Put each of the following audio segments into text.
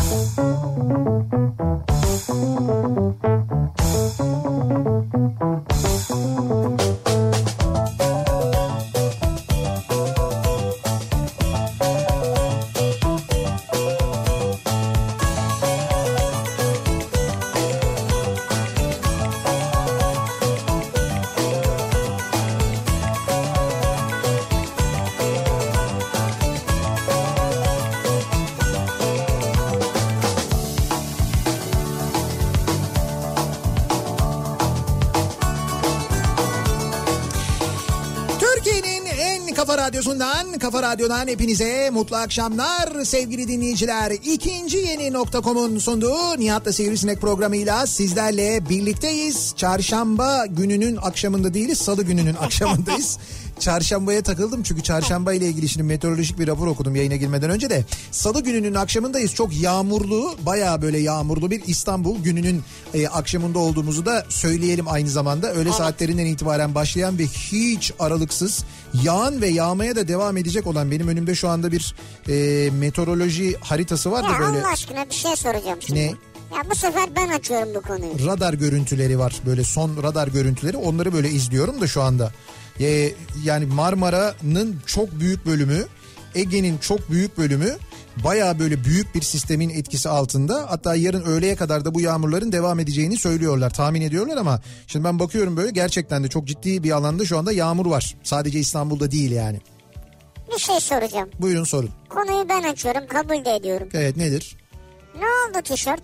Kafa Radyo'dan hepinize mutlu akşamlar sevgili dinleyiciler. İkinci yeni nokta.com'un sunduğu Nihat'la Sivrisinek programıyla sizlerle birlikteyiz. Çarşamba gününün akşamında değiliz, salı gününün akşamındayız. Çarşambaya takıldım çünkü çarşamba ile ilgili şimdi meteorolojik bir rapor okudum yayına girmeden önce de. Salı gününün akşamındayız. Çok yağmurlu, bayağı böyle yağmurlu bir İstanbul gününün akşamında olduğumuzu da söyleyelim aynı zamanda. Öğle saatlerinden itibaren başlayan ve hiç aralıksız yağan ve yağmaya da devam edecek olan, benim önümde şu anda bir meteoroloji haritası var da ya böyle. Allah aşkına bir şey soracağım şimdi. Ne? Ya bu sefer ben açıyorum bu konuyu. Radar görüntüleri var, böyle son radar görüntüleri, onları böyle izliyorum da şu anda. Yani Marmara'nın çok büyük bölümü, Ege'nin çok büyük bölümü bayağı böyle büyük bir sistemin etkisi altında. Hatta yarın öğleye kadar da bu yağmurların devam edeceğini söylüyorlar, tahmin ediyorlar ama şimdi ben bakıyorum böyle gerçekten de çok ciddi bir alanda şu anda yağmur var. Sadece İstanbul'da değil yani. Bir şey soracağım. Buyurun sorun. Konuyu ben açıyorum, kabul de ediyorum. Evet, nedir? Ne oldu tişört?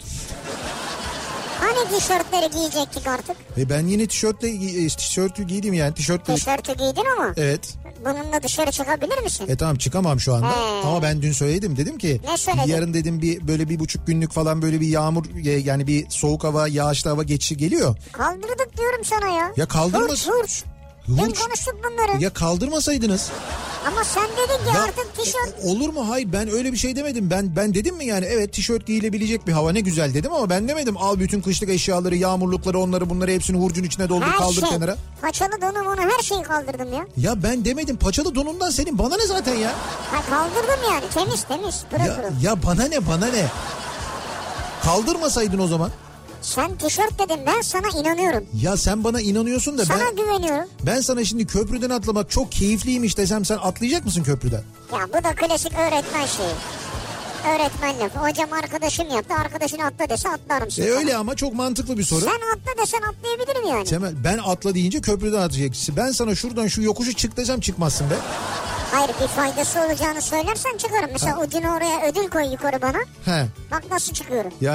Hani tişörtleri giyecektik artık? Ben yine tişörtü giydim yani. Tişörtü giydin ama. Evet. Bununla dışarı çıkabilir misin? Tamam, çıkamam şu anda. Ama ben dün söyledim, dedim ki yarın dedim böyle 1,5 günlük falan böyle bir yağmur, yani bir soğuk hava, yağışlı hava geçişi geliyor. Kaldırdık diyorum sana ya. Ya kaldırmaz. Hurç. Dün konuştuk bunları. Ya kaldırmasaydınız. Ama sen dedin ki artık tişört. Olur mu? Hayır, ben öyle bir şey demedim. Ben dedim mi yani, evet tişört giyilebilecek bir hava ne güzel dedim ama ben demedim al bütün kışlık eşyaları, yağmurlukları, onları bunları hepsini hurcun içine doldur, kaldır kenara. Paçalı donum, onu her şeyi kaldırdım ya. Ya ben demedim, paçalı donundan senin bana ne zaten ya. Ha, kaldırdım yani, temiz pırıl pırıl. Ya bana ne. Kaldırmasaydın o zaman. Sen tişört dedin, ben sana inanıyorum. Ya sen bana inanıyorsun da sana güveniyorum. Ben sana şimdi köprüden atlamak çok keyifliymiş desem sen atlayacak mısın köprüden? Ya bu da klasik öğretmen şeyi. Öğretmen lafı. Hocam arkadaşım yaptı, arkadaşın atla dese atlar mısın? Öyle ama çok mantıklı bir soru. Sen atla desen atlayabilirim yani. Temel, ben atla deyince köprüden atlayacaksın. Ben sana şuradan şu yokuşu çık desem çıkmazsın be. Hayır, bir faydası olacağını söylersen çıkarım. Mesela ucunu oraya ödül koy yukarı bana. He. Bak nasıl çıkıyorum. Ya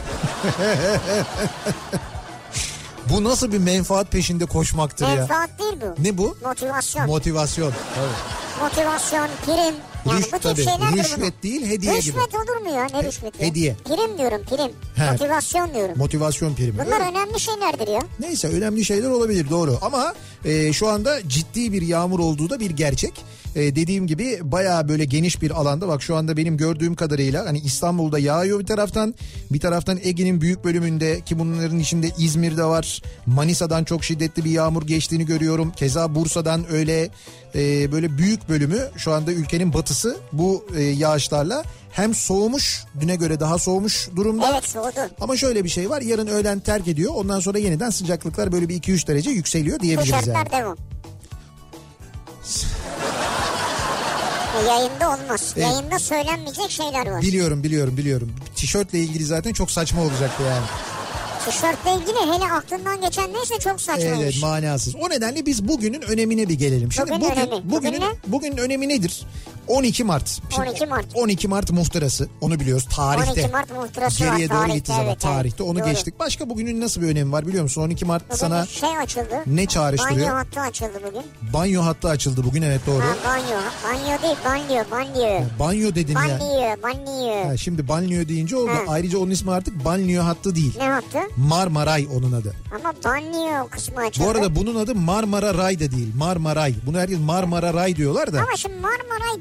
bu nasıl bir menfaat peşinde koşmaktır ya? Menfaat değil bu. Ne bu? Motivasyon. Motivasyon. Evet. Motivasyon, prim. Yani bu tip şeylerdir rüşvet bunlar. Değil, hediye rüşvet gibi. Rüşvet olur mu ya? Ne rüşveti? Hediye. Prim diyorum, prim. He. Motivasyon diyorum. Motivasyon primi. Bunlar önemli şeylerdir ya. Neyse, önemli şeyler olabilir, doğru. Ama şu anda ciddi bir yağmur olduğu da bir gerçek. Dediğim gibi bayağı böyle geniş bir alanda, bak şu anda benim gördüğüm kadarıyla hani İstanbul'da yağıyor bir taraftan Ege'nin büyük bölümünde, ki bunların içinde İzmir'de var, Manisa'dan çok şiddetli bir yağmur geçtiğini görüyorum. Keza Bursa'dan öyle, böyle büyük bölümü şu anda ülkenin batısı bu yağışlarla hem soğumuş, düne göre daha soğumuş durumda. Evet, soğudu. Ama şöyle bir şey var, yarın öğlen terk ediyor, ondan sonra yeniden sıcaklıklar böyle bir 2-3 derece yükseliyor diyebiliriz yani. Tişörtler devam. Yayında olmaz. Evet. Yayında söylenmeyecek şeyler var. Biliyorum. Tişörtle ilgili zaten çok saçma olacaktı yani. Tişörtle ilgili hele aklından geçen neyse çok saçmaymış. Evet, manasız. O nedenle biz bugünün önemine bir gelelim. Şimdi bugünün önemi nedir? 12 Mart. Şimdi 12 Mart muhtırası. Onu biliyoruz. Tarihte. 12 Mart muhtırası geriye var. Doğru gitti zaman. Tarihte. Onu doğru geçtik. Başka bugünün nasıl bir önemi var biliyor musun? 12 Mart bugün sana açıldı. Ne çağrıştırıyor? Banyo hattı açıldı bugün. Banyo hattı açıldı bugün, evet doğru. Banyo değil, banliyö. Banyo dedin ya. Banliyö. Şimdi banliyö deyince oldu. Ayrıca onun ismi artık banliyö hattı değil. Ne hattı? Marmaray onun adı. Ama banliyö kısmı açıldı. Bu arada bunun adı Marmara Ray da değil. Marmaray. Bunu herkes Marmara Ray diyorlar da. Ama şimdi Marmaray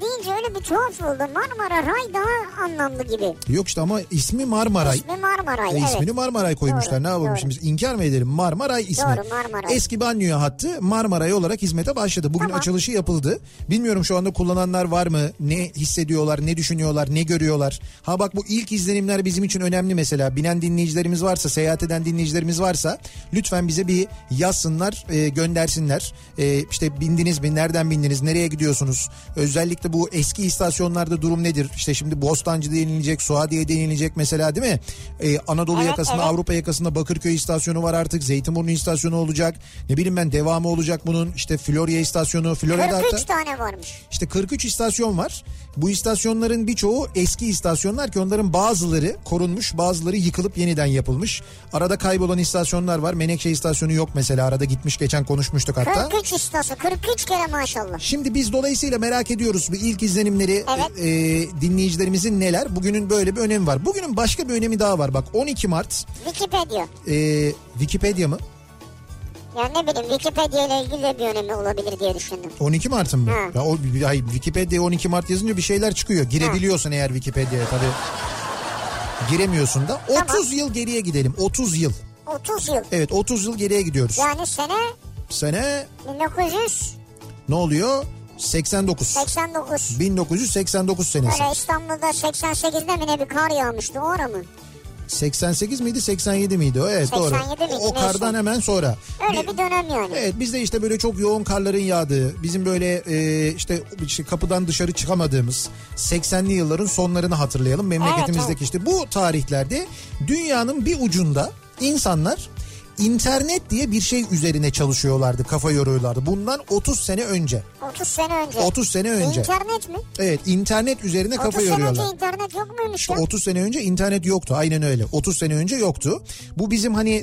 deyince öyle bir tuhaf oldu. Marmara Ray daha anlamlı gibi. Yok işte ama ismi Marmaray. İsmi Marmaray, evet. İsmini Marmaray koymuşlar. Doğru, Ne yapalım doğru. şimdi, inkar mı edelim? Marmaray ismi. Doğru, Marmaray. Eski banyo hattı Marmaray olarak hizmete başladı. Bugün Tamam. açılışı yapıldı. Bilmiyorum şu anda kullananlar var mı? Ne hissediyorlar, ne düşünüyorlar, ne görüyorlar? Ha bak, bu ilk izlenimler bizim için önemli mesela. Binen dinleyicilerimiz varsa, seyahat eden dinleyicilerimiz varsa lütfen bize bir yazsınlar, göndersinler. İşte bindiniz mi? Nereden bindiniz? Nereye gidiyorsunuz? Özellikle bu eski istasyonlarda durum nedir? İşte şimdi Bostancı denilecek, Suadiye denilecek mesela, değil mi? Anadolu yakasında, evet. Avrupa yakasında Bakırköy istasyonu var artık. Zeytinburnu istasyonu olacak. Ne bileyim ben, devamı olacak bunun. İşte Florya istasyonu. Florya'da 43 hatta tane varmış. işte 43 istasyon var. Bu istasyonların birçoğu eski istasyonlar ki onların bazıları korunmuş, bazıları yıkılıp yeniden yapılmış. Arada kaybolan istasyonlar var. Menekşe istasyonu yok mesela. Arada gitmiş, geçen konuşmuştuk hatta. 43 istasyon, 43 kere maşallah. Şimdi biz dolayısıyla merak ediyoruz bu ilk izlenimleri, Evet. Dinleyicilerimizin neler? Bugünün böyle bir önemi var. Bugünün başka bir önemi daha var. Bak 12 Mart. Wikipedia. Wikipedia mı? Yani ne bileyim, Wikipedia ile ilgili de bir önemi olabilir diye düşündüm. 12 Mart'ın mı? Ha. Ya hayır, Wikipedia 12 Mart yazınca bir şeyler çıkıyor. Girebiliyorsun eğer Wikipedia'ya tabii. Giremiyorsun da. Tamam. 30 yıl geriye gidelim. 30 yıl. 30 yıl. Evet, 30 yıl geriye gidiyoruz. Yani sene 1900. Ne oluyor? 89. 89. 1989 senesi. Öyle İstanbul'da 88'de mi ne bir kar yağmıştı, o ara mı? 88 miydi 87 miydi o? Evet 87 doğru. miydi, O kardan neyse. hemen sonra. Öyle bir dönem yani. Evet, bizde işte böyle çok yoğun karların yağdığı, bizim böyle işte kapıdan dışarı çıkamadığımız 80'li yılların sonlarını hatırlayalım. Memleketimizdeki işte bu tarihlerde dünyanın bir ucunda insanlar İnternet diye bir şey üzerine çalışıyorlardı, kafa yoruyorlardı. Bundan 30 sene önce. 30 sene önce. 30 sene önce. İnternet mi? Evet, internet üzerine kafa 30 sene yoruyorlar. önce internet yok muymuş ya? 30 sene önce internet yoktu, aynen öyle. 30 sene önce yoktu. Bu bizim hani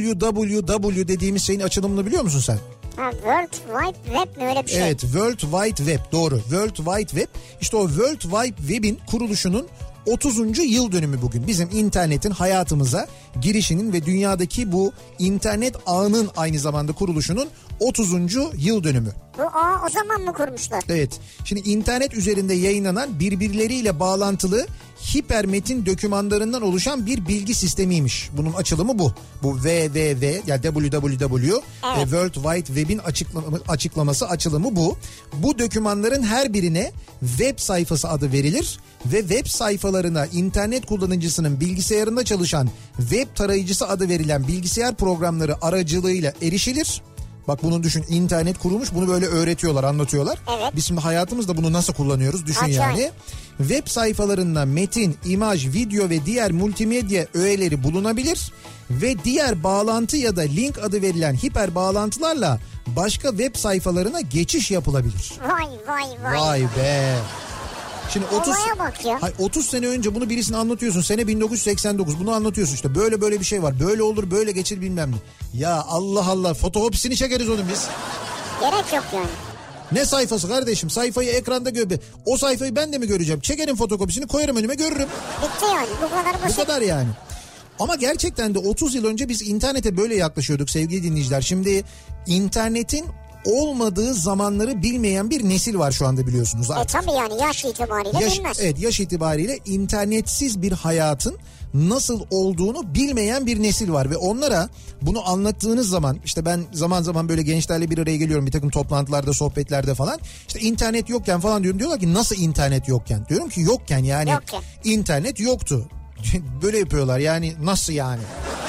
www dediğimiz şeyin açılımını biliyor musun sen? Ha, World Wide Web mi, öyle bir şey? Evet, World Wide Web, doğru. World Wide Web. İşte o World Wide Web'in kuruluşunun 30. yıl dönümü bugün. Bizim internetin hayatımıza girişinin ve dünyadaki bu internet ağının aynı zamanda kuruluşunun 30. yıl dönümü. Bu ağı o zaman mı kurmuşlar? Evet. Şimdi internet üzerinde yayınlanan birbirleriyle bağlantılı hipermetin dokümanlarından oluşan bir bilgi sistemiymiş. Bunun açılımı bu. Bu www yani www Evet. World Wide Web'in açıklaması, açılımı bu. Bu dokümanların her birine web sayfası adı verilir ve web sayfalarına internet kullanıcısının bilgisayarında çalışan web tarayıcısı adı verilen bilgisayar programları aracılığıyla erişilir. Bak bunu düşün, internet kurulmuş, bunu böyle öğretiyorlar, anlatıyorlar. Evet. Biz şimdi hayatımızda bunu nasıl kullanıyoruz düşün Acayip. yani. Web sayfalarında metin, imaj, video ve diğer multimedya öğeleri bulunabilir ve diğer bağlantı ya da link adı verilen hiper bağlantılarla başka web sayfalarına geçiş yapılabilir. Vay. Vay be. Şimdi 30 Olaya bak ya. 30 sene önce bunu birisine anlatıyorsun. Sene 1989, bunu anlatıyorsun işte. Böyle bir şey var. Böyle olur, böyle geçir bilmem ne. Ya Allah Allah, fotokopisini çekeriz onun biz. Gerek yok yani. Ne sayfası kardeşim? Sayfayı ekranda göbe. O sayfayı ben de mi göreceğim? Çekerim fotokopisini, koyarım önüme, görürüm. Bitti yani, bu kadar basit. Bu kadar yani. Ama gerçekten de 30 yıl önce biz internete böyle yaklaşıyorduk sevgili dinleyiciler. Şimdi internetin olmadığı zamanları bilmeyen bir nesil var şu anda, biliyorsunuz artık. Tabii yani yaş itibariyle bilmez. Evet, yaş itibariyle internetsiz bir hayatın nasıl olduğunu bilmeyen bir nesil var ve onlara bunu anlattığınız zaman, işte ben zaman zaman böyle gençlerle bir araya geliyorum bir takım toplantılarda, sohbetlerde falan, işte internet yokken falan diyorum, diyorlar ki nasıl internet yokken? Diyorum ki yokken yani Yokken. internet yoktu. Böyle yapıyorlar yani, nasıl yani?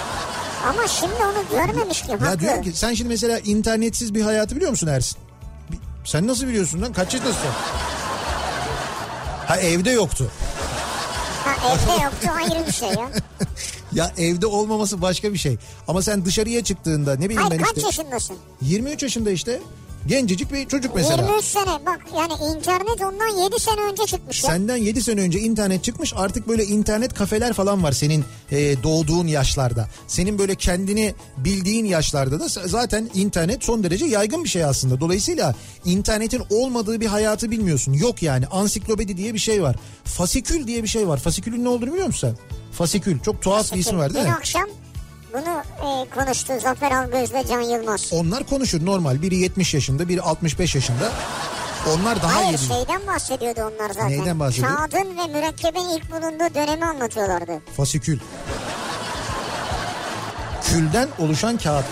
Ama şimdi onu görmemiş ki. Ya Haklı. diyorum ki sen şimdi mesela internetsiz bir hayatı biliyor musun Ersin? Sen nasıl biliyorsun lan? Kaç yaşındasın? Ha, evde yoktu. Ha, evde yoktu, ayrı bir şey ya. Ya evde olmaması başka bir şey. Ama sen dışarıya çıktığında ne bileyim Hayır, ben kaç işte. yaşındasın? 23 yaşında işte. Gencecik bir çocuk mesela. 23 sene bak, yani internet ondan 7 sene önce çıkmış ya. Senden 7 sene önce internet çıkmış, artık böyle internet kafeler falan var senin doğduğun yaşlarda. Senin böyle kendini bildiğin yaşlarda da zaten internet son derece yaygın bir şey aslında. Dolayısıyla internetin olmadığı bir hayatı bilmiyorsun. Yok yani, ansiklopedi diye bir şey var. Fasikül diye bir şey var. Fasikülün ne olduğunu biliyor musun sen? Fasikül, çok tuhaf bir ismi var değil mi? Dün akşam bunu konuştu Zafer Algöz'le Can Yılmaz. Onlar konuşur normal. Biri 70 yaşında, biri 65 yaşında. Onlar daha Hayır, iyi. şeyden bahsediyordu onlar zaten. Neyden bahsediyor? Kağıdın ve mürekkebin ilk bulunduğu dönemi anlatıyorlardı. Fasikül. Külden oluşan kağıt.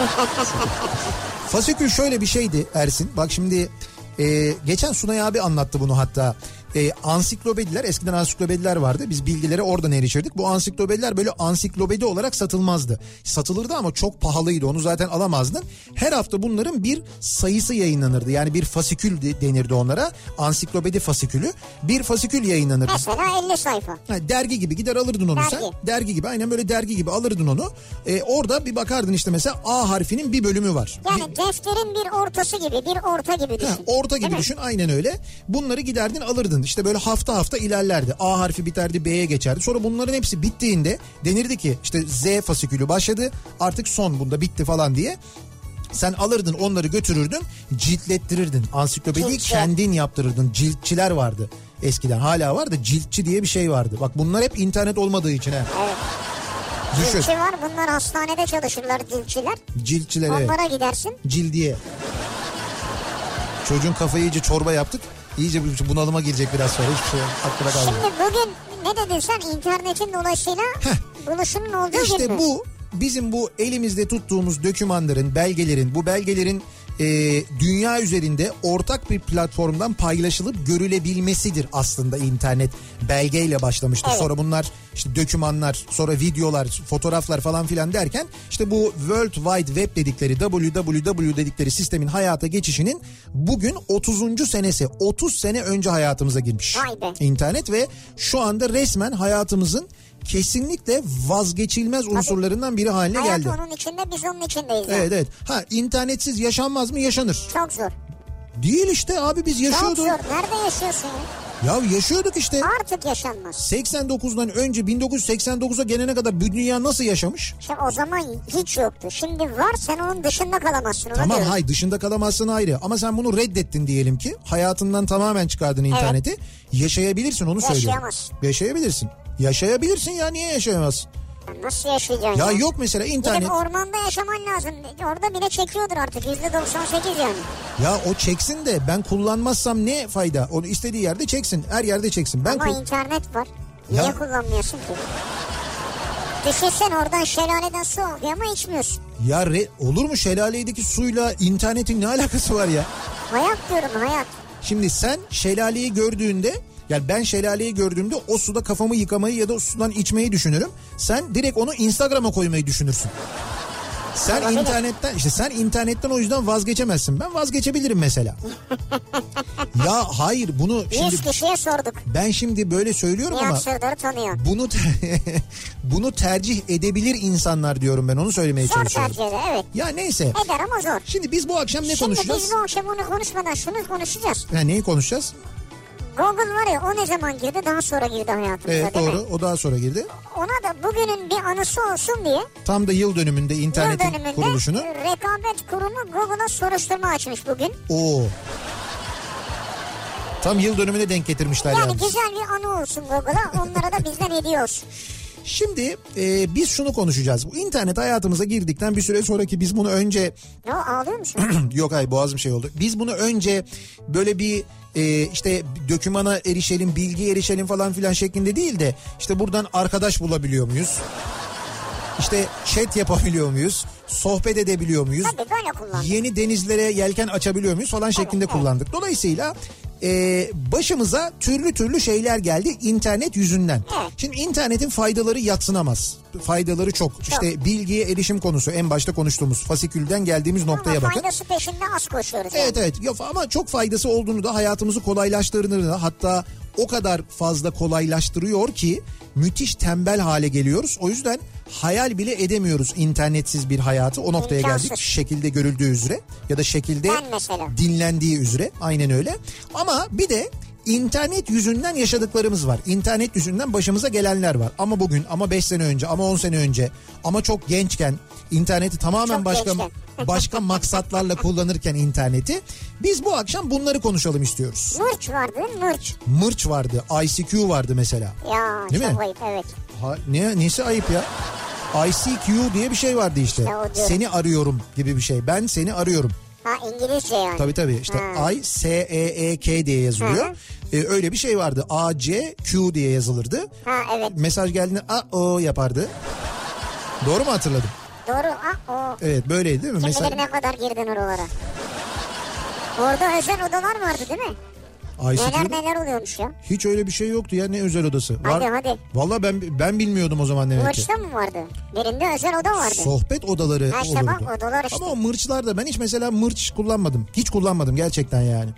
Fasikül şöyle bir şeydi Ersin. Bak şimdi geçen Sunay abi anlattı bunu hatta. Ansiklopediler, eskiden ansiklopediler vardı. Biz bilgilere oradan erişirdik. Bu ansiklopediler böyle ansiklopedi olarak satılmazdı. Satılırdı ama çok pahalıydı. Onu zaten alamazdın. Her hafta bunların bir sayısı yayınlanırdı. Yani bir fasikül denirdi onlara. Ansiklopedi fasikülü. Bir fasikül yayınlanırdı. Mesela 50 sayfa. Dergi gibi gider alırdın onu sen. Dergi gibi, aynen böyle dergi gibi alırdın onu. Orada bir bakardın işte mesela A harfinin bir bölümü var. Yani defterin bir ortası gibi, bir orta gibi düşün. Orta gibi düşün, aynen öyle. Bunları giderdin alırdın. İşte böyle hafta hafta ilerlerdi. A harfi biterdi, B'ye geçerdi. Sonra bunların hepsi bittiğinde denirdi ki işte Z fasikülü başladı. Artık son, bunda bitti falan diye. Sen alırdın onları götürürdün, ciltlettirirdin. Ansiklopediyi kendin yaptırırdın. Ciltçiler vardı eskiden, hala var da ciltçi diye bir şey vardı. Bak bunlar hep internet olmadığı için ha. Evet. Ciltçi var, bunlar hastanede çalışırlar, ciltçiler. Ciltçiler, onlara evet. gidersin. Cildiye. Çocuğun kafayı iyice çorba yaptık. İyice bunalıma girecek biraz sonra, hiçbir şey aklına kalmıyor. Şimdi bugün ne dedin sen, internetin dolayısıyla buluşunun olduğu işte gibi. bu bizim bu elimizde tuttuğumuz dokümanların, belgelerin, bu belgelerin dünya üzerinde ortak bir platformdan paylaşılıp görülebilmesidir aslında internet. Belgeyle başlamıştır. Evet. Sonra bunlar işte dokümanlar, sonra videolar, fotoğraflar falan filan derken işte bu World Wide Web dedikleri, www dedikleri sistemin hayata geçişinin bugün 30. senesi. 30 sene önce hayatımıza girmiş internet ve şu anda resmen hayatımızın kesinlikle vazgeçilmez unsurlarından biri haline geldi. Hayat onun içinde, biz onun içindeyiz. Evet evet. İnternetsiz yaşanmaz mı? Yaşanır. Çok zor. Değil işte abi, biz yaşıyorduk. Çok zor. Nerede yaşıyorsun ya? Ya yaşıyorduk işte. Artık yaşanmaz. 89'dan önce 1989'a gelene kadar bu dünya nasıl yaşamış? İşte o zaman hiç yoktu. Şimdi var, sen onun dışında kalamazsın. Tamam, hay dışında kalamazsın ayrı. Ama sen bunu reddettin diyelim ki. Hayatından tamamen çıkardın interneti. Evet. Yaşayabilirsin, onu söylüyorum. Yaşayamazsın. Yaşayabilirsin. Yaşayabilirsin ya, niye yaşayamazsın? Nasıl yaşayacaksın? Ya yok mesela internet. Gidip ormanda yaşaman lazım. Orada bile çekiyordur artık %98 yani. Ya o çeksin de ben kullanmazsam ne fayda? Onu istediği yerde çeksin. Her yerde çeksin. Ama internet var. Niye kullanmıyorsun ki? Düşünsen oradan şelaleden su alıyor ama içmiyorsun. Ya olur mu, şelaleydeki suyla internetin ne alakası var ya? Hayat diyorum, hayat. Şimdi sen şelaleyi gördüğünde, yani ben şelaleyi gördüğümde o suda kafamı yıkamayı ya da o sudan içmeyi düşünürüm. Sen direkt onu Instagram'a koymayı düşünürsün. Sen internetten o yüzden vazgeçemezsin. Ben vazgeçebilirim mesela. Ya hayır, bunu şimdi 100 kişiye sorduk. Ben şimdi böyle söylüyorum ama bunu tercih edebilir insanlar diyorum, ben onu söylemeye çalışıyorum. Zor tercih eder, evet. Ya neyse. Eder ama zor. Şimdi biz bu akşam ne konuşacağız? Şimdi biz bu akşam onu konuşmadan şunu konuşacağız. Neyi konuşacağız? Google var ya, o ne zaman girdi? Daha sonra girdi hayatımıza, evet, değil doğru, mi? o daha sonra girdi. Ona da bugünün bir anısı olsun diye. Tam da yıl dönümünde internetin kuruluşunu. Rekabet Kurumu Google'a soruşturma açmış bugün. Oo. Tam yıl dönümüne denk getirmişler yani. Yani güzel bir anı olsun Google'a, onlara da bizden hediye olsun. Şimdi biz şunu konuşacağız. Bu internet hayatımıza girdikten bir süre sonraki biz bunu önce... Ya ağlıyor musun? Yok hayır, boğazım şey oldu. Biz bunu önce böyle bir işte dokümana erişelim, bilgiye erişelim falan filan şeklinde değil de işte buradan arkadaş bulabiliyor muyuz? İşte chat yapabiliyor muyuz? Sohbet edebiliyor muyuz? Tabii böyle kullandık. Yeni denizlere yelken açabiliyor muyuz falan şeklinde kullandık. Dolayısıyla başımıza türlü şeyler geldi internet yüzünden. Evet. Şimdi internetin faydaları yadsınamaz. Faydaları çok. İşte bilgiye erişim konusu, en başta konuştuğumuz fasikülden geldiğimiz noktaya bakın. Ama faydası peşinde az koşuyoruz. Evet evet. Ama çok faydası olduğunu da, hayatımızı kolaylaştırdığını da, hatta o kadar fazla kolaylaştırıyor ki müthiş tembel hale geliyoruz. O yüzden hayal bile edemiyoruz internetsiz bir hayatı. O noktaya geldik, şekilde görüldüğü üzere ya da şekilde dinlendiği üzere, aynen öyle. Ama bir de internet yüzünden yaşadıklarımız var. İnternet yüzünden başımıza gelenler var. Ama bugün, ama 5 sene önce, ama 10 sene önce, ama çok gençken, interneti tamamen başka maksatlarla kullanırken interneti, biz bu akşam bunları konuşalım istiyoruz. Mırç vardı, Mırç vardı, ICQ vardı mesela. Ya değil çok mi? ayıp, evet. Nesi ayıp ya? ICQ diye bir şey vardı işte. Seni arıyorum gibi bir şey. Ben seni arıyorum. Ha, İngilizce yani. Tabii işte ISEEK diye yazılıyor. Öyle bir şey vardı. ACQ diye yazılırdı. Ha, evet. Mesaj geldiğinde o yapardı. Doğru mu hatırladım? Doğru. O. Evet, böyleydi değil mi? Kim bilir ne kadar girdin oralara. Orada özel odalar vardı değil mi? Neler oluyormuş ya? Hiç öyle bir şey yoktu ya, ne özel odası. Hadi. Vallahi ben bilmiyordum o zaman demek ki. Mırç'ta mı vardı? Birinde özel oda vardı. Sohbet odaları ha işte olurdu. Bak, odalar işte. Ama o mırçlarda ben hiç mesela mırç kullanmadım. Hiç kullanmadım gerçekten yani.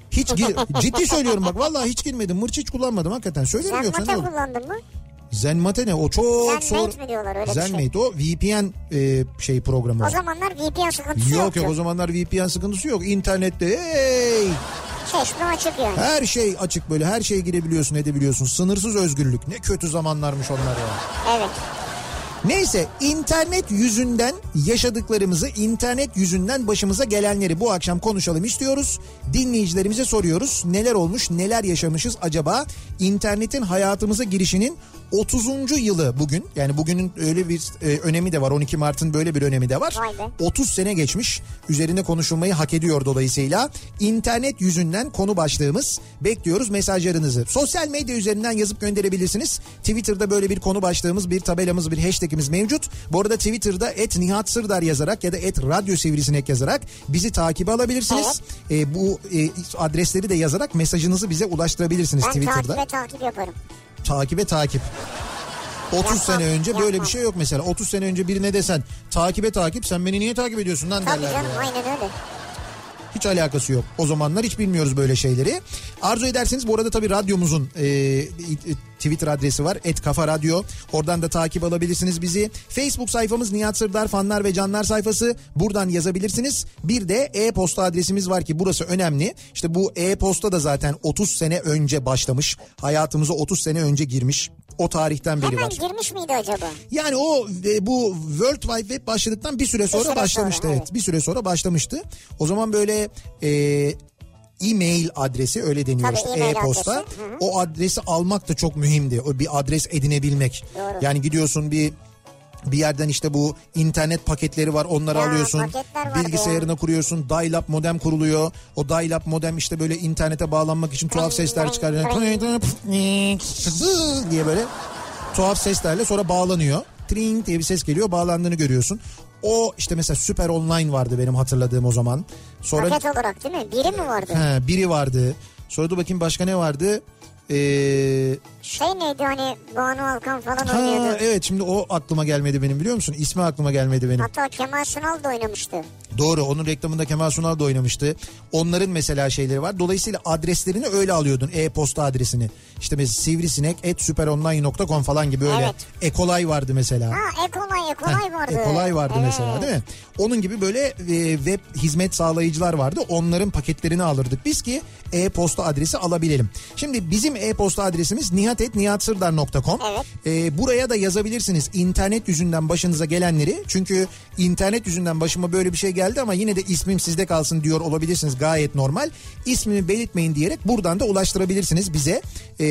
Ciddi söylüyorum bak, vallahi hiç girmedim. Mırç hiç kullanmadım hakikaten. Söylüyorum yoksa ne olur? Zenmate kullandın mı? Zenmate ne? O çok Zenmate mi diyorlar, öyle Zenmate, bir şey. o VPN programı. O zamanlar VPN sıkıntısı yoktu. Yok o zamanlar VPN sıkıntısı yok. İnternette Çeşme açık yani. her şey açık, böyle her şeye girebiliyorsun, edebiliyorsun. Sınırsız özgürlük. Ne kötü zamanlarmış onlar ya. Evet. Neyse, internet yüzünden yaşadıklarımızı, internet yüzünden başımıza gelenleri bu akşam konuşalım istiyoruz. Dinleyicilerimize soruyoruz. Neler olmuş, neler yaşamışız acaba? İnternetin hayatımıza girişinin 30. yılı bugün. Yani bugünün öyle bir önemi de var. 12 Mart'ın böyle bir önemi de var. 30 sene geçmiş. Üzerinde konuşulmayı hak ediyor dolayısıyla. İnternet yüzünden konu başlığımız. Bekliyoruz mesajlarınızı. Sosyal medya üzerinden yazıp gönderebilirsiniz. Twitter'da böyle bir konu başlığımız, bir tabelamız, bir hashtagimiz mevcut. Bu arada Twitter'da @NihatSırdar yazarak ya da @RadyoSivrisinek yazarak bizi takibe alabilirsiniz. Evet. Bu adresleri de yazarak mesajınızı bize ulaştırabilirsiniz Twitter'da. Ben takip yaparım. Takip. 30 sene önce böyle bir şey yok mesela. 30 sene önce birine desen takip sen beni niye takip ediyorsun lan derler. Tabii canım, aynen öyle. Hiç alakası yok. O zamanlar hiç bilmiyoruz böyle şeyleri. Arzu ederseniz bu arada tabii radyomuzun Twitter adresi var. @kafaradyo. Oradan da takip alabilirsiniz bizi. Facebook sayfamız Nihat Sırdar fanlar ve canlar sayfası. Buradan yazabilirsiniz. Bir de e-posta adresimiz var ki burası önemli. İşte bu e-posta da zaten 30 sene önce başlamış. Hayatımıza 30 sene önce girmiş. O tarihten beri var. Hemen girmiş miydi acaba? Yani bu World Wide Web başladıktan bir süre sonra başlamıştı. Evet. Bir süre sonra başlamıştı. O zaman böyle e-mail adresi, öyle deniyor işte, e-posta. O adresi almak da çok mühimdi. O bir adres edinebilmek. Doğru. Yani gidiyorsun bir yerden işte bu internet paketleri var, onları alıyorsun. Bilgisayarına kuruyorsun. Dial-up modem kuruluyor. O dial-up modem işte böyle internete bağlanmak için tuhaf sesler çıkarıyor. diye böyle tuhaf seslerle sonra bağlanıyor. Tring diye bir ses geliyor, bağlandığını görüyorsun. O işte mesela Süper Online vardı benim hatırladığım o zaman. Sonra paket olarak değil mi? Biri mi vardı? Biri vardı. Sonra da bakayım başka ne vardı? Neydi hani, Banu Alkan falan oynuyordu. Evet, şimdi o aklıma gelmedi benim, biliyor musun? İsmi aklıma gelmedi benim. Hatta Kemal Sunal da oynamıştı. Doğru, onun reklamında Kemal Sunal da oynamıştı. Onların mesela şeyleri var. Dolayısıyla adreslerini öyle alıyordun, e-posta adresini. İşte mesela sivrisinek@superonline.com falan gibi öyle. Evet. Ekolay vardı mesela. Ekolay vardı. Ekolay vardı mesela, değil mi? Onun gibi böyle web hizmet sağlayıcılar vardı. Onların paketlerini alırdık biz ki e-posta adresi alabilelim. Şimdi bizim e-posta adresimiz nihat@nihatsırdar.com. Evet. Buraya da yazabilirsiniz internet yüzünden başınıza gelenleri. Çünkü internet yüzünden başıma böyle bir şey geldi ama yine de ismim sizde kalsın diyor olabilirsiniz, gayet normal. İsmimi belirtmeyin diyerek buradan da ulaştırabilirsiniz bize.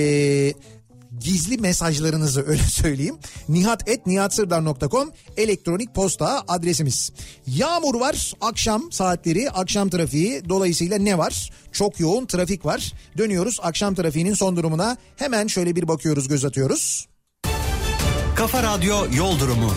Gizli mesajlarınızı, öyle söyleyeyim. nihat@nihatsırdar.com elektronik posta adresimiz. Yağmur var, akşam saatleri, akşam trafiği, dolayısıyla ne var? Çok yoğun trafik var. Dönüyoruz akşam trafiğinin son durumuna. Hemen şöyle bir bakıyoruz, göz atıyoruz. Kafa Radyo Yol Durumu.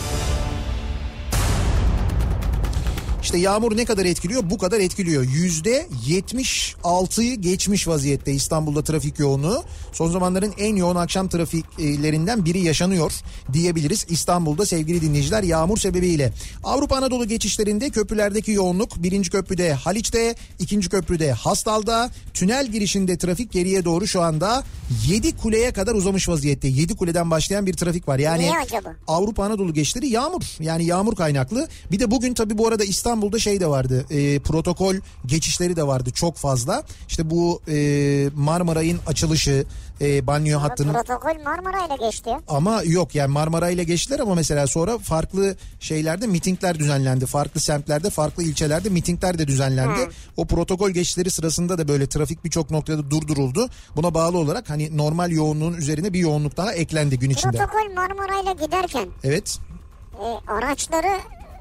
İşte yağmur ne kadar etkiliyor? Bu kadar etkiliyor. %76'yı geçmiş vaziyette İstanbul'da trafik yoğunluğu. Son zamanların en yoğun akşam trafiklerinden biri yaşanıyor diyebiliriz İstanbul'da sevgili dinleyiciler, yağmur sebebiyle. Avrupa Anadolu geçişlerinde köprülerdeki yoğunluk, birinci köprüde Haliç'te, ikinci köprüde Hastal'da, tünel girişinde trafik geriye doğru şu anda Yedikule'ye kadar uzamış vaziyette. Yedikule'den başlayan bir trafik var. Yani niye acaba? Avrupa Anadolu geçişleri yağmur. Yani yağmur kaynaklı. Bir de bugün tabii bu arada İstanbul'da şey de vardı. Protokol geçişleri de vardı çok fazla. İşte bu Marmaray'ın açılışı, banyo hattının... Protokol Marmaray'la geçti. Ama yok, yani Marmaray'la geçtiler ama mesela sonra farklı şeylerde mitingler düzenlendi. Farklı semtlerde, farklı ilçelerde mitingler de düzenlendi. O protokol geçişleri sırasında da böyle trafik birçok noktada durduruldu. Buna bağlı olarak hani normal yoğunluğun üzerine bir yoğunluk daha eklendi gün içinde. Protokol Marmaray'la giderken... Evet. Araçları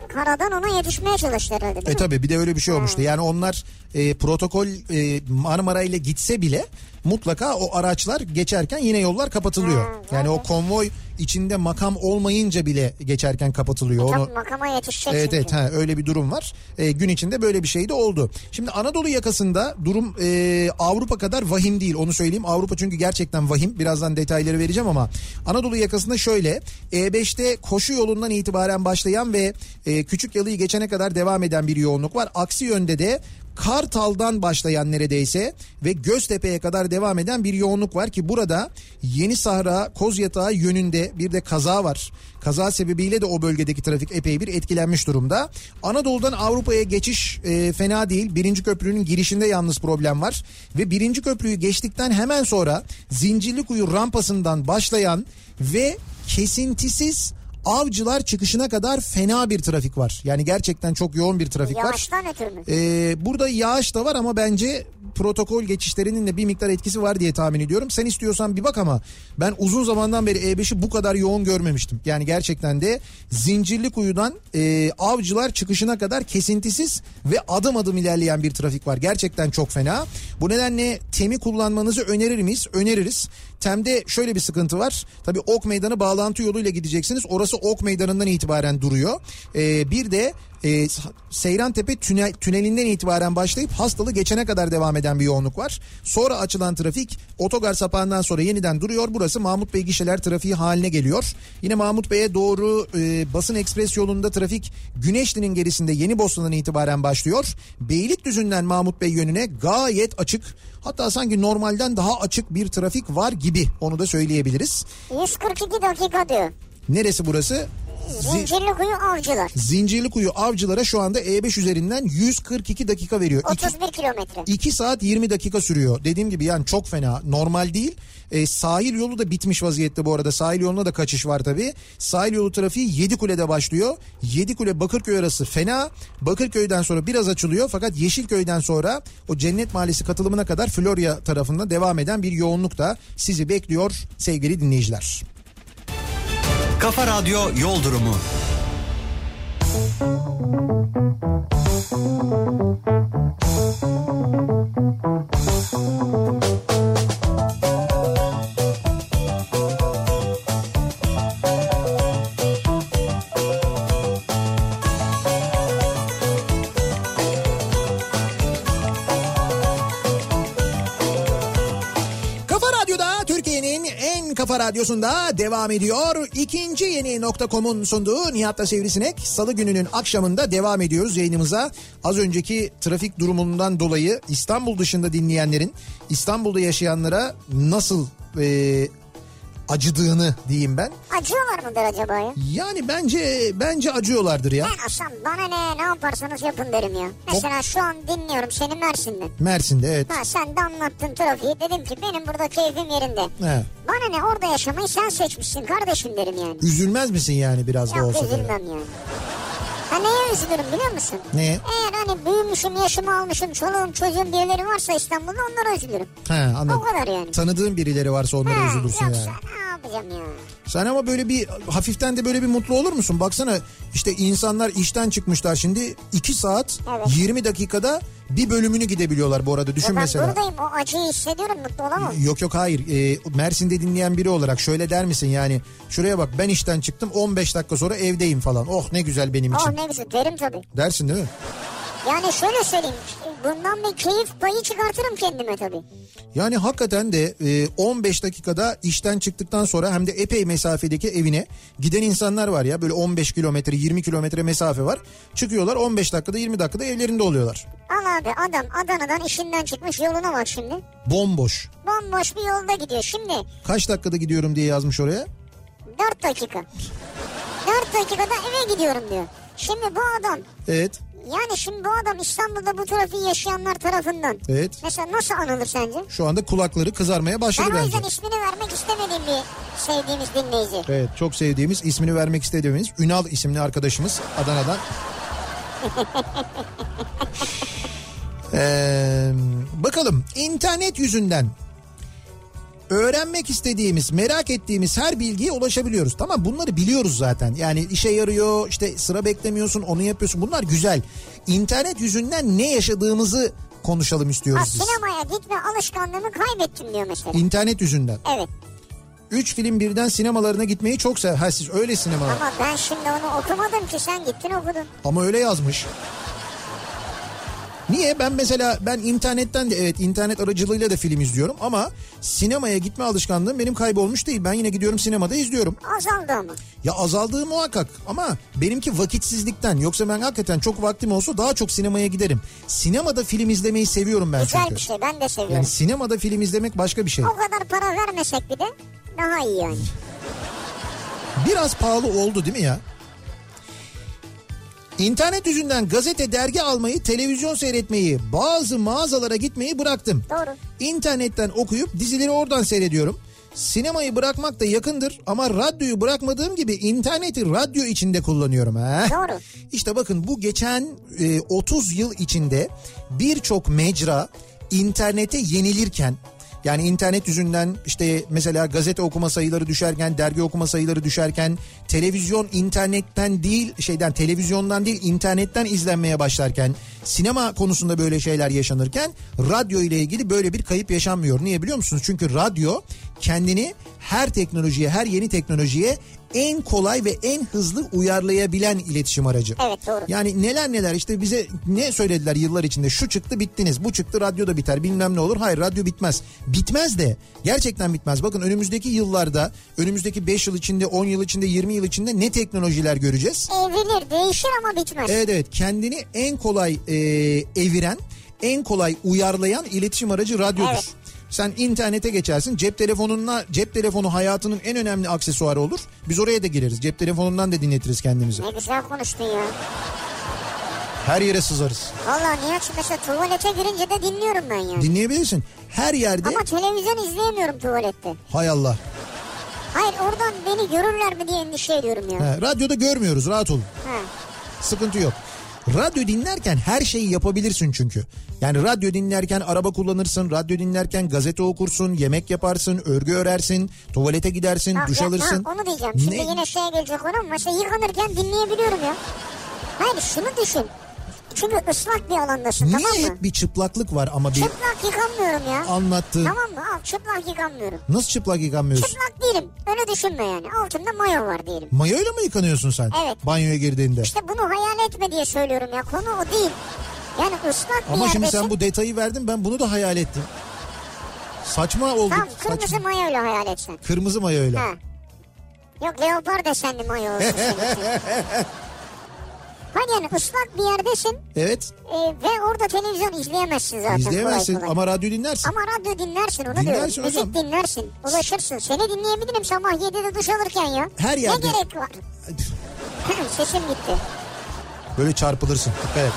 karadan ona yetişmeye çalıştı herhalde, değil mi? Tabii bir de öyle bir şey olmuştu. Yani onlar protokol Marmara ile gitse bile mutlaka o araçlar geçerken yine yollar kapatılıyor. Yani o konvoy içinde makam olmayınca bile geçerken kapatılıyor. Tabii makama yetişecek çünkü. Evet öyle bir durum var. Gün içinde böyle bir şey de oldu. Şimdi Anadolu yakasında durum Avrupa kadar vahim değil, onu söyleyeyim. Avrupa çünkü gerçekten vahim. Birazdan detayları vereceğim ama Anadolu yakasında şöyle E5'te koşu yolundan itibaren başlayan ve Küçükyalı'yı geçene kadar devam eden bir yoğunluk var. Aksi yönde de Kartal'dan başlayan neredeyse ve Göztepe'ye kadar devam eden bir yoğunluk var ki burada Yeni Sahra, Kozyatağı yönünde bir de kaza var. Kaza sebebiyle de o bölgedeki trafik epey bir etkilenmiş durumda. Anadolu'dan Avrupa'ya geçiş fena değil. Birinci köprünün girişinde yalnız problem var. Ve birinci köprüyü geçtikten hemen sonra Zincirlikuyu rampasından başlayan ve kesintisiz Avcılar çıkışına kadar fena bir trafik var. Yani gerçekten çok yoğun bir trafik var. Yağıştan ötürü mü? Burada yağış da var ama bence protokol geçişlerinin de bir miktar etkisi var diye tahmin ediyorum. Sen istiyorsan bir bak ama ben uzun zamandan beri E5'i bu kadar yoğun görmemiştim. Yani gerçekten de Zincirlikuyu'dan Avcılar çıkışına kadar kesintisiz ve adım adım ilerleyen bir trafik var. Gerçekten çok fena. Bu nedenle TEM'i kullanmanızı önerir miyiz? Öneririz. TEM'de şöyle bir sıkıntı var. Tabii Ok Meydanı bağlantı yoluyla gideceksiniz. Orası Ok Meydanı'ndan itibaren duruyor. Bir de Seyrantepe tünelinden itibaren başlayıp Hastalı geçene kadar devam eden bir yoğunluk var. Sonra açılan trafik otogar sapağından sonra yeniden duruyor. Burası Mahmut Bey gişeler trafiği haline geliyor. Yine Mahmut Bey'e doğru Basın Ekspres yolunda trafik Güneşli'nin gerisinde Yenibosna'dan itibaren başlıyor. Beylikdüzü'nden Mahmut Bey yönüne gayet açık. Hatta sanki normalden daha açık bir trafik var gibi, onu da söyleyebiliriz. 142 dakika diyor. Neresi burası? Zincirlikuyu Avcılar. Zincirlikuyu Avcılar'a şu anda E5 üzerinden 142 dakika veriyor. 31 kilometre. 2 saat 20 dakika sürüyor. Dediğim gibi yani çok fena, normal değil. Sahil yolu da bitmiş vaziyette bu arada. Sahil yoluna da kaçış var tabii. Sahil yolu trafiği Yedikule'de başlıyor. Yedikule Bakırköy arası fena. Bakırköy'den sonra biraz açılıyor. Fakat Yeşilköy'den sonra o Cennet Mahallesi katılımına kadar Florya tarafında devam eden bir yoğunluk da sizi bekliyor sevgili dinleyiciler. Kafa Radyo Yol Durumu. Kafa Radyosu'nda devam ediyor. İkinci yeni nokta.com'un sunduğu Nihat'la Sivrisinek. Salı gününün akşamında devam ediyoruz yayınımıza. Az önceki trafik durumundan dolayı İstanbul dışında dinleyenlerin, İstanbul'da yaşayanlara nasıl acıdığını diyeyim ben. Acıyorlar mıdır acaba ya? Yani bence acıyorlardır ya. Ben olsam bana ne yaparsanız yapın derim ya. Mesela şu an dinliyorum seni Mersin'den. Mersin'de evet. Sen de anlattın trafiği, dedim ki benim burada keyfim yerinde. He. Bana ne, orada yaşamayı sen seçmişsin kardeşim derim yani. Üzülmez misin yani biraz da olsa? Yok, üzülmem yani. Ha neye üzülürüm biliyor musun? Ne? Eğer hani büyümüşüm, yaşımı almışım, çoluğum çocuğum birileri varsa İstanbul'da, onlara üzülürüm. He, anladım. O kadar yani. Tanıdığın birileri varsa onlara üzülürsün yani. Yoksa ne yapacağım ya? Sen ama böyle bir hafiften de böyle bir mutlu olur musun? Baksana işte insanlar işten çıkmışlar şimdi 2 saat evet. 20 dakikada bir bölümünü gidebiliyorlar bu arada, düşün ben mesela. Ben buradayım, o acıyı hissediyorum, mutlu olamam. Yok hayır, Mersin'de dinleyen biri olarak şöyle der misin yani, şuraya bak ben işten çıktım 15 dakika sonra evdeyim falan, oh ne güzel benim için. Oh ne güzel derim tabii. Dersin değil mi? Yani şöyle söyleyeyim, bundan bir keyif payı çıkartırım kendime tabii. Yani hakikaten de 15 dakikada işten çıktıktan sonra hem de epey mesafedeki evine giden insanlar var ya, böyle 15 kilometre 20 kilometre mesafe var. Çıkıyorlar 15 dakikada 20 dakikada evlerinde oluyorlar. Al abi, adam Adana'dan işinden çıkmış, yoluna bak şimdi. Bomboş. Bomboş bir yolda gidiyor şimdi. Kaç dakikada gidiyorum diye yazmış oraya? 4 dakika. 4 dakikada eve gidiyorum diyor. Şimdi bu adam... Evet. Yani şimdi bu adam İstanbul'da bu trafiği yaşayanlar tarafından. Evet. Mesela nasıl anılır sence? Şu anda kulakları kızarmaya başladı bence. Ben o yüzden ismini vermek istemediğim bir sevdiğimiz dinleyici. Evet, çok sevdiğimiz, ismini vermek istediğimiz Ünal isimli arkadaşımız Adana'dan. Bakalım internet yüzünden öğrenmek istediğimiz, merak ettiğimiz her bilgiye ulaşabiliyoruz. Tamam, bunları biliyoruz zaten. Yani işe yarıyor, işte sıra beklemiyorsun, onu yapıyorsun. Bunlar güzel. İnternet yüzünden ne yaşadığımızı konuşalım istiyoruz biz. Sinemaya gitme alışkanlığımı kaybettim diyor mesela. İnternet yüzünden. Evet. 3 film birden sinemalarına gitmeyi çok sever. Ha, siz öyle sinemalar. Ama ben şimdi onu okumadım ki, sen gittin okudun. Ama öyle yazmış. Niye? Ben internetten de, evet, internet aracılığıyla da film izliyorum ama sinemaya gitme alışkanlığım benim kaybolmuş değil. Ben yine gidiyorum, sinemada izliyorum. Azaldı ama. Ya azaldığı muhakkak ama benimki vakitsizlikten. Yoksa ben hakikaten çok vaktim olsa daha çok sinemaya giderim. Sinemada film izlemeyi seviyorum ben. Güzel çünkü. Bir şey, ben de seviyorum. Yani sinemada film izlemek başka bir şey. O kadar para vermesek bir de daha iyi yani. Biraz pahalı oldu değil mi ya? İnternet yüzünden gazete, dergi almayı, televizyon seyretmeyi, bazı mağazalara gitmeyi bıraktım. Doğru. İnternetten okuyup dizileri oradan seyrediyorum. Sinemayı bırakmak da yakındır ama radyoyu bırakmadığım gibi interneti radyo içinde kullanıyorum. Doğru. İşte bakın, bu geçen 30 yıl içinde birçok mecra internete yenilirken, yani internet yüzünden işte mesela gazete okuma sayıları düşerken, dergi okuma sayıları düşerken, televizyon televizyondan değil internetten izlenmeye başlarken, sinema konusunda böyle şeyler yaşanırken radyo ile ilgili böyle bir kayıp yaşanmıyor. Niye biliyor musunuz? Çünkü radyo kendini her teknolojiye, her yeni teknolojiye en kolay ve en hızlı uyarlayabilen iletişim aracı. Evet, doğru. Yani neler işte bize ne söylediler yıllar içinde, şu çıktı bittiniz, bu çıktı radyoda biter, bilmem ne olur. Hayır, radyo bitmez. Bitmez de, gerçekten bitmez. Bakın önümüzdeki yıllarda, önümüzdeki 5 yıl içinde, 10 yıl içinde, 20 yıl içinde ne teknolojiler göreceğiz? Evrilir, değişir ama bitmez. Evet, kendini en kolay eviren, en kolay uyarlayan iletişim aracı radyodur. Evet. Sen internete geçersin, cep telefonu hayatının en önemli aksesuarı olur. Biz oraya da gireriz, cep telefonundan da dinletiriz kendimizi. Ne güzel konuştun ya. Her yere sızarız. Valla Nihat, mesela tuvalete girince de dinliyorum ben ya. Dinleyebilirsin. Her yerde. Ama televizyon izleyemiyorum tuvalette. Hay Allah. Hayır, oradan beni görürler mi diye endişe ediyorum ya. Radyoda görmüyoruz, rahat olun. Sıkıntı yok. Radyo dinlerken her şeyi yapabilirsin çünkü. Yani radyo dinlerken araba kullanırsın, radyo dinlerken gazete okursun, yemek yaparsın, örgü örersin, tuvalete gidersin, duş alırsın. Onu diyeceğim. Şimdi yine şeye gelecek ona, mesela yıkanırken dinleyebiliyorum ya. Hayır, şunu düşün. Çünkü ıslak bir alandasın. Niye tamam mı? hep bir çıplaklık var ama bir... Çıplak yıkanmıyorum ya. Anlattığın... Tamam mı? Al, çıplak yıkanmıyorum. Nasıl çıplak yıkanmıyorsun? Çıplak değilim. Öyle düşünme yani. Altımda mayo var diyelim. Mayoyla mı yıkanıyorsun sen? Evet. Banyoya girdiğinde. İşte bunu hayal etme diye söylüyorum ya. Konu o değil. Yani ıslak bir ama yerdesin. şimdi sen bu detayı verdin, ben bunu da hayal ettim. Saçma oldu. Tamam, kırmızı mayoyla hayal etsen. Kırmızı mayoyla. Ha. Yok, leopar desenli mayo olsun senin için. Hani yani ıslak bir yerdesin. Evet. Ve orada televizyon izleyemezsin zaten. İzleyemezsin kolay. ama radyo dinlersin. Ama radyo dinlersin, onu dinlersin diyorum. hocam. Müzik dinlersin, ulaşırsın. Seni dinleyebilirim sabah 7'de duş alırken ya. Her yerde. Ne gerek var? Sesim gitti. Böyle çarpılırsın. Evet.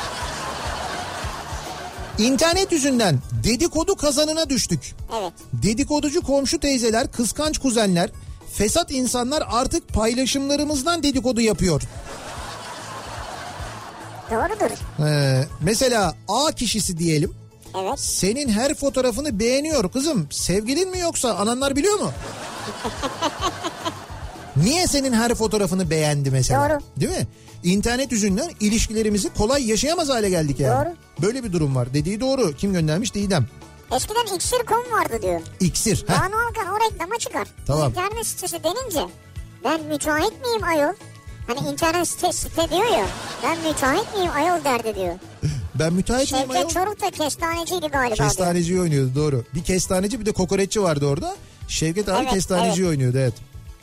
İnternet yüzünden dedikodu kazanına düştük. Evet. Dedikoducu komşu teyzeler, kıskanç kuzenler, fesat insanlar artık paylaşımlarımızdan dedikodu yapıyor. Doğrudur. Mesela A kişisi diyelim. Evet. Senin her fotoğrafını beğeniyor kızım. Sevgilin mi yoksa, ananlar biliyor mu? Niye senin her fotoğrafını beğendi mesela? Doğru. Değil mi? İnternet yüzünden ilişkilerimizi kolay yaşayamaz hale geldik yani. Doğru. Böyle bir durum var. Dediği doğru. Kim göndermiş? Didem. Eskiden iksir.com vardı diyor. İksir. Banu Alkan o reklama çıkar. Tamam. İnternet sitesi denince ben müteahhit miyim ayol? Hani internet site diyor ya, ben müteahhit miyim ayol derdi diyor. Ben müteahhit miyim ayol? Şevket Çoruk da kestaneciydi galiba. Kestaneciyi oynuyordu, doğru. Bir kestaneci, bir de kokoreççi vardı orada. Şevket abi evet, kestaneciyi oynuyordu, evet.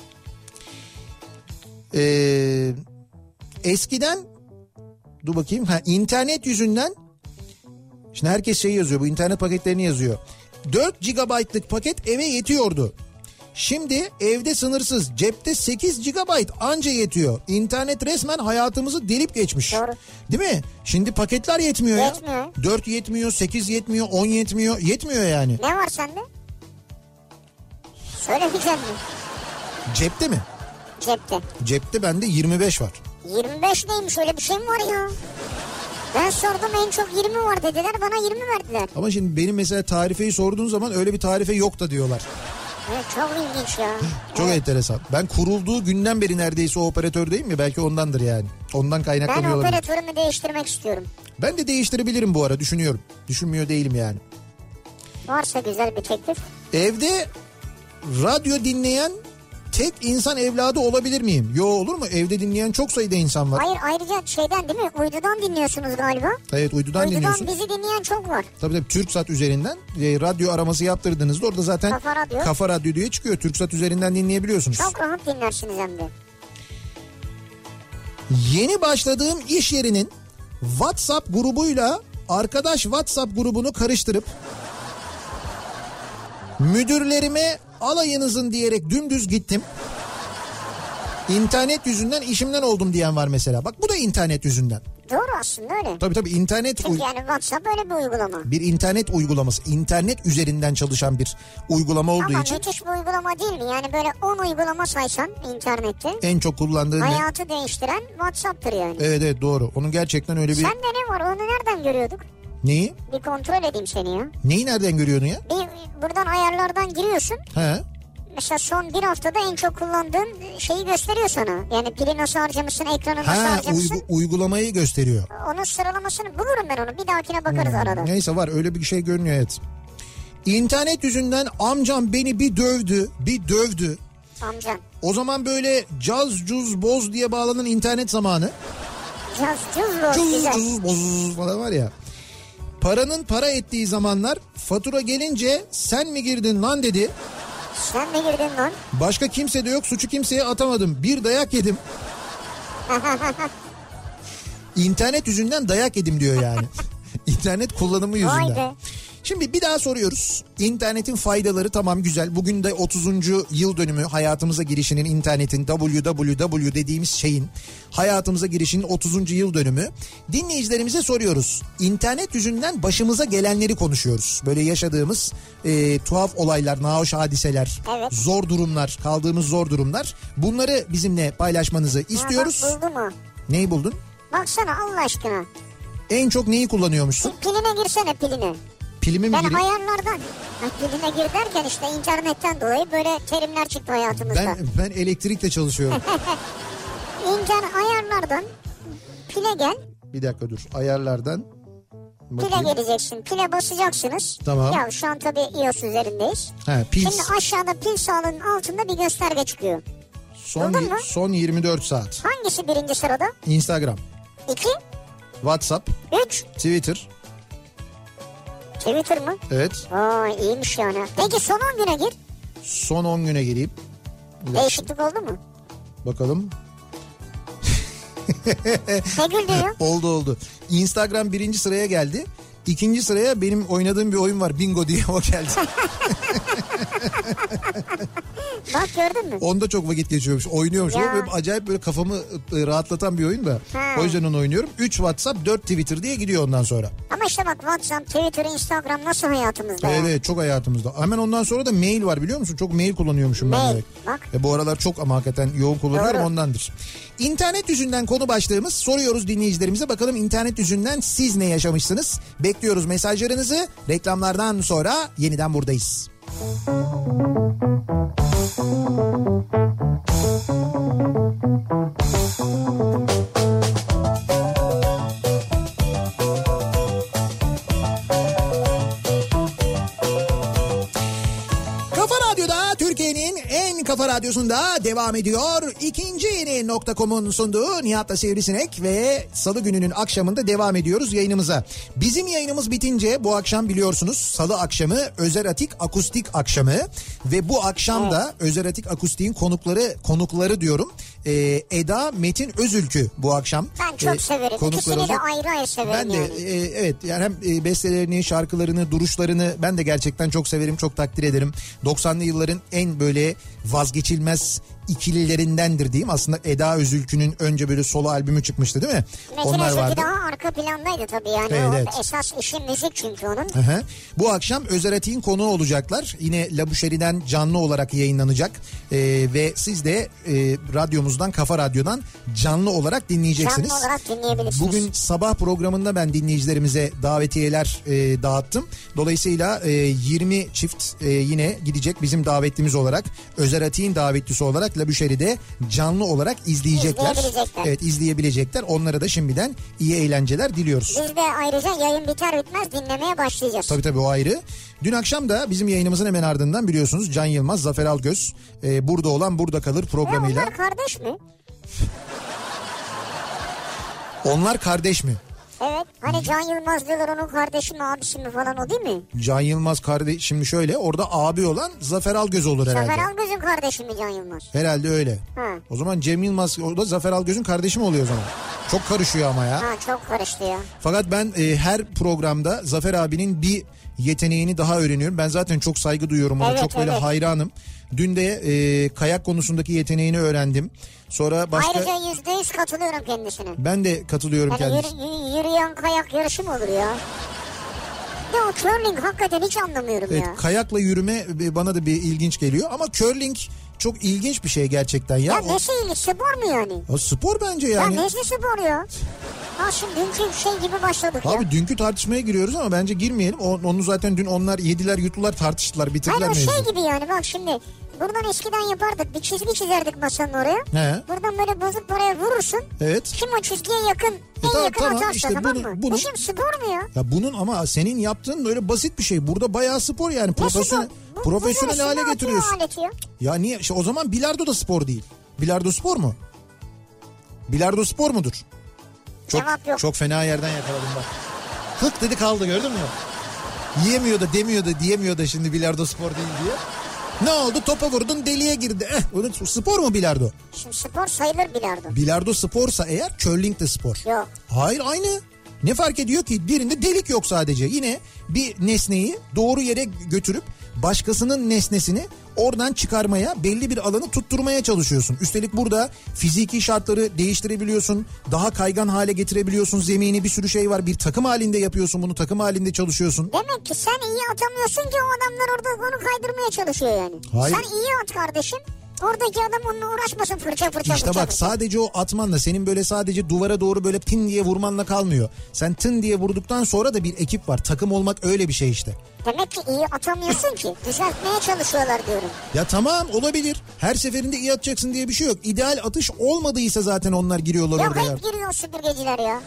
Eskiden dur bakayım, internet yüzünden, şimdi herkes şey yazıyor, bu internet paketlerini yazıyor. 4 GB'lık paket eve yetiyordu. Şimdi evde sınırsız, cepte 8 GB anca yetiyor. İnternet resmen hayatımızı delip geçmiş. Doğru. Değil mi? Şimdi paketler yetmiyor ya. Yetmiyor. 4 yetmiyor, 8 yetmiyor, 10 yetmiyor. Yetmiyor yani. Ne var sende? Söylemeyeceğim mi? Cepte mi? Cepte. Cepte bende 25 var. 25 neymiş, öyle bir şey mi var ya? Ben sordum, en çok 20 var dediler, bana 20 verdiler. Ama şimdi benim mesela tarifeyi sorduğun zaman öyle bir tarife yok da diyorlar. Evet, çok ilginç ya. Çok evet. enteresan. Ben kurulduğu günden beri neredeyse o operatördeyim ya, belki ondandır yani. Ondan kaynaklanıyor Ben olabilir. operatörümü değiştirmek istiyorum. Ben de değiştirebilirim bu ara, düşünüyorum. Düşünmüyor değilim yani. Varsa güzel bir teklif. Evde radyo dinleyen tek insan evladı olabilir miyim? Yo, olur mu? Evde dinleyen çok sayıda insan var. Hayır, ayrıca şeyden değil mi? Uydudan dinliyorsunuz galiba. Evet, uydudan dinliyorsun. Uydudan bizi dinleyen çok var. Tabii TürkSat üzerinden radyo araması yaptırdığınızda orada zaten Kafa Radyo diye çıkıyor. TürkSat üzerinden dinleyebiliyorsunuz. Çok rahat dinlersiniz hem de. Yeni başladığım iş yerinin WhatsApp grubuyla arkadaş WhatsApp grubunu karıştırıp müdürlerime alayınızın diyerek dümdüz gittim. İnternet yüzünden işimden oldum diyen var mesela. Bak, bu da internet yüzünden. Doğru aslında öyle. Tabii internet. Çünkü yani WhatsApp öyle bir uygulama. Bir internet uygulaması. İnternet üzerinden çalışan bir uygulama olduğu ama için. Ama müthiş bir uygulama değil mi? Yani böyle 10 uygulama saysan internette. En çok kullandığın. Hayatı değiştiren WhatsApp'tır yani. Evet doğru. Onun gerçekten öyle bir. Sende ne var? Onu nereden görüyorduk? Neyi? Bir kontrol edeyim seni ya. Neyi nereden görüyorsun ya? Buradan ayarlardan giriyorsun. He. Mesela son bir haftada en çok kullandığın şeyi gösteriyor sana. Yani pili nasıl harcamışsın, ekranı nasıl harcamışsın. Uygulamayı gösteriyor. Onun sıralamasını bulurum ben onu. Bir dahakine bakarız arada. Neyse, var öyle bir şey görünüyor, evet. İnternet yüzünden amcam beni bir dövdü. Amcan. O zaman böyle caz cuz boz diye bağlanan internet zamanı. Caz cuz boz güzel. Cuz boz falan var ya. Paranın para ettiği zamanlar fatura gelince sen mi girdin lan dedi. Sen mi girdin lan? Başka kimse de yok, suçu kimseye atamadım. Bir dayak yedim. İnternet yüzünden dayak yedim diyor yani. İnternet kullanımı yüzünden. Vay be. Şimdi bir daha soruyoruz. İnternetin faydaları tamam, güzel. Bugün de 30. yıl dönümü hayatımıza girişinin, internetin www dediğimiz şeyin hayatımıza girişinin 30. yıl dönümü. Dinleyicilerimize soruyoruz. İnternet yüzünden başımıza gelenleri konuşuyoruz. Böyle yaşadığımız tuhaf olaylar, nahoş hadiseler, evet. Zor durumlar, kaldığımız zor durumlar. Bunları bizimle paylaşmanızı istiyoruz. Bak, buldu mu? Neyi buldun? Baksana Allah aşkına. En çok neyi kullanıyormuşsun? Piline girsene, piline. Pilime mi gireyim? Ben ayarlardan. Piline gir derken işte internetten dolayı böyle terimler çıktı hayatımızda. Ben elektrikle çalışıyorum. Ayarlardan pile gel. Bir dakika dur. Ayarlardan. Bakayım. Pile geleceksin. Pile basacaksınız. Tamam. Ya şu an tabii iOS üzerindeyiz. Pil. Şimdi aşağıda pil sağlığının altında bir gösterge çıkıyor. Son 24 saat. Hangisi birinci sırada? Instagram. 2. WhatsApp. 3. Twitter. Twitter mı? Evet. Vay, iyiymiş yani. Peki son 10 güne gir. Son 10 güne gireyim. Değişiklik oldu mu? Bakalım. Ne güldü ya? Oldu. Instagram birinci sıraya geldi. İkinci sıraya benim oynadığım bir oyun var, Bingo diye, o geldi. Bak, gördün mü? Onda çok vakit geçiyormuş. Oynuyormuş. O böyle acayip böyle kafamı rahatlatan bir oyun da. O yüzden onu oynuyorum. 3 WhatsApp, 4 Twitter diye gidiyor ondan sonra. Ama işte bak, WhatsApp, Twitter, Instagram nasıl hayatımızda? Evet, çok hayatımızda. Hemen ondan sonra da mail var, biliyor musun? Çok mail kullanıyormuşum ben direkt. Bak. Bu aralar çok, ama hakikaten yoğun kullanıyorum. Doğru. Ondandır. İnternet yüzünden konu başlığımız. Soruyoruz dinleyicilerimize. Bakalım internet yüzünden siz ne yaşamışsınız? Bekliyoruz mesajlarınızı. Reklamlardan sonra yeniden buradayız. Kafa Radyosu'nda devam ediyor. İkinci yeni .com'un sunduğu Nihat'la Sivrisinek ve Salı gününün akşamında devam ediyoruz yayınımıza. Bizim yayınımız bitince bu akşam biliyorsunuz Salı akşamı Özer Atik Akustik akşamı ve bu akşam da Özer Atik Akustik'in konukları diyorum. Eda Metin Özülkü bu akşam. Ben çok severim. İkisini de ayrı ayrı severim. Ben de evet, yani hem bestelerini, şarkılarını, duruşlarını ben de gerçekten çok severim, çok takdir ederim. 90'lı yılların en böyle vazgeçilmez ikililerindendir diyeyim. Aslında Eda Özülkü'nün önce böyle solo albümü çıkmıştı değil mi? Metin Onlar vardı. daha arka plandaydı tabii yani. Evet. Esas işi müzik çünkü onun. Hı. Bu akşam Özer Atik'in konuğu olacaklar. Yine La Boucheríe'den canlı olarak yayınlanacak. Ve siz de radyomuzdan, Kafa Radyo'dan canlı olarak dinleyeceksiniz. Canlı olarak dinleyebilirsiniz. Bugün sabah programında ben dinleyicilerimize davetiyeler dağıttım. Dolayısıyla 20 çift yine gidecek bizim davetlimiz olarak. Özer Atik'in davetlisi olarak La Boucheríe'de canlı olarak izleyecekler. Evet, izleyebilecekler. Onlara da şimdiden iyi eğlenceler diliyoruz. Biz de ayrıca yayın biter bitmez dinlemeye başlayacağız. Tabii o ayrı. Dün akşam da bizim yayınımızın hemen ardından biliyorsunuz Can Yılmaz, Zafer Algöz Burada Olan Burada Kalır programıyla. Onlar kardeş mi? Onlar kardeş mi? Evet. Hani Can Yılmaz diyorlar, onun kardeşi mi abisi mi falan, o değil mi? Can Yılmaz kardeş, şimdi şöyle orada abi olan Zafer Algöz olur herhalde. Zafer Algöz'ün kardeşi mi Can Yılmaz? Herhalde öyle. Ha. O zaman Cem Yılmaz o da Zafer Algöz'ün kardeşi mi oluyor o zaman? Çok karışıyor ama ya. Ha, çok karıştı ya. Fakat ben her programda Zafer abinin bir yeteneğini daha öğreniyorum. Ben zaten çok saygı duyuyorum ona, çok böyle hayranım. Dün de kayak konusundaki yeteneğini öğrendim. Sonra başka... Ayrıca %100 katılıyorum kendisine. Ben de katılıyorum kendisine. Yürüyen kayak yarışı mı olur ya? De o curling hakikaten hiç anlamıyorum evet, ya. Kayakla yürüme bana da bir ilginç geliyor ama curling çok ilginç bir şey gerçekten ya. Ya nesi ilginç, spor mu yani? O spor bence yani. Ya nesi spor ya? Ha şimdi dünkü şey gibi başladık ya. Abi dünkü tartışmaya giriyoruz ama bence girmeyelim. Onu zaten dün onlar yediler yuttular tartıştılar bitirdiler mevzu. mevzu. Hayır o şey gibi yani bak şimdi. Buradan eskiden yapardık. Bir çizgi çizerdik masanın oraya. He. Buradan böyle bozup buraya vurursun. Evet. Kim o çizgiye yakın yakın atarsa işte tamam bunu, mı? bunu... Bu şimdi spor mu ya? Ya bunun ama senin yaptığın böyle basit bir şey. Burada bayağı spor yani. Profesyonel hale getiriyorsun. Ya niye? O zaman bilardo da spor değil. Bilardo spor mu? Bilardo spor mudur? Cevap yok. Çok fena yerden yakaladım bak. Hık dedi kaldı, gördün mü? Yiyemiyor da demiyor da diyemiyor da şimdi bilardo spor değil diye. Ne oldu? Topa vurdun, deliğe girdi. Spor mu bilardo? Şimdi spor sayılır bilardo. Bilardo sporsa eğer, curling de spor. Yok. Hayır, aynı. Ne fark ediyor ki? Birinde delik yok sadece. Yine bir nesneyi doğru yere götürüp başkasının nesnesini oradan çıkarmaya, belli bir alanı tutturmaya çalışıyorsun. Üstelik burada fiziki şartları değiştirebiliyorsun. Daha kaygan hale getirebiliyorsun zemini, bir sürü şey var. Bir takım halinde yapıyorsun bunu, takım halinde çalışıyorsun. Demek ki sen iyi atamıyorsun ki o adamlar orada onu kaydırmaya çalışıyor yani. Hayır. Sen iyi at kardeşim. Oradaki adam onunla uğraşmasın fırça. İşte bak sadece o atmanla, senin böyle sadece duvara doğru böyle pin diye vurmanla kalmıyor. Sen tın diye vurduktan sonra da bir ekip var. Takım olmak öyle bir şey işte. Demek ki iyi atamıyorsun ki. Düzeltmeye çalışıyorlar diyorum. Ya tamam, olabilir. Her seferinde iyi atacaksın diye bir şey yok. İdeal atış olmadıysa zaten onlar giriyorlar yok, orada. Yok hep giriyor süpürgeciler ya.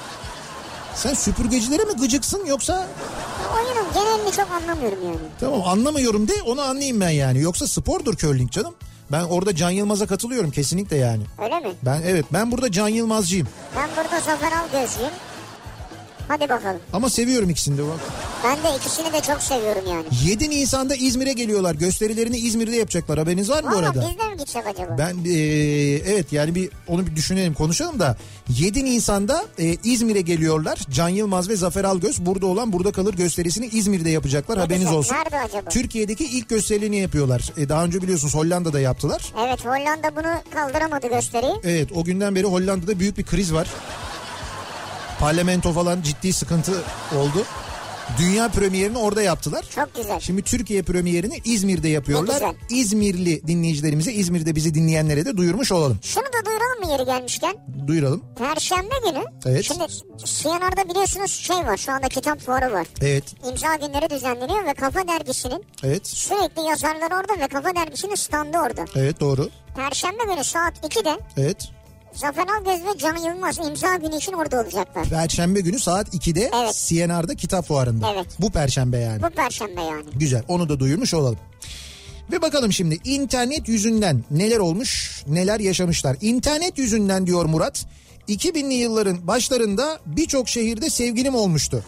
Sen süpürgecilere mi gıcıksın yoksa? Oyunun genelini çok anlamıyorum yani. Tamam, anlamıyorum de, onu anlayayım ben yani. Yoksa spordur curling canım. Ben orada Can Yılmaz'a katılıyorum kesinlikle yani. Öyle mi? Ben burada Can Yılmazcıyım. Ben burada Zafer Algöz'cüyüm. Hadi bakalım. Ama seviyorum ikisini de bak. Ben de ikisini de çok seviyorum yani. 7 Nisan'da İzmir'e geliyorlar. Gösterilerini İzmir'de yapacaklar. Haberiniz var mı bu arada? Biz de mi gitsek acaba? Ben evet yani onu bir düşünelim, konuşalım da. 7 Nisan'da İzmir'e geliyorlar. Can Yılmaz ve Zafer Algöz Burada Olan Burada Kalır gösterisini İzmir'de yapacaklar. Haberiniz olsun. Nerede acaba? Türkiye'deki ilk gösterilerini yapıyorlar. Daha önce biliyorsunuz Hollanda'da yaptılar. Evet, Hollanda bunu kaldıramadı gösteriyi. Evet, o günden beri Hollanda'da büyük bir kriz var. Parlamento falan ciddi sıkıntı oldu. Dünya premierini orada yaptılar. Çok güzel. Şimdi Türkiye premierini İzmir'de yapıyorlar. Güzel. İzmirli dinleyicilerimize, İzmir'de bizi dinleyenlere de duyurmuş olalım. Şunu da duyuralım mı yeri gelmişken? Duyuralım. Perşembe günü. Evet. Şimdi CNR'da biliyorsunuz şey var, şu anda kitap fuarı var. Evet. İmza günleri düzenleniyor ve Kafa Dergisi'nin Evet. sürekli yazarlar orada ve Kafa Dergisi'nin standı orada. Evet, doğru. Perşembe günü saat 2'de Evet. Zafer Algöz ve Can Yılmaz imza günü için orada olacaklar. Perşembe günü saat 2'de evet. CNR'da kitap fuarında. Evet. Bu perşembe yani. Bu perşembe yani. Güzel, onu da duyurmuş olalım. Ve bakalım şimdi internet yüzünden neler olmuş, neler yaşamışlar. İnternet yüzünden diyor Murat, 2000'li yılların başlarında birçok şehirde sevgilim olmuştu.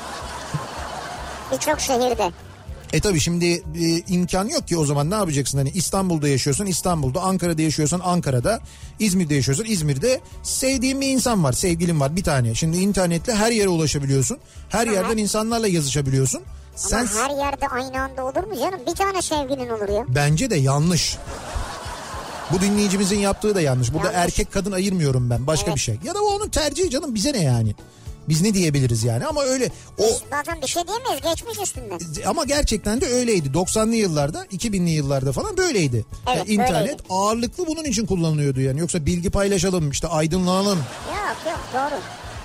Birçok şehirde. Tabii şimdi imkan yok ki, o zaman ne yapacaksın? Hani İstanbul'da yaşıyorsan İstanbul'da, Ankara'da yaşıyorsan Ankara'da, İzmir'de yaşıyorsan İzmir'de. Sevdiğin bir insan var, sevgilin var bir tane. Şimdi internetle her yere ulaşabiliyorsun. Her yerden insanlarla yazışabiliyorsun. Ama her yerde aynı anda olur mu canım? Bir tane sevgilin olur ya. Bence de yanlış. Bu dinleyicimizin yaptığı da yanlış. Burada Yanlış. erkek kadın ayırmıyorum ben. Başka Evet. bir şey. Ya da o onun tercihi canım, bize ne yani? Biz ne diyebiliriz yani, ama öyle o Biz zaten bir şey diyemeyiz, geçmiş üstünde. ama gerçekten de öyleydi. 90'lı yıllarda, 2000'li yıllarda falan böyleydi. Evet, Yani internet böyleydi. ağırlıklı bunun için kullanılıyordu yani. Yoksa bilgi paylaşalım, işte aydınlanalım. Yok doğru.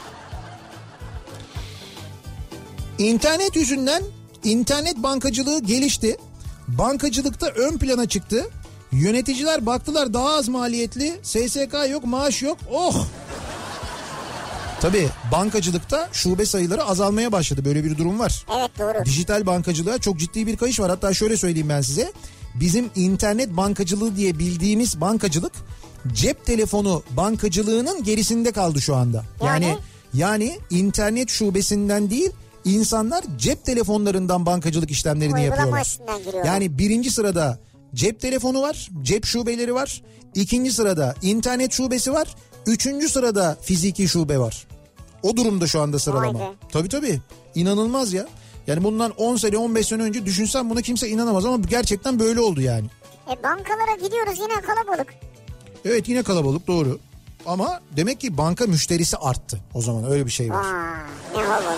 İnternet yüzünden internet bankacılığı gelişti. Bankacılıkta ön plana çıktı. Yöneticiler baktılar daha az maliyetli. SSK yok, maaş yok. Oh! Tabii bankacılıkta şube sayıları azalmaya başladı. Böyle bir durum var. Evet doğru. Dijital bankacılığa çok ciddi bir kayış var. Hatta şöyle söyleyeyim ben size. Bizim internet bankacılığı diye bildiğimiz bankacılık cep telefonu bankacılığının gerisinde kaldı şu anda. Yani internet şubesinden değil, insanlar cep telefonlarından bankacılık işlemlerini Uygulama yapıyorlar. üstünden giriyorlar. Yani birinci sırada cep telefonu var, cep şubeleri var. İkinci sırada internet şubesi var. Üçüncü sırada fiziki şube var. O durumda şu anda sıralama. Vay be. Tabii. İnanılmaz ya. Yani bundan 10 sene 15 sene önce düşünsen buna kimse inanamaz ama gerçekten böyle oldu yani. Bankalara gidiyoruz yine kalabalık. Evet, yine kalabalık, doğru. Ama demek ki banka müşterisi arttı. O zaman öyle bir şey var. Ne havalı.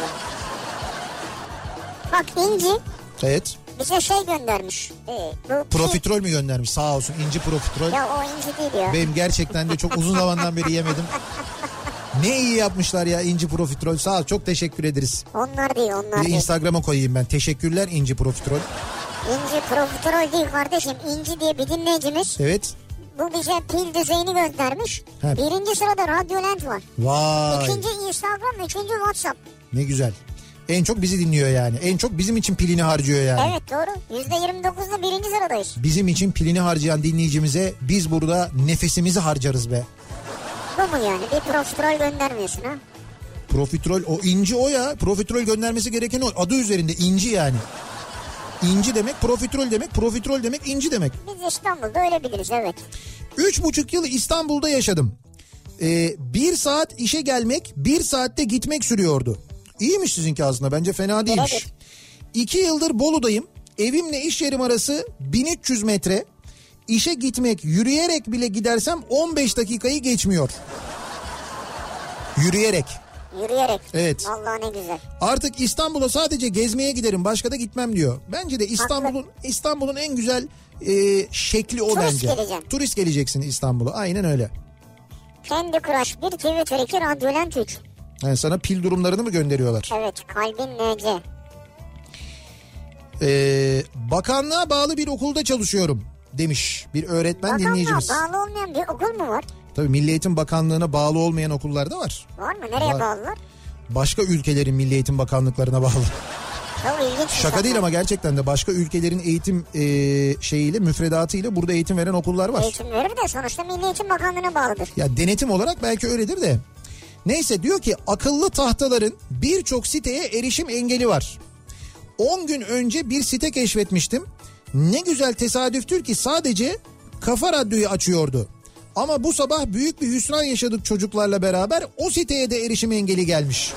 Bak İnci Evet. bize şey göndermiş. Bu Profiterol mü göndermiş? Sağ olsun İnci Profiterol. Ya o İnci değil ya. Benim gerçekten de çok uzun zamandan beri yemedim. Ne iyi yapmışlar ya İnci Profiterol. Sağ ol, çok teşekkür ederiz. Onlar değil onlar Bir de değil. Instagram'a koyayım ben. Teşekkürler İnci Profiterol. İnci profiterol değil kardeşim. İnci diye bir dinleyicimiz. Evet. Bu bize pil düzeyini göndermiş. He. Birinci sırada Radyolent var. Vay. İkinci Instagram, üçüncü WhatsApp. Ne güzel. En çok bizi dinliyor yani. En çok bizim için pilini harcıyor yani. Evet doğru. %29'da birinci sıradayız. Bizim için pilini harcayan dinleyicimize biz burada nefesimizi harcarız be. Bu mu yani? Bir profiterol göndermiyorsun ha? Profiterol, o İnci o ya. Profiterol göndermesi gereken o. Adı üzerinde İnci yani. İnci demek profiterol demek. Profiterol demek İnci demek. Biz İstanbul'da öyle biliriz evet. 3,5 yıl İstanbul'da yaşadım. 1 saat işe gelmek, 1 saatte gitmek sürüyordu. İyiymiş sizinki aslında, bence fena değilmiş. Evet. 2 yıldır Bolu'dayım. Evimle iş yerim arası 1300 metre. İşe gitmek, yürüyerek bile gidersem 15 dakikayı geçmiyor. Yürüyerek. Yürüyerek. Evet. Vallahi ne güzel. Artık İstanbul'a sadece gezmeye giderim, başka da gitmem diyor. Bence de İstanbul'un en güzel şekli o Turist bence. geleceksin. Turist geleceksin İstanbul'a. Aynen öyle. Candy Crush 1, Twitter 2, Radyolent 3. Yani sana pil durumlarını mı gönderiyorlar? Evet, Kalbin NC. Bakanlığa bağlı bir okulda çalışıyorum demiş bir öğretmen dinleyicimiz. Bakanlığa bağlı olmayan bir okul mu var? Tabii Milli Eğitim Bakanlığı'na bağlı olmayan okullar da var. Var mı? Nereye Var. bağlılar? Başka ülkelerin Milli Eğitim Bakanlıklarına bağlı. Çok ilginç. Şaka değil ama gerçekten de başka ülkelerin eğitim şeyiyle, müfredatıyla burada eğitim veren okullar var. Eğitim verir de sonuçta Milli Eğitim Bakanlığı'na bağlıdır. Ya denetim olarak belki öyledir de. Neyse, diyor ki akıllı tahtaların birçok siteye erişim engeli var. 10 gün önce bir site keşfetmiştim. Ne güzel tesadüftür ki sadece Kafa Radyo'yu açıyordu. Ama bu sabah büyük bir hüsran yaşadık çocuklarla beraber. O siteye de erişim engeli gelmiş.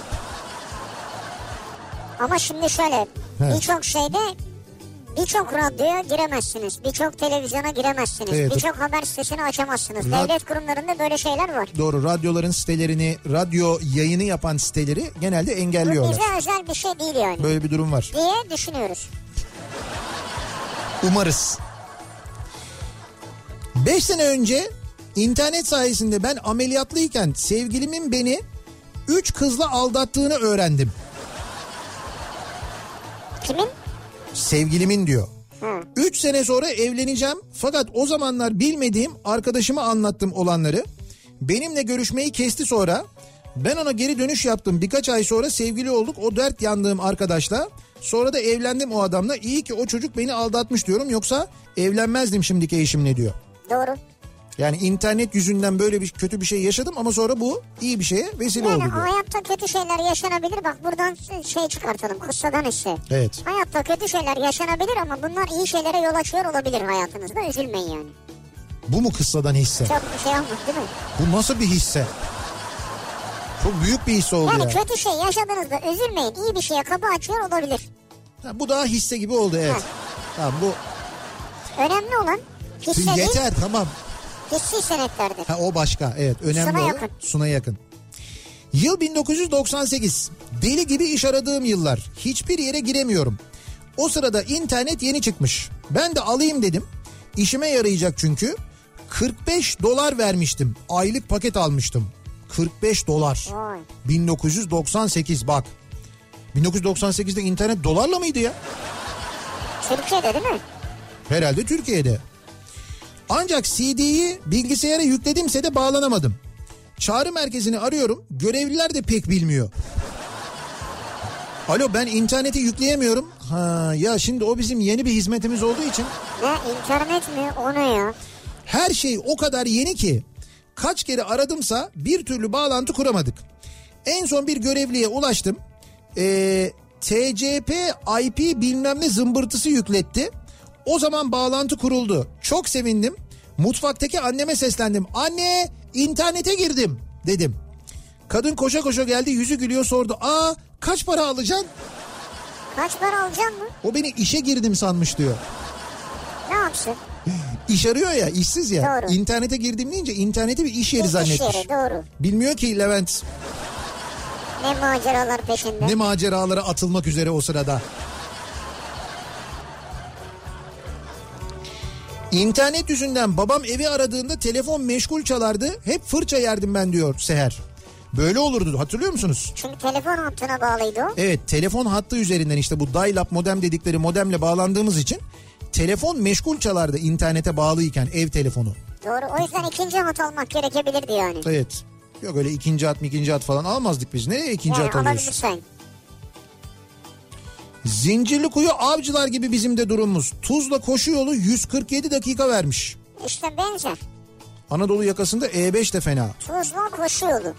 Ama şimdi şöyle He. birçok şeyde birçok radyoya giremezsiniz. Birçok televizyona giremezsiniz. Evet. Birçok haber sitesini açamazsınız. Devlet kurumlarında böyle şeyler var. Doğru, radyoların sitelerini, radyo yayını yapan siteleri genelde Bu engelliyorlar. bize özel bir şey değil yani. Böyle bir durum var. Diye düşünüyoruz. Umarız. 5 sene önce internet sayesinde ben ameliyatlıyken sevgilimin beni 3 kızla aldattığını öğrendim. Kimin? Sevgilimin diyor. Hı. 3 sene sonra evleneceğim fakat o zamanlar bilmediğim arkadaşıma anlattım olanları. Benimle görüşmeyi kesti sonra. Ben ona geri dönüş yaptım. Birkaç ay sonra sevgili olduk o dert yandığım arkadaşla. Sonra da evlendim o adamla. İyi ki o çocuk beni aldatmış diyorum. Yoksa evlenmezdim şimdiki eşimle diyor. Doğru. Yani internet yüzünden böyle bir kötü bir şey yaşadım ama sonra bu iyi bir şeye vesile oldu Yani diyor. hayatta kötü şeyler yaşanabilir. Bak buradan şey çıkartalım. Kıssadan hisse. Evet. Hayatta kötü şeyler yaşanabilir ama bunlar iyi şeylere yol açıyor olabilir hayatınızda. Üzülmeyin yani. Bu mu kıssadan hisse? Çok bir şey olmaz değil mi? Bu nasıl bir hisse? Çok büyük bir hisse oldu Yani ya. kötü şey yaşadığınızda üzülmeyin. İyi bir şeye kapı açıyor olabilir. Ha, bu daha hisse gibi oldu, evet. Ha. Tamam, bu Önemli olan hisse değil. yeter, tamam. Hissi senetlerdir. Ha, o başka, evet, önemli Suna olan yakın. Suna yakın. Yıl 1998. Deli gibi iş aradığım yıllar. Hiçbir yere giremiyorum. O sırada internet yeni çıkmış. Ben de alayım dedim. İşime yarayacak çünkü. $45 vermiştim. Aylık paket almıştım. $45. Vay. 1998 bak. 1998'de internet dolarla mıydı ya? Türkiye'de değil mi? Herhalde Türkiye'de. Ancak CD'yi bilgisayara yükledimse de bağlanamadım. Çağrı merkezini arıyorum. Görevliler de pek bilmiyor. Alo, ben interneti yükleyemiyorum. Ha ya, şimdi o bizim yeni bir hizmetimiz olduğu için. Ne internet mi? O ne ya? Her şey o kadar yeni ki kaç kere aradımsa bir türlü bağlantı kuramadık. En son bir görevliye ulaştım. TCP IP bilmem ne zımbırtısı yükletti. O zaman bağlantı kuruldu. Çok sevindim. Mutfaktaki anneme seslendim. Anne, internete girdim dedim. Kadın koşa koşa geldi, yüzü gülüyor, sordu. Aa, kaç para alacaksın? Kaç para alacaksın mı? O beni işe girdim sanmış diyor. Ne yapsın? İş arıyor ya, işsiz ya. Doğru. İnternete girdim deyince interneti bir iş yeri zannetmiş. İş yeri, doğru. Bilmiyor ki Levent Ne maceralar peşinde. ne maceralara atılmak üzere o sırada. İnternet yüzünden babam evi aradığında telefon meşgul çalardı. Hep fırça yerdim ben diyor Seher. Böyle olurdu, hatırlıyor musunuz? Çünkü telefon hattına bağlıydı o. Evet, telefon hattı üzerinden, işte bu dial-up modem dedikleri modemle bağlandığımız için telefon meşgul çalardı internete bağlıyken, ev telefonu. Doğru, o yüzden ikinci hat almak gerekebilirdi yani. Evet. Yok öyle ikinci hat falan almazdık biz. Nereye ikinci hat alıyorsun? Alabilirsen. Zincirlikuyu Avcılar gibi bizim de durumumuz. Tuzla koşu yolu 147 dakika vermiş. İşte benzer. Anadolu yakasında E5 de fena. Tuzla koşu yolu.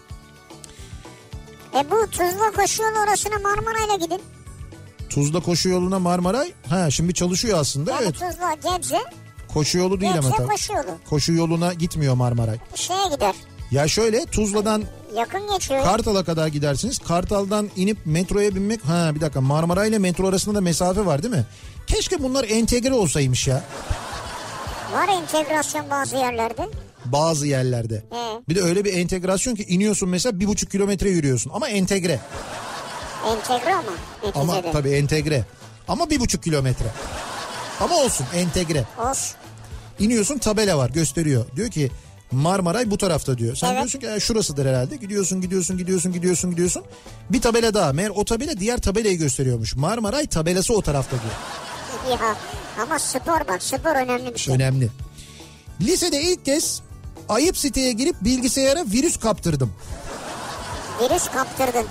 Bu Tuzla koşu yolu orasına Marmaray'la gidin. Tuzla koşu yoluna Marmaray. Ha, şimdi çalışıyor aslında, Yani evet. Tuzla Gebze. Koşu yolu değil ama Gebze tabii. koşu yolu. Koşu yoluna gitmiyor Marmaray. Şeye gider. Ya şöyle, Tuzla'dan Yakın geçiyor. Kartal'a kadar gidersiniz. Kartal'dan inip metroya binmek. Ha bir dakika, Marmaray ile metro arasında da mesafe var değil mi? Keşke bunlar entegre olsaymış ya. Var entegrasyon bazı yerlerde. Bazı yerlerde. Bir de öyle bir entegrasyon ki iniyorsun mesela 1,5 kilometre yürüyorsun ama entegre. Entegre ama neticede. Ama tabii entegre. Ama 1,5 kilometre. Ama olsun, entegre. Olsun. İniyorsun, tabela var, gösteriyor. Diyor ki Marmaray bu tarafta diyor. Sen Evet. diyorsun ki şurasıdır herhalde. Gidiyorsun. Bir tabela daha. Meğer o tabela diğer tabelayı gösteriyormuş. Marmaray tabelası o tarafta diyor. Ya ama spor bak, spor önemli bir şey. Önemli. Lisede ilk kez ayıp siteye girip bilgisayara virüs kaptırdım. Virüs kaptırdın.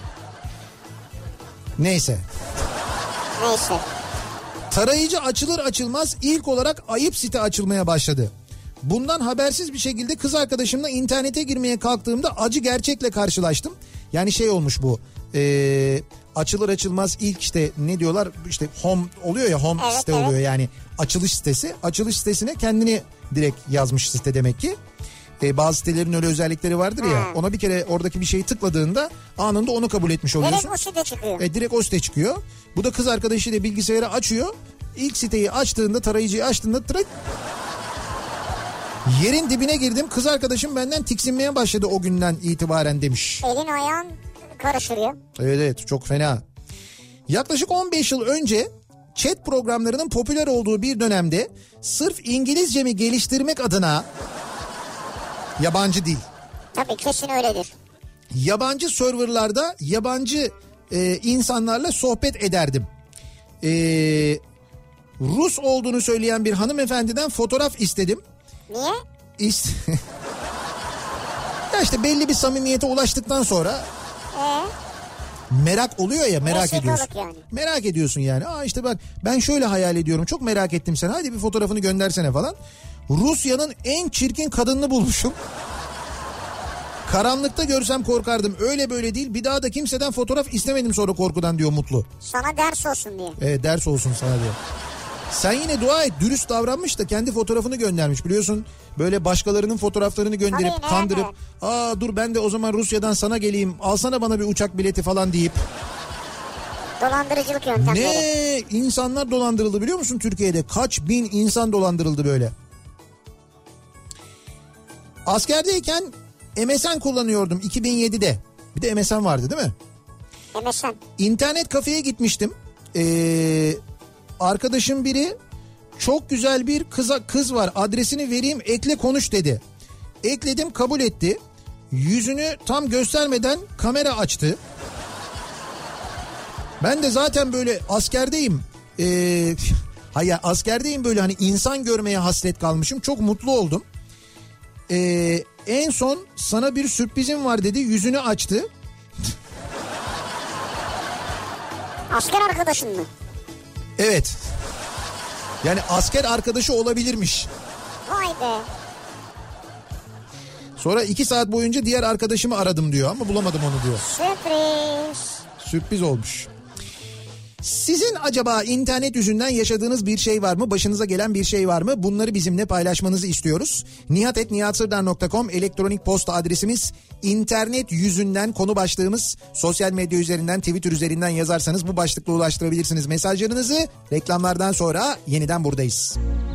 Neyse. Tarayıcı açılır açılmaz ilk olarak ayıp site açılmaya başladı. Bundan habersiz bir şekilde kız arkadaşımla internete girmeye kalktığımda acı gerçekle karşılaştım. Yani şey olmuş bu. Açılır açılmaz ilk işte ne diyorlar, işte home oluyor ya, home Evet, site evet. oluyor yani, açılış sitesi. Açılış sitesine kendini direkt yazmış site demek ki. Bazı sitelerin öyle özellikleri vardır ya. Ona bir kere oradaki bir şeyi tıkladığında anında onu kabul etmiş oluyorsun. Direkt o site çıkıyor. Direkt o site çıkıyor. Bu da kız arkadaşıyla bilgisayarı açıyor. İlk siteyi açtığında, tarayıcıyı açtığında yerin dibine girdim. Kız arkadaşım benden tiksinmeye başladı o günden itibaren demiş. Elin ayağın karışır ya. Evet, çok fena. Yaklaşık 15 yıl önce chat programlarının popüler olduğu bir dönemde sırf İngilizcemi geliştirmek adına, yabancı dil, Tabii kesin öyledir. yabancı serverlarda yabancı insanlarla sohbet ederdim. Rus olduğunu söyleyen bir hanımefendiden fotoğraf istedim. Niye? Ya işte belli bir samimiyete ulaştıktan sonra merak oluyor ya, merak Vesikalık ediyorsun. yani. Merak ediyorsun yani. İşte bak ben şöyle hayal ediyorum, çok merak ettim seni, hadi bir fotoğrafını göndersene falan. Rusya'nın en çirkin kadınını bulmuşum. Karanlıkta görsem korkardım, öyle böyle değil, bir daha da kimseden fotoğraf istemedim sonra korkudan diyor Mutlu. Sana ders olsun diye. Evet, ders olsun sana diyor. Sen yine dua et, dürüst davranmış da kendi fotoğrafını göndermiş, biliyorsun. Böyle başkalarının fotoğraflarını gönderip Tabii, kandırıp nerede? dur ben de o zaman Rusya'dan sana geleyim, alsana bana bir uçak bileti falan deyip. Dolandırıcılık yöntemleri. Ne insanlar dolandırıldı biliyor musun Türkiye'de? Kaç bin insan dolandırıldı böyle. Askerdeyken MSN kullanıyordum 2007'de. Bir de MSN vardı değil mi? MSN. İnternet kafeye gitmiştim. Arkadaşım biri çok güzel bir kız var, adresini vereyim ekle konuş dedi. Ekledim, kabul etti. Yüzünü tam göstermeden kamera açtı. Ben de zaten böyle askerdeyim. Hayır, askerdeyim, böyle hani insan görmeye hasret kalmışım. Çok mutlu oldum. En son sana bir sürprizim var dedi, yüzünü açtı. Asker arkadaşın mı? Evet. Yani asker arkadaşı olabilirmiş. Vay be. Sonra 2 saat boyunca diğer arkadaşımı aradım diyor ama bulamadım onu diyor. Sürpriz. Sürpriz olmuş. Sizin acaba internet yüzünden yaşadığınız bir şey var mı? Başınıza gelen bir şey var mı? Bunları bizimle paylaşmanızı istiyoruz. nihat@nihatsırdar.com elektronik posta adresimiz. İnternet yüzünden konu başlığımız. Sosyal medya üzerinden, Twitter üzerinden yazarsanız bu başlıkla ulaştırabilirsiniz mesajlarınızı. Reklamlardan sonra yeniden buradayız.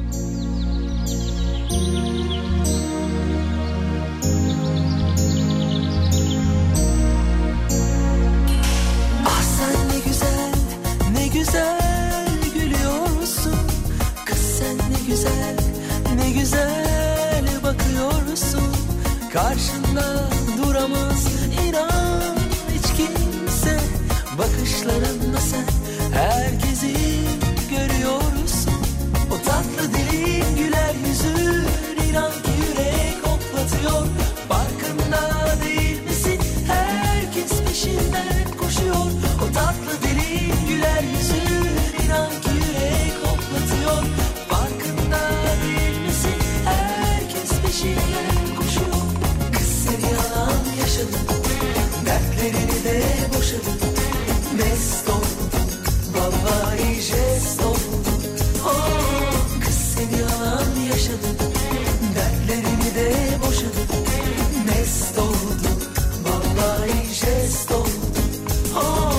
Güzel gülüyorsun kız, sen ne güzel, ne güzel bakıyorsun. Karşında duramaz inan hiç kimse, bakışlarınla sen herkesi görüyorsun. O tatlı dilin, güler yüzün, inan ki yürek hoplatıyor. Farkında değil misin, herkes peşinden koşuyor. O tatlı dilin, güler yüzün, inan ki yürek hoplatıyor. Farkında değil misin, herkes peşinden koşuyor. Kız seni yalan yaşadın, dertlerini de boşadın. Mest oldun, vallahi jest oldun. Oh, kız seni yalan yaşadın, dertlerini de boşadın. Mest oldun, vallahi jest oldun. Oh.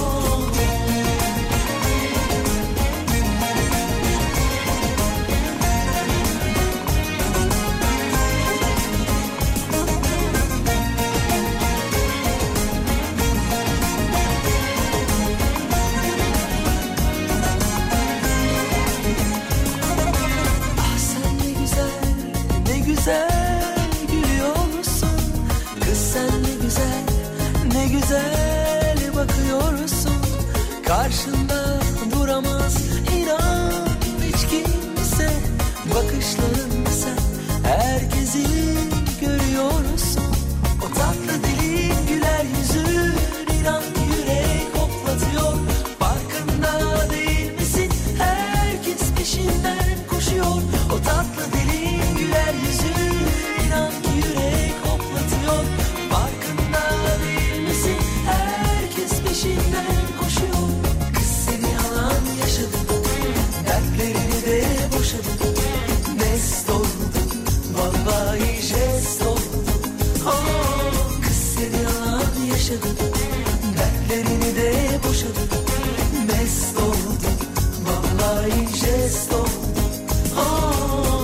Güzel gülüyorsun kız, sen ne güzel, ne güzel bakıyorsun. Karşında duramaz inan hiç kimse, bakışlarınla sen herkesi görüyorsun. O tatlı dilin, güler yüzün, inan ki yürek hoplatıyor. Farkında değil misin, herkes peşinden koşuyor. O tatlı dilin, güler yüzün, inan ki yürek hoplatıyor. Farkında değil misin, herkes peşinden koşuyor. Kız seni yalan yaşadın, dertlerini de boşadın. Mest oldun, vallahi jest oldun. Oh, kız seni yalan yaşadın, dertlerini de boşadın. Mest oldun, vallahi jest oldun. Oh.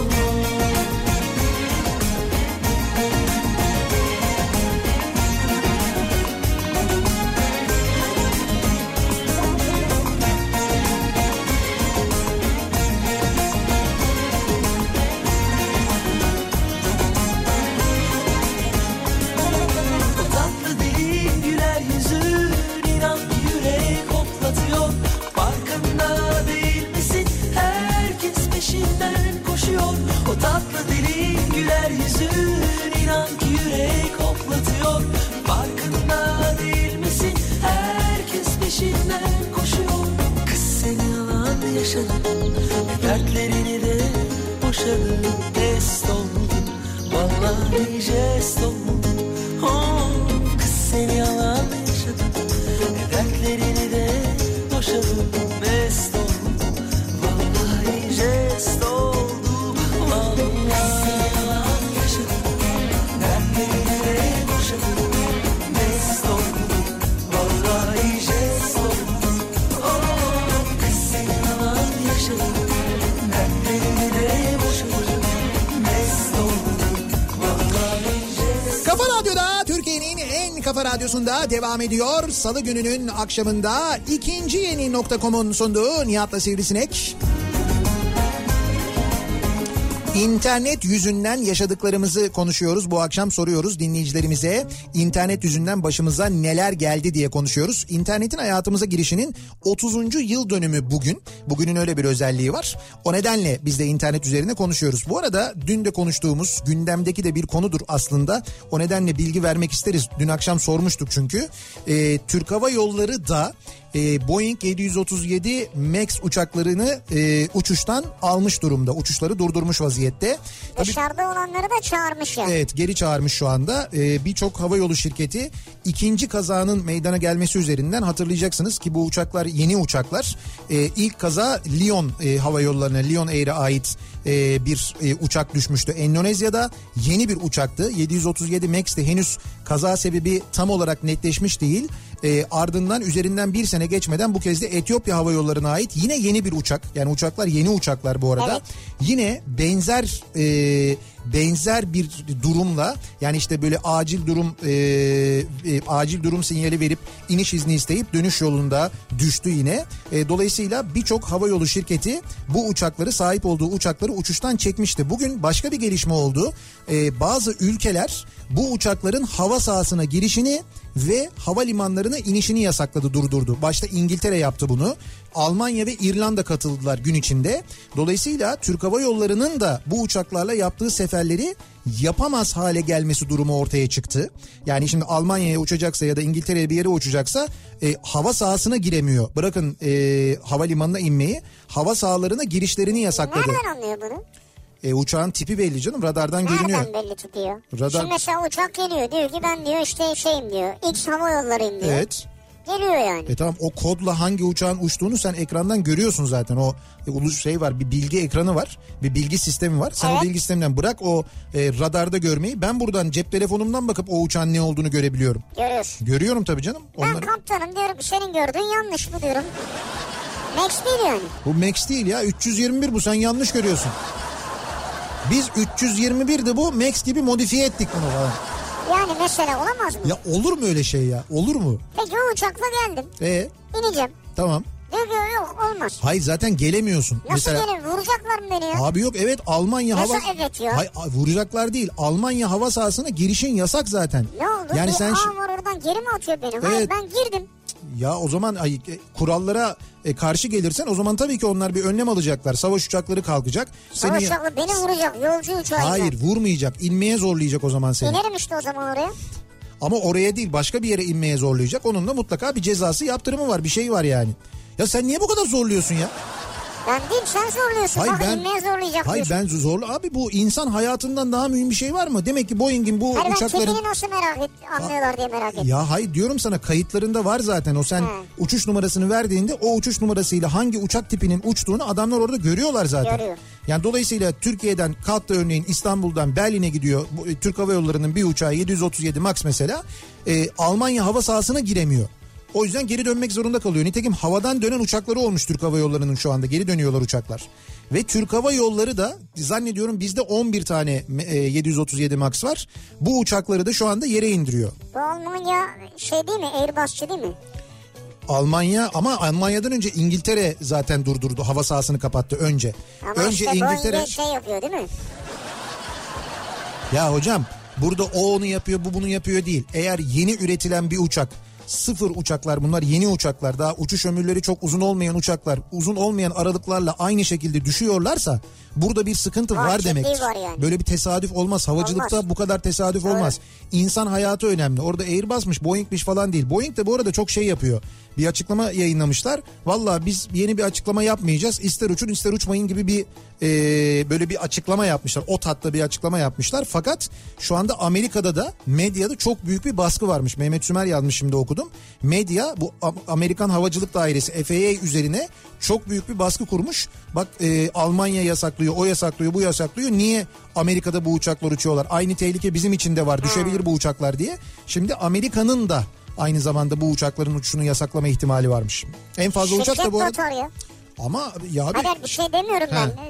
Dertlerini de boşadın, jest oldun, vallahi jest oldun. Oh, kız seni yalan yaşadın, dertlerini de boşadın, mest oldun, vallahi jest oldun. Vallahi seni yalan yaşadın, dertlerini de boşadın, mest oldun, vallahi jest oldun. Oh, kız seni yalan yaşadın, dertlerini de boşadın, mest oldun, vallahi Kafa Radyosu'nda devam ediyor. Salı gününün akşamında ikinci yeni .com'un sunduğu Nihat'la Sivrisinek. İnternet yüzünden yaşadıklarımızı konuşuyoruz. Bu akşam soruyoruz dinleyicilerimize. İnternet yüzünden başımıza neler geldi diye konuşuyoruz. İnternetin hayatımıza girişinin 30. yıl dönümü bugün. Bugünün öyle bir özelliği var. O nedenle biz de internet üzerine konuşuyoruz. Bu arada dün de konuştuğumuz gündemdeki de bir konudur aslında. O nedenle bilgi vermek isteriz. Dün akşam sormuştuk çünkü. Türk Hava Yolları da Boeing 737 MAX uçaklarını uçuştan almış durumda. Uçuşları durdurmuş vaziyette. Dışarıda olanları da çağırmış ya. Evet, geri çağırmış şu anda. Birçok havayolu şirketi ikinci kazanın meydana gelmesi üzerinden hatırlayacaksınız ki bu uçaklar yeni uçaklar. İlk kaza Lyon havayollarına, Lyon Air'e ait bir uçak düşmüştü Endonezya'da. Yeni bir uçaktı. 737 MAX'ti. Henüz kaza sebebi tam olarak netleşmiş değil. Ardından üzerinden bir sene geçmeden bu kez de Etiyopya Havayolları'na ait yine yeni bir uçak. Yani uçaklar yeni uçaklar bu arada. Evet. Yine benzer bir durumla, yani işte böyle acil durum sinyali verip iniş izni isteyip dönüş yolunda düştü yine. Dolayısıyla birçok havayolu şirketi bu uçakları, sahip olduğu uçakları uçuştan çekmişti. Bugün başka bir gelişme oldu. Bazı ülkeler bu uçakların hava sahasına girişini ve havalimanlarına inişini yasakladı, durdurdu. Başta İngiltere yaptı bunu. Almanya ve İrlanda katıldılar gün içinde. Dolayısıyla Türk Hava Yolları'nın da bu uçaklarla yaptığı seferleri yapamaz hale gelmesi durumu ortaya çıktı. Yani şimdi Almanya'ya uçacaksa ya da İngiltere'ye bir yere uçacaksa hava sahasına giremiyor. Bırakın havalimanına inmeyi, hava sahalarına girişlerini yasakladı. Nereden anlıyor bunu? Uçağın tipi belli canım, radardan görünüyor. Nereden belli tutuyor? Şimdi mesela uçak geliyor, diyor ki ben diyor işte şeyim diyor, X hava yollarıyım diyor. Evet. Geliyor yani. Tamam, o kodla hangi uçağın uçtuğunu sen ekrandan görüyorsun zaten. O şey var, bir bilgi ekranı var, bir bilgi sistemi var. Sen evet. O bilgi sisteminden bırak o radarda görmeyi. Ben buradan cep telefonumdan bakıp o uçağın ne olduğunu görebiliyorum. Görüyorsun. Görüyorum tabii canım. Ben kaptanım diyorum, senin gördüğün yanlış mı diyorum. Max değil yani. Bu Max değil ya, 321 bu, sen yanlış görüyorsun. Biz 321'di bu, Max gibi modifiye ettik bunu falan. Yani mesela olamaz mı? Ya olur mu öyle şey ya? Olur mu? Peki o uçakla geldim. İneceğim. Tamam. Diyor yok olmaz. Hayır, zaten gelemiyorsun. Nasıl gelemiyor? Vuracaklar mı beni ya? Abi yok, evet, Almanya Nasıl hava... evet ya? Hayır, vuracaklar değil. Almanya hava sahasına girişin yasak zaten. Ne oldu? Yani bir sen var oradan geri mi atıyor beni? Evet. Hayır, ben girdim. Ya o zaman kurallara karşı gelirsen o zaman tabii ki onlar bir önlem alacaklar. Savaş uçakları kalkacak. Savaş uçakları beni vuracak, yolcu uçağı. Hayır, vurmayacak. İnmeye zorlayacak o zaman seni. İnerim işte o zaman oraya. Ama oraya değil, başka bir yere inmeye zorlayacak. Onun da mutlaka bir cezası, yaptırımı var, bir şey var yani. Ya sen niye bu kadar zorluyorsun ya? Ben değil, sen zorluyorsun. Hayır, inmeye zorlayacak hayır diyorsun. Ben zorlu. Abi bu insan hayatından daha mühim bir şey var mı? Demek ki Boeing'in bu uçakların... Hayır, ben tipini nasıl anlıyorlar diye merak ettim. Ya hayır, diyorum sana, kayıtlarında var zaten. O sen uçuş numarasını verdiğinde o uçuş numarasıyla hangi uçak tipinin uçtuğunu adamlar orada görüyorlar zaten. Görüyor. Yani dolayısıyla Türkiye'den kalktı örneğin, İstanbul'dan Berlin'e gidiyor. Türk Hava Yolları'nın bir uçağı 737 MAX mesela. Almanya hava sahasına giremiyor. O yüzden geri dönmek zorunda kalıyor. Nitekim havadan dönen uçakları olmuş Türk Hava Yolları'nın, şu anda geri dönüyorlar uçaklar. Ve Türk Hava Yolları da zannediyorum bizde 11 tane 737 MAX var. Bu uçakları da şu anda yere indiriyor. Bu Almanya şey değil mi, Airbus'çı değil mi? Almanya, ama Almanya'dan önce İngiltere zaten durdurdu, hava sahasını kapattı önce. Ama önce işte İngiltere şey yapıyor değil mi? Ya hocam, burada o onu yapıyor, bu bunu yapıyor değil. Eğer yeni üretilen bir uçak, sıfır uçaklar bunlar, yeni uçaklar, daha uçuş ömürleri çok uzun olmayan uçaklar, uzun olmayan aralıklarla aynı şekilde düşüyorlarsa burada bir sıkıntı var demektir. Yani. Böyle bir tesadüf olmaz. Havacılıkta olmaz. Bu kadar tesadüf olmaz. İnsan hayatı önemli. Orada Airbus'mış, Boeing'miş falan değil. Boeing de bu arada çok şey yapıyor. Bir açıklama yayınlamışlar. Vallahi biz yeni bir açıklama yapmayacağız. İster uçun ister uçmayın gibi bir böyle bir açıklama yapmışlar. O tatta bir açıklama yapmışlar. Fakat şu anda Amerika'da da, medyada çok büyük bir baskı varmış. Mehmet Sümer yazmış, şimdi okudum. Medya bu Amerikan Havacılık Dairesi FAA üzerine çok büyük bir baskı kurmuş. Bak Almanya yasaklıyor, o yasaklıyor, bu yasaklıyor. Niye Amerika'da bu uçaklar uçuyorlar? Aynı tehlike bizim için de var. Düşebilir bu uçaklar diye. Şimdi Amerika'nın da aynı zamanda bu uçakların uçuşunu yasaklama ihtimali varmış. En fazla uçak da bu arada... Ya. Ama ya... Hayır, bir şey demiyorum ben.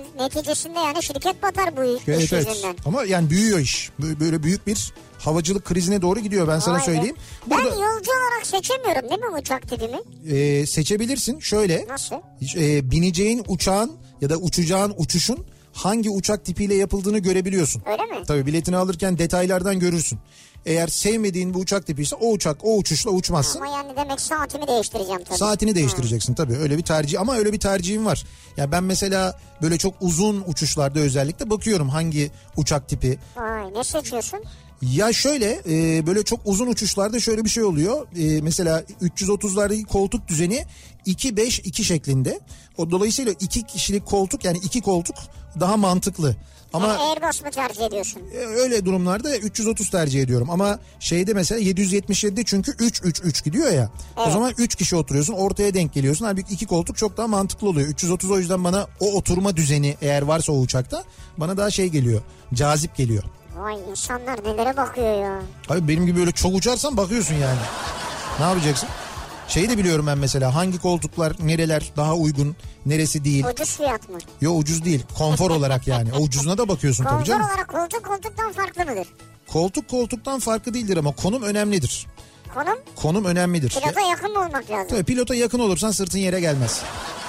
neticesinde yani şirket batar bu iş yüzünden. Ama yani büyüyor iş. Böyle büyük bir havacılık krizine doğru gidiyor, ben sana söyleyeyim. Ben yolcu olarak seçemiyorum değil mi uçak tipimi? Seçebilirsin şöyle. Nasıl? Bineceğin uçağın ya da uçacağın uçuşun hangi uçak tipiyle yapıldığını görebiliyorsun. Öyle mi? Tabii biletini alırken detaylardan görürsün. Eğer sevmediğin bir uçak tipi ise o uçuşla uçmazsın. Ama yani demek saatimi değiştireceğim tabii. Saatini değiştireceksin tabii, öyle bir tercih, ama öyle bir tercihim var. Ya ben mesela böyle çok uzun uçuşlarda özellikle bakıyorum hangi uçak tipi. Vay, ne seçiyorsun? Ya şöyle böyle çok uzun uçuşlarda şöyle bir şey oluyor. Mesela 330'lardaki koltuk düzeni 2-5-2 şeklinde. Dolayısıyla 2 kişilik koltuk, yani 2 koltuk daha mantıklı. Ama yani Airbus mu tercih ediyorsun? Öyle durumlarda 330 tercih ediyorum. Ama şeyde mesela 777'de çünkü 3-3-3 gidiyor ya. Evet. O zaman 3 kişi oturuyorsun, ortaya denk geliyorsun. Halbuki 2 koltuk çok daha mantıklı oluyor. 330 o yüzden bana o oturma düzeni, eğer varsa o uçakta, bana daha şey geliyor. Cazip geliyor. Vay, insanlar nelere bakıyor ya. Abi benim gibi öyle çok uçarsan bakıyorsun yani. Ne yapacaksın? Şeyi de biliyorum ben mesela, hangi koltuklar nereler daha uygun, neresi değil. Ucuz fiyat mı? Yok, ucuz değil, konfor olarak yani. O ucuzuna da bakıyorsun tabii canım. Konfor olarak koltuktan farklı mıdır? Koltuktan farklı değildir ama konum önemlidir. Konum? Konum önemlidir. Pilota yakın mı olmak lazım? Tabii pilota yakın olursan sırtın yere gelmez.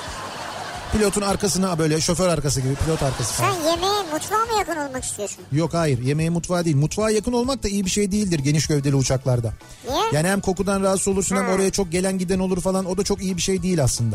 Pilotun arkasına böyle, şoför arkası gibi, pilot arkası falan. Sen yemeğe, mutfağa mı yakın olmak istiyorsun? Yok, hayır, yemeğe, mutfağa değil. Mutfağa yakın olmak da iyi bir şey değildir geniş gövdeli uçaklarda. Niye? Yani hem kokudan rahatsız olursun hem oraya çok gelen giden olur falan, o da çok iyi bir şey değil aslında.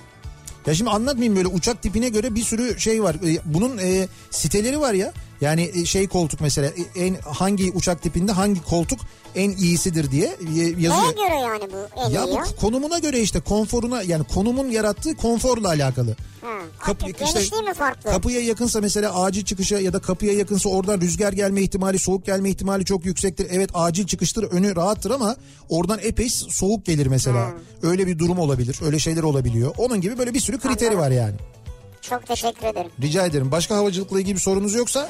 Ya şimdi anlatmayayım, böyle uçak tipine göre bir sürü şey var. Bunun siteleri var ya. Yani koltuk mesela, hangi uçak tipinde hangi koltuk en iyisidir diye yazıyor. Neye göre yani bu en iyi ya? Bu konumuna göre işte, konforuna, yani konumun yarattığı konforla alakalı. Genişliği mi farklı? Kapıya yakınsa mesela, acil çıkışa ya da kapıya yakınsa oradan rüzgar gelme ihtimali, soğuk gelme ihtimali çok yüksektir. Evet, acil çıkıştır, önü rahattır ama oradan epey soğuk gelir mesela. Öyle bir durum olabilir. Öyle şeyler olabiliyor. Onun gibi böyle bir sürü kriteri var yani. Çok teşekkür ederim. Rica ederim. Başka havacılıkla ilgili bir sorunuz yoksa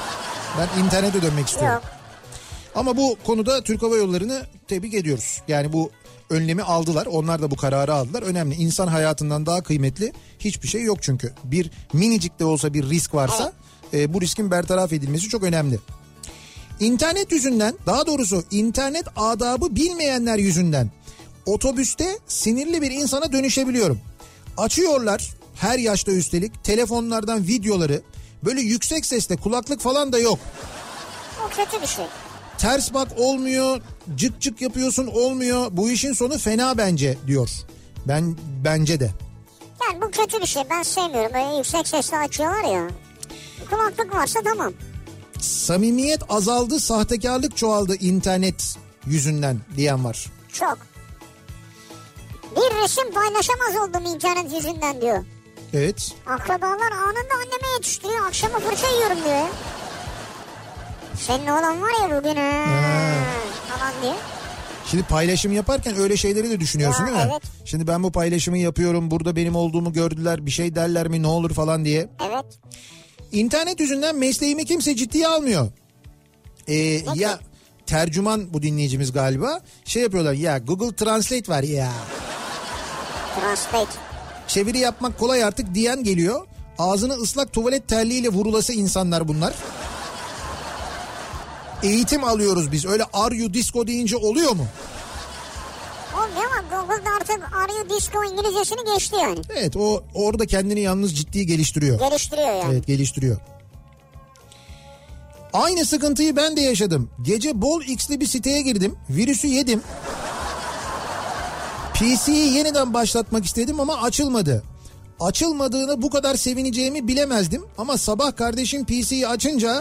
ben internete dönmek istiyorum. Yok. Ama bu konuda Türk Hava Yolları'nı tebrik ediyoruz. Yani bu önlemi aldılar. Onlar da bu kararı aldılar. Önemli. İnsan hayatından daha kıymetli hiçbir şey yok çünkü. Bir minicik de olsa bir risk varsa bu riskin bertaraf edilmesi çok önemli. İnternet yüzünden, daha doğrusu internet adabı bilmeyenler yüzünden otobüste sinirli bir insana dönüşebiliyorum. Açıyorlar, her yaşta üstelik, telefonlardan videoları, böyle yüksek sesle, kulaklık falan da yok. O kötü bir şey. Ters bak olmuyor, cık cık yapıyorsun olmuyor. Bu işin sonu fena bence diyor. Bence de. Yani bu kötü bir şey, ben sevmiyorum. Böyle yüksek sesle açıyorlar ya. Kulaklık varsa tamam. Samimiyet azaldı, sahtekarlık çoğaldı internet yüzünden diyen var. Çok. Bir resim paylaşamaz oldum internet yüzünden diyor. Evet. Akrabalar anında anneme yetiştiriyor, akşama fırça yiyorum diyor. Senin oğlan var ya bugün falan diye. Şimdi paylaşım yaparken öyle şeyleri de düşünüyorsun değil mi? Evet. Şimdi ben bu paylaşımı yapıyorum, burada benim olduğumu gördüler, bir şey derler mi, ne olur falan diye. Evet. İnternet yüzünden mesleğimi kimse ciddiye almıyor. Ya tercüman bu dinleyicimiz galiba, şey yapıyorlar ya, Google Translate var ya. Translate. Çeviri yapmak kolay artık diyen geliyor. Ağzını ıslak tuvalet terliğiyle vurulası insanlar bunlar. Eğitim alıyoruz biz. Öyle are you disco deyince oluyor mu? Olmuyor ama Google'da artık are you disco İngilizcesini geçti yani. Evet, o orada kendini yalnız ciddi geliştiriyor. Geliştiriyor yani. Evet, geliştiriyor. Aynı sıkıntıyı ben de yaşadım. Gece bol x'li bir siteye girdim. Virüsü yedim. PC'yi yeniden başlatmak istedim ama açılmadı. Açılmadığına bu kadar sevineceğimi bilemezdim. Ama sabah kardeşim PC'yi açınca...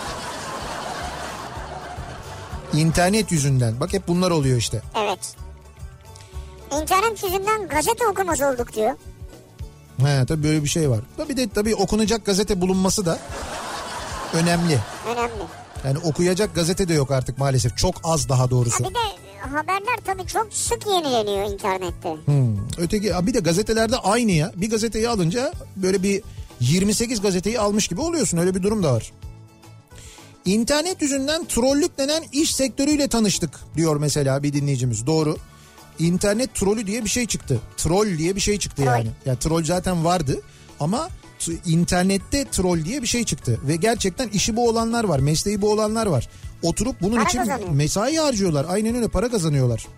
İnternet yüzünden. Bak hep bunlar oluyor işte. Evet. İnternet yüzünden gazete okumaz olduk diyor. Tabii böyle bir şey var. Tabii okunacak gazete bulunması da önemli. Önemli. Yani okuyacak gazete de yok artık maalesef. Çok az, daha doğrusu. Bir de haberler tabii çok sık yenileniyor internette. Öteki bir de gazetelerde aynı ya. Bir gazeteyi alınca böyle bir 28 gazeteyi almış gibi oluyorsun. Öyle bir durum da var. İnternet yüzünden trollük denen iş sektörüyle tanıştık diyor mesela bir dinleyicimiz. Doğru. İnternet trolü diye bir şey çıktı. Troll diye bir şey çıktı yani. Yani troll zaten vardı ama internette troll diye bir şey çıktı. Ve gerçekten işi bu olanlar var. Mesleği bu olanlar var. Oturup bunun Para için kazanıyor. mesai harcıyorlar. Aynen öyle, para kazanıyorlar.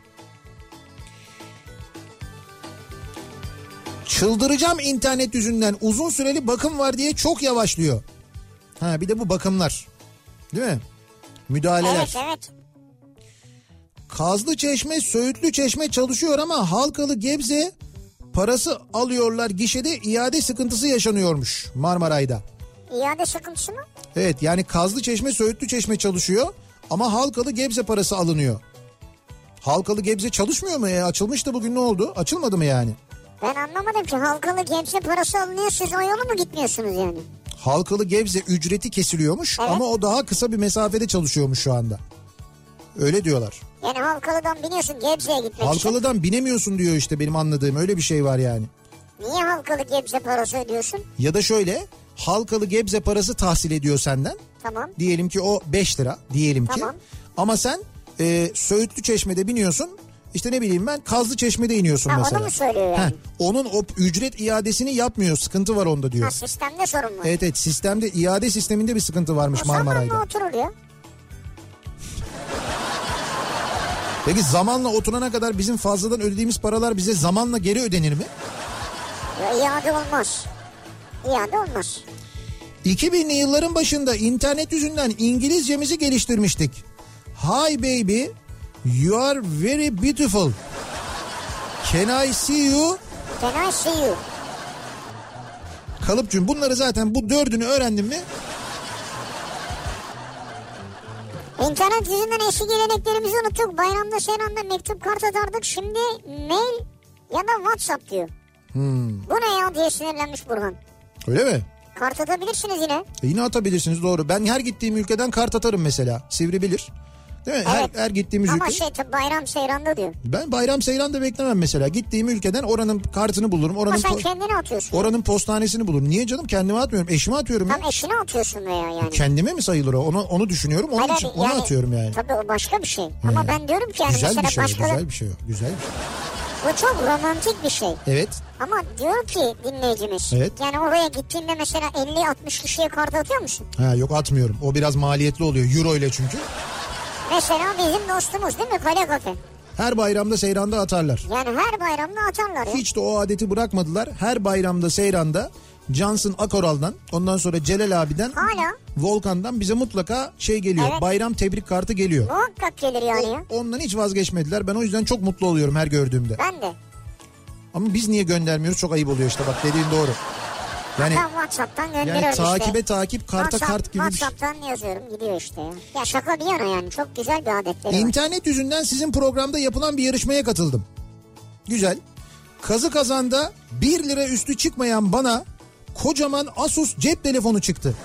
Çıldıracağım internet yüzünden, uzun süreli bakım var diye çok yavaşlıyor. Ha bir de bu bakımlar. Değil mi? Müdahaleler. Evet evet. Kazlıçeşme, Söğütlüçeşme çalışıyor ama Halkalı Gebze parası alıyorlar gişede, iade sıkıntısı yaşanıyormuş Marmaray'da. İade sıkıntısı mı? Evet, yani Kazlıçeşme, Söğütlüçeşme çalışıyor ama Halkalı Gebze parası alınıyor. Halkalı Gebze çalışmıyor mu ya? Açılmıştı bugün, ne oldu? Açılmadı mı yani? Ben anlamadım ki, Halkalı Gebze parası alınıyor, siz o yolu mu gitmiyorsunuz yani? Halkalı Gebze ücreti kesiliyormuş, evet, ama o daha kısa bir mesafede çalışıyormuş şu anda. Öyle diyorlar. Yani Halkalı'dan biniyorsun Gebze'ye gitmek için. Halkalı'dan binemiyorsun diyor işte, benim anladığım öyle bir şey var yani. Niye Halkalı Gebze parası ödüyorsun? Ya da şöyle, Halkalı Gebze parası tahsil ediyor senden. Tamam. Diyelim ki o 5 lira diyelim ki. Tamam. Ama sen Söğütlüçeşme'de biniyorsun. İşte ne bileyim ben, Kazlıçeşme'de iniyorsun mesela. Onu mu söylüyor yani? Onun o ücret iadesini yapmıyor. Sıkıntı var onda diyor. Sistemde sorun var. Evet sistemde, iade sisteminde bir sıkıntı varmış Marmaray'da. Zamanla oturuluyor. Peki zamanla oturana kadar bizim fazladan ödediğimiz paralar bize zamanla geri ödenir mi? Ya iade olmaz. İade olmaz. 2000'li yılların başında internet yüzünden İngilizcemizi geliştirmiştik. Hi baby, you are very beautiful. Can I see you? Can I see you? Kalıpçığım, bunları zaten, bu dördünü öğrendin mi? İnternet yüzünden eski geleneklerimizi unuttuk. Bayramda seyranda mektup, kart atardık. Şimdi mail ya da WhatsApp diyor. Bu ne ya diye sinirlenmiş Burhan. Öyle mi? Kart atabilirsiniz yine. Yine atabilirsiniz, doğru. Ben her gittiğim ülkeden kart atarım mesela. Sivri bilir. Değil mi? Evet. Her gittiğimiz ama ülke. bayram seyranda diyor. Ben bayram seyran da beklemem mesela. Gittiğim ülkeden oranın kartını bulurum. Ama sen kendine atıyorsun. Oranın postanesini bulurum. Niye canım? Kendime atmıyorum. Eşime atıyorum ya. Tam eşine atıyorsun veya yani. Kendime mi sayılır o? Onu düşünüyorum. Onun Hayır, için yani, onu atıyorum yani. Tabii o başka bir şey. Ama ben diyorum ki yani güzel mesela bir şey, başkaları... güzel bir şey. Güzel bir şey. Bu çok romantik bir şey. Evet. Ama diyor ki dinleyicimiz. Evet. Yani oraya gittiğinde mesela 50-60 kişiye kart atıyor musun? Ha yok, atmıyorum. O biraz maliyetli oluyor. Euro ile çünkü. Mesela bizim dostumuz değil mi? Kale Kafe. Her bayramda seyranda atarlar. Yani her bayramda atarlar ya. Hiç de o adeti bırakmadılar. Her bayramda seyranda Johnson Akoral'dan, ondan sonra Celal abiden, hala Volkan'dan bize mutlaka şey geliyor. Evet. Bayram tebrik kartı geliyor. muhakkak gelir yani ya. Ondan hiç vazgeçmediler. Ben o yüzden çok mutlu oluyorum her gördüğümde. Ben de. Ama biz niye göndermiyoruz? Çok ayıp oluyor işte, bak dediğin doğru. Yani Ben WhatsApp'tan gönderiyorum yani takibe işte. takip, karta kart gibi bir şey. WhatsApp'tan yazıyorum, gidiyor işte ya. Ya şaka bir yana yani, çok güzel bir adetleri var. İnternet yüzünden sizin programda yapılan bir yarışmaya katıldım. Güzel. Kazı kazanda 1 lira üstü çıkmayan bana kocaman Asus cep telefonu çıktı.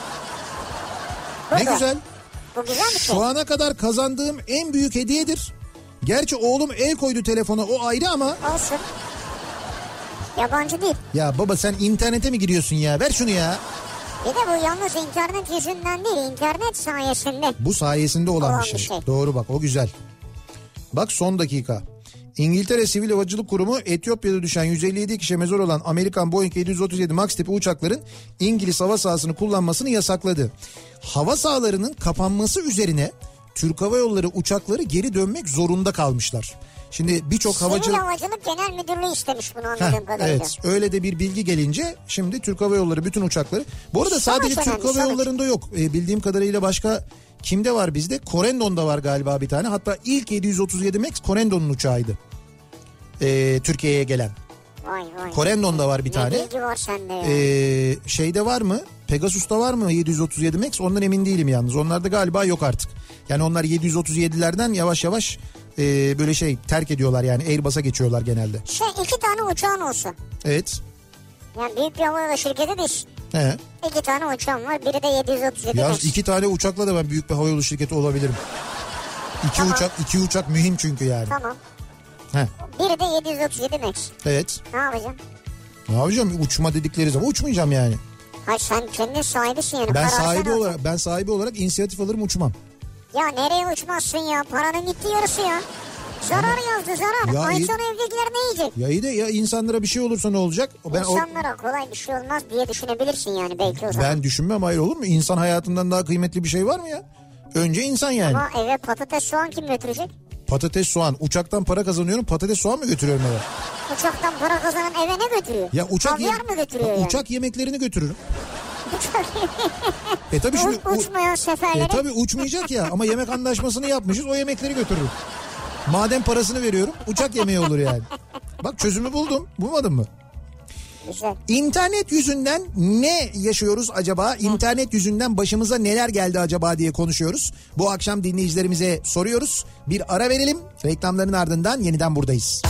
Ne güzel. Bu güzel bir şey. Şu ana kadar kazandığım en büyük hediyedir. Gerçi oğlum el koydu telefona, o ayrı ama. Olsun. Yabancı değil. Ya baba sen internete mi giriyorsun ya? Ver şunu ya. Bir de bu yalnız internet yüzünden değil, internet sayesinde. Bu sayesinde olan bir şey. Doğru bak, o güzel. Bak son dakika. İngiltere Sivil Havacılık Kurumu Etiyopya'da düşen 157 kişiye mezar olan Amerikan Boeing 737 MAX tipi uçakların İngiliz hava sahasını kullanmasını yasakladı. Hava sahalarının kapanması üzerine Türk Hava Yolları uçakları geri dönmek zorunda kalmışlar. Şimdi birçok havacılık... Sivil Havacılık Genel Müdürlüğü istemiş bunu anladığım kadarıyla. Evet, öyle de bir bilgi gelince şimdi Türk Hava Yolları bütün uçakları... Bu arada sadece Türk Hava Yolları'nda yok. Bildiğim kadarıyla başka kimde var bizde? Corendon'da var galiba bir tane. Hatta ilk 737 MAX Corendon'un uçağıydı. Türkiye'ye gelen. Vay vay. Corendon'da var bir ne tane. Ne bilgi var sende ya. Şeyde var mı? Pegasus'ta var mı 737 MAX? Ondan emin değilim yalnız. Onlarda galiba yok artık. Yani onlar 737'lerden yavaş yavaş böyle terk ediyorlar yani. Airbus'a geçiyorlar genelde. 2 tane uçağın olsa. Evet. Yani büyük bir havayolu şirketi değil. He. 2 tane uçağım var. Biri de 737 Ya MAX. 2 tane uçakla da ben büyük bir havayolu şirketi olabilirim. Tamam. İki uçak mühim çünkü yani. Tamam. He. Biri de 737 MAX. Evet. Ne yapacağım? Ne yapacağım? Uçma dedikleri zaman uçmayacağım yani. Hayır, sen kendin sahibisin yani. Ben sahibi olarak inisiyatif alırım, uçmam. Ya nereye uçmazsın ya? Paranın gitti yarısı ya. Zarar yazdı zarar. Ya Ay iyi- sonu evdekiler ne yiyecek? Ya iyi de ya insanlara bir şey olursa ne olacak? İnsanlara kolay bir şey olmaz diye düşünebilirsin yani belki o zaman. Ben düşünmem, hayır olur mu? İnsan hayatından daha kıymetli bir şey var mı ya? Önce insan yani. Ama eve patates soğan kim götürecek? Patates soğan. Uçaktan para kazanıyorum, patates soğan mı götürüyorum eve? Uçaktan para kazanan eve ne götürüyor? Ya Havyar mı götürüyor yani? Uçak yemeklerini götürürüm. Tabii şimdi Uçmayan seferleri. tabii uçmayacak ya ama yemek anlaşmasını yapmışız, o yemekleri götürürüm. Madem parasını veriyorum, uçak yemeği olur yani. Bak çözümü buldum. Bulmadın mı? Güzel. İnternet yüzünden ne yaşıyoruz acaba? İnternet yüzünden başımıza neler geldi acaba diye konuşuyoruz. Bu akşam dinleyicilerimize soruyoruz. Bir ara verelim. Reklamların ardından yeniden buradayız.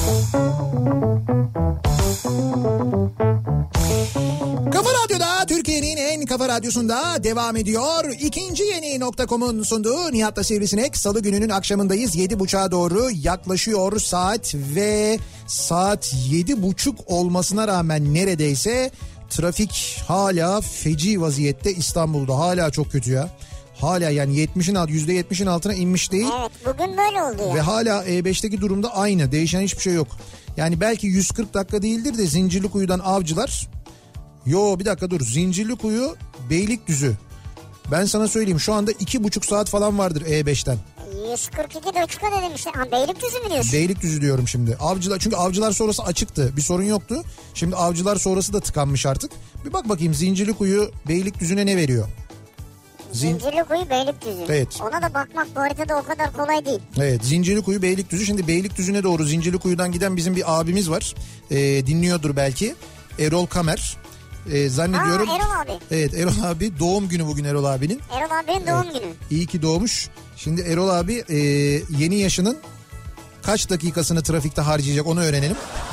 Kafa Radyo'da, Türkiye'nin en kafa radyosunda devam ediyor. İkinci yeni nokta.com'un sunduğu Nihat'la Sivrisinek. Salı gününün akşamındayız. 7.30'a doğru yaklaşıyor saat ve saat 7.30 olmasına rağmen neredeyse trafik hala feci vaziyette İstanbul'da. Hala çok kötü ya. Hala yani %70'in altına inmiş değil. Evet bugün böyle oldu ya. Ve hala E5'teki durumda aynı. Değişen hiçbir şey yok. Yani belki 140 dakika değildir de Zincirlikuyu'dan Avcılar. Yo bir dakika dur. Zincirlikuyu Beylikdüzü. Ben sana söyleyeyim şu anda 2,5 saat falan vardır E5'ten. 142 dakika dedim işte. Ha, Beylikdüzü mü diyorsun? Beylikdüzü diyorum şimdi. Avcılar, çünkü Avcılar sonrası açıktı. Bir sorun yoktu. Şimdi Avcılar sonrası da tıkanmış artık. Bir bak bakayım Zincirlikuyu Beylikdüzü'ne ne veriyor? Zincirlikuyu Beylikdüzü. Evet. Ona da bakmak bu haritada o kadar kolay değil. Evet, Zincirlikuyu Beylikdüzü. Şimdi Beylikdüzü'ne doğru Zincirlikuyu'dan giden bizim bir abimiz var. Dinliyordur belki. Erol Kamer. Zannediyorum. Erol abi. Evet, Erol abi doğum günü bugün Erol abinin. Erol abinin doğum günü. İyi ki doğmuş. Şimdi Erol abi yeni yaşının kaç dakikasını trafikte harcayacak onu öğrenelim.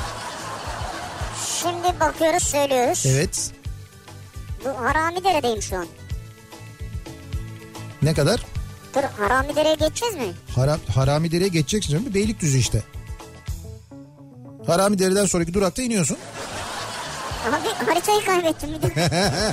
Şimdi bakıyoruz söylüyoruz. Evet. Bu Haramidere'deyim şu an. Ne kadar? Dur Haramidere'ye geçeceğiz mi? Haramidere'ye geçeceksin canım. Beylikdüzü işte. Haramidere'den sonraki durakta iniyorsun. Abi haritayı kaybettim bir de.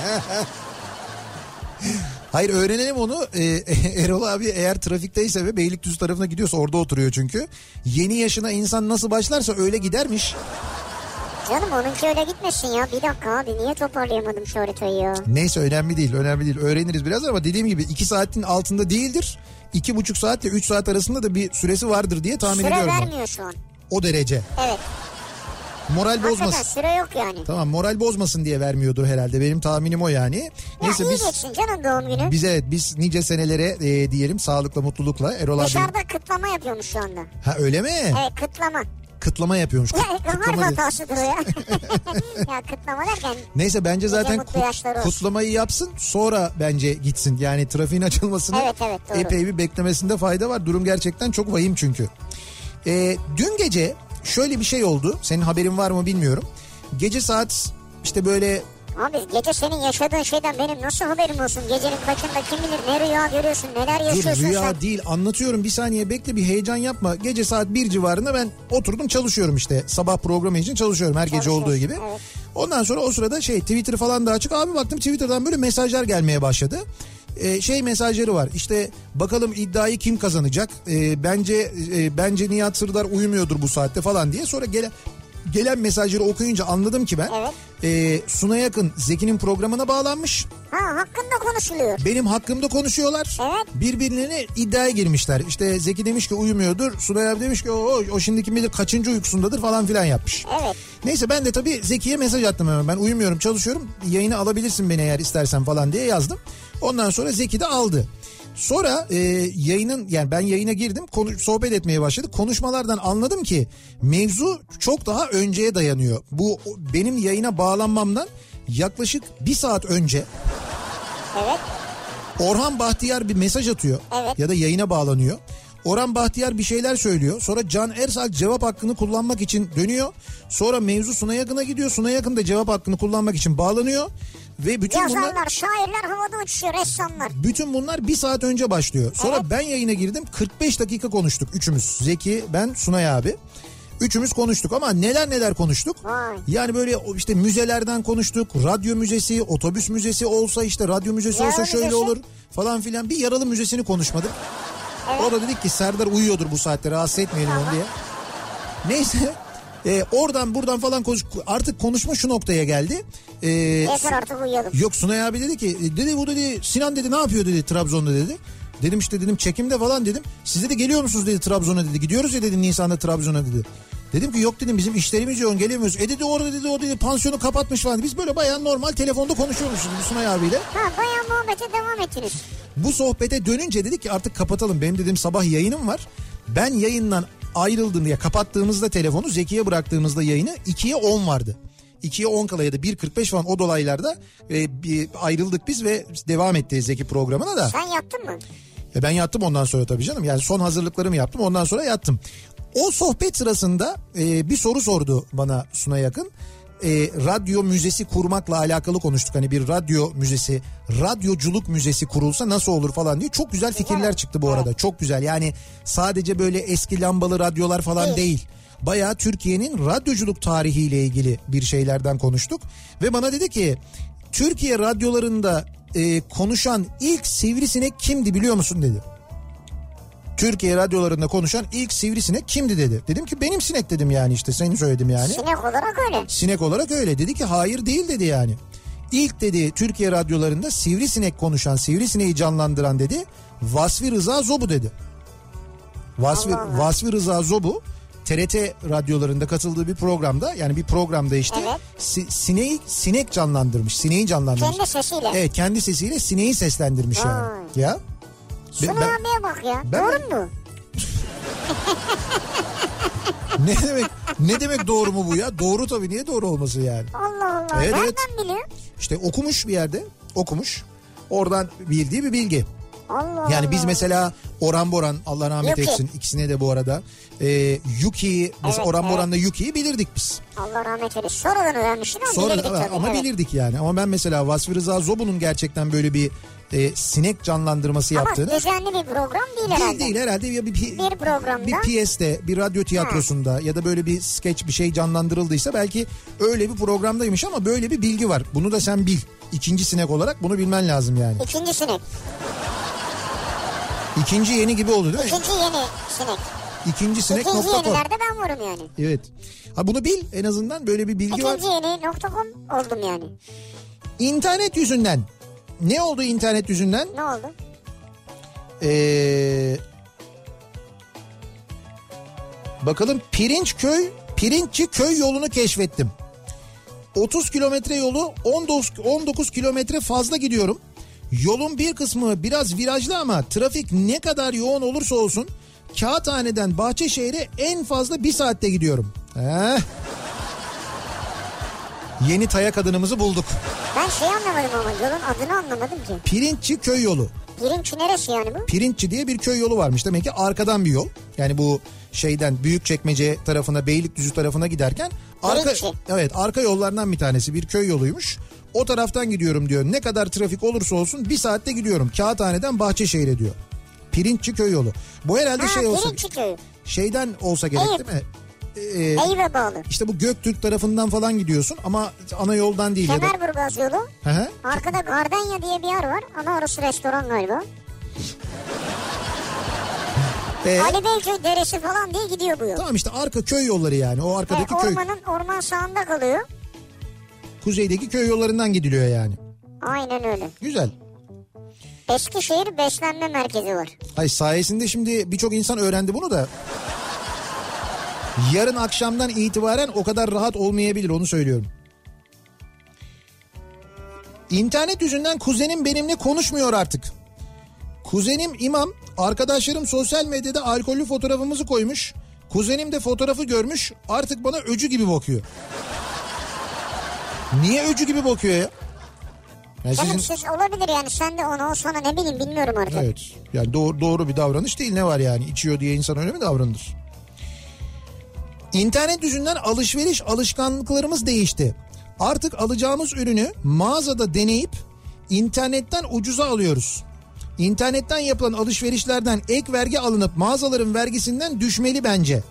Hayır öğrenelim onu. Erol abi eğer trafikteyse ve Beylikdüzü tarafına gidiyorsa, orada oturuyor çünkü. Yeni yaşına insan nasıl başlarsa öyle gidermiş. Canım onunki öyle gitmesin ya. Bir dakika abi niye toparlayamadım şu haritayı ya? Neyse önemli değil. Öğreniriz biraz ama dediğim gibi 2 saatin altında değildir. 2,5 saat ile 3 saat arasında da bir süresi vardır diye tahmin ediyorum. Süre vermiyor şu an. O derece. Evet. Moral bozmasın. Hakikaten süre yok yani. Tamam, moral bozmasın diye vermiyordur herhalde. Benim tahminim o yani. Neyse iyi biz geçsin canım doğum günü. biz nice senelere diyelim sağlıkla mutlulukla Erol abi. Dışarıda kıtlama yapıyormuş şu anda. Ha öyle mi? Evet kıtlama. Kıtlama yapıyormuş. Ya harf değil. hatasıdır o ya. Ya kıtlama derken. Neyse bence zaten mutlu yaşlar olsun. kutlamayı yapsın, sonra bence gitsin. Yani trafiğin açılmasını Evet, doğru. epey bir beklemesinde fayda var. Durum gerçekten çok vahim çünkü. Dün gece şöyle bir şey oldu. Senin haberin var mı bilmiyorum. Gece saat işte böyle... Abi gece senin yaşadığın şeyden benim nasıl haberim olsun? Gecenin kaçında kim bilir ne rüya görüyorsun, neler yaşıyorsun Dur rüya sen? değil, anlatıyorum, bir saniye bekle, bir heyecan yapma. Gece saat 1 civarında ben oturdum çalışıyorum işte. Sabah programı için çalışıyorum her gece olduğu gibi. Evet. Ondan sonra o sırada Twitter falan da açık. Abi baktım Twitter'dan böyle mesajlar gelmeye başladı. Mesajları var. İşte bakalım iddiayı kim kazanacak? Bence Nihat Sırdar uyumuyordur bu saatte falan diye. Sonra gelen mesajları okuyunca anladım ki ben. Evet. Suna Yakın Zeki'nin programına bağlanmış. Ha hakkında konuşuluyor. Benim hakkımda konuşuyorlar. Evet. Birbirlerine iddiaya girmişler. İşte Zeki demiş ki uyumuyordur. Sunay abi demiş ki o şimdi kim bilir kaçıncı uykusundadır falan filan yapmış. Evet. Neyse ben de tabii Zeki'ye mesaj attım hemen. Ben uyumuyorum, çalışıyorum. Yayını alabilirsin beni eğer istersen falan diye yazdım. Ondan sonra Zeki de aldı. Sonra ben yayına girdim, sohbet etmeye başladık. Konuşmalardan anladım ki mevzu çok daha önceye dayanıyor. Bu benim yayına bağlanmamdan yaklaşık 1 saat önce. Evet. Orhan Bahtiyar bir mesaj atıyor. Evet. Ya da yayına bağlanıyor. Orhan Bahtiyar bir şeyler söylüyor. Sonra Can Ersal cevap hakkını kullanmak için dönüyor. Sonra mevzu Suna Yakın'a gidiyor. Suna Yakın da cevap hakkını kullanmak için bağlanıyor. Ve bütün Yazarlar, şairler havada uçuşuyor, ressamlar. Bütün bunlar 1 saat önce başlıyor. Sonra ben yayına girdim, 45 dakika konuştuk üçümüz. Zeki, ben, Sunay abi. Üçümüz konuştuk ama neler konuştuk. Vay. Yani böyle işte müzelerden konuştuk. Radyo müzesi, otobüs müzesi olsa, işte radyo müzesi Yaralı olsa şöyle müzesi. olur falan filan. Bir yaralı müzesini konuşmadık. Evet. Orada dedik ki Serdar uyuyordur bu saatte, rahatsız etmeyelim onu diye. Neyse oradan buradan falan artık konuşma şu noktaya geldi. Yeter artık uyuyalım. Yok, Sunay abi dedi ki dedi bu dedi Sinan dedi ne yapıyor dedi Trabzon'da dedi. Dedim işte dedim çekimde falan dedim. Siz de geliyor musunuz dedi Trabzon'a dedi. Gidiyoruz ya dedi Nisan'da Trabzon'a dedi. Dedim ki yok dedim bizim işlerimiz yoğun gelemiyoruz. Dedi orada dedi o dedi pansiyonu kapatmış falan. Biz böyle bayağı normal telefonda konuşuyormuşuz Sunay abiyle. Bayağı muhabbete devam ettiniz. Bu sohbete dönünce dedik ki artık kapatalım. Benim dedim sabah yayınım var. Ben yayından ayrıldığımda ya kapattığımızda telefonu Zeki'ye bıraktığımızda yayını 2'ye 10 vardı. 2'ye 10 kala ya da 1.45 falan o dolaylarda ayrıldık biz ve devam etti Zeki programına da. Sen yattın mı? Ben yattım ondan sonra tabii canım. Yani son hazırlıklarımı yaptım ondan sonra yattım. O sohbet sırasında bir soru sordu bana Sunay Akın. Radyo müzesi kurmakla alakalı konuştuk. Hani bir radyo müzesi, radyoculuk müzesi kurulsa nasıl olur falan diye. Çok güzel fikirler çıktı bu arada. Çok güzel. Yani sadece böyle eski lambalı radyolar falan değil. Bayağı Türkiye'nin radyoculuk tarihiyle ilgili bir şeylerden konuştuk. Ve bana dedi ki Türkiye radyolarında konuşan ilk sivrisinek kimdi biliyor musun dedi. Türkiye radyolarında konuşan ilk sivrisinek kimdi dedi. Dedim ki benim sinek dedim yani işte senin söyledim yani. Sinek olarak öyle. Sinek olarak öyle. Dedi ki hayır değil dedi yani. İlk dedi Türkiye radyolarında sivrisinek konuşan, sivrisineği canlandıran dedi Vasfi Rıza Zobu dedi. Vasfi Rıza Zobu TRT radyolarında katıldığı bir programda yani bir programda işte sinek canlandırmış. Sineği canlandırmış. Kendi sesiyle. Evet kendi sesiyle sineği seslendirmiş yani. Ya. Sunay abiye bak ya. Doğru mu? Ne demek doğru mu bu ya? Doğru tabii niye doğru olması yani? Allah Allah. Evet, nereden biliyor? İşte okumuş bir yerde. Okumuş. Oradan bildiği bir bilgi. Allah yani Allah. biz mesela Orhan Boran Allah rahmet eylesin ikisine de bu arada. Yuki'yi mesela Orhan Boran'la Yuki'yi bilirdik biz. Allah rahmet eylesin. Sonradan öğrenmiştin ama bilirdik tabii. Ama bilirdik yani. Ama ben mesela Vasfi Rıza Zobu'nun gerçekten böyle bir sinek canlandırması yaptığını. Ama düzenli bir program değil herhalde. Değil herhalde. Bir programda. Bir piyeste, bir radyo tiyatrosunda ya da böyle bir skeç bir şey canlandırıldıysa belki öyle bir programdaymış ama böyle bir bilgi var. Bunu da sen bil. İkinci sinek olarak bunu bilmen lazım yani. İkinci sinek. İkinci yeni gibi oldu değil mi? İkinci yeni sinek. İkinci sinek. İkinci yenilerde ben varım yani. Evet. Ha bunu bil en azından böyle bir bilgi var. İkinci yeni.com oldum yani. İnternet yüzünden. Ne oldu internet yüzünden? Ne oldu? Bakalım Pirinççi köy yolunu keşfettim. 30 kilometre yolu 19 kilometre fazla gidiyorum. Yolun bir kısmı biraz virajlı ama trafik ne kadar yoğun olursa olsun Kağıthane'den Bahçeşehir'e en fazla 1 saatte gidiyorum. Yeni Taya kadınımızı bulduk. Ben anlamadım ama yolun adını anlamadım ki. Pirinççi köy yolu. Pirinççi neresi yani bu? Pirinççi diye bir köy yolu varmış. Demek ki arkadan bir yol. Yani bu Büyükçekmece tarafına, Beylikdüzü tarafına giderken arka yollardan bir tanesi bir köy yoluymuş. O taraftan gidiyorum diyor. Ne kadar trafik olursa olsun 1 saatte gidiyorum. Kağıthane'den Bahçeşehir'e diyor. Pirinççi köy yolu. Bu herhalde olsa. Pirinççi köyü. Şeyden olsa gerek değil mi? Eyüp'e bağlı. İşte bu Göktürk tarafından falan gidiyorsun ama ana yoldan değil. Kemerburgaz yolu. Hı. Arkada Gardenya diye bir yer var ama orası restoran galiba. Ali Beyköy Deresi falan diye gidiyor bu yol. Tamam işte arka köy yolları yani o arkadaki köy. Orman sağında kalıyor. Kuzeydeki köy yollarından gidiliyor yani. Aynen öyle. Güzel. Eskişehir beslenme merkezi var. Hayır sayesinde şimdi birçok insan öğrendi bunu da. Yarın akşamdan itibaren o kadar rahat olmayabilir onu söylüyorum. İnternet yüzünden kuzenim benimle konuşmuyor artık. Kuzenim imam, arkadaşlarım sosyal medyada alkollü fotoğrafımızı koymuş. Kuzenim de fotoğrafı görmüş, artık bana öcü gibi bakıyor. Niye öcü gibi bakıyor ya? Yani siz olabilir yani sen de ona o sana ne bileyim bilmiyorum artık. Evet yani doğru bir davranış değil ne var yani içiyor diye insan öyle mi davranır? İnternet yüzünden alışveriş alışkanlıklarımız değişti. Artık alacağımız ürünü mağazada deneyip internetten ucuza alıyoruz. İnternetten yapılan alışverişlerden ek vergi alınıp mağazaların vergisinden düşmeli bence.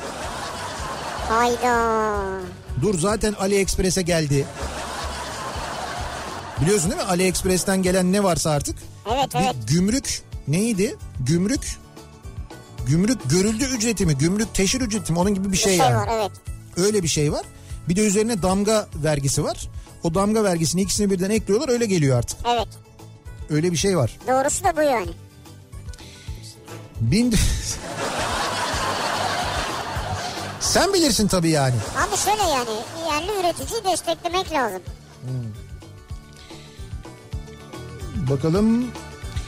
Hayda. Dur zaten AliExpress'e geldi. Biliyorsun değil mi? AliExpress'ten gelen ne varsa artık. Evet. Bir gümrük neydi? Gümrük görüldü ücreti mi? Gümrük teşhir ücreti mi? Onun gibi bir şey yani. Var, evet. Öyle bir şey var. Bir de üzerine damga vergisi var. O damga vergisini ikisini birden ekliyorlar, öyle geliyor artık. Evet. Öyle bir şey var. Doğrusu da bu yani. Sen bilirsin tabii yani. Abi şöyle yani yerli üreticiyi desteklemek lazım. Bakalım.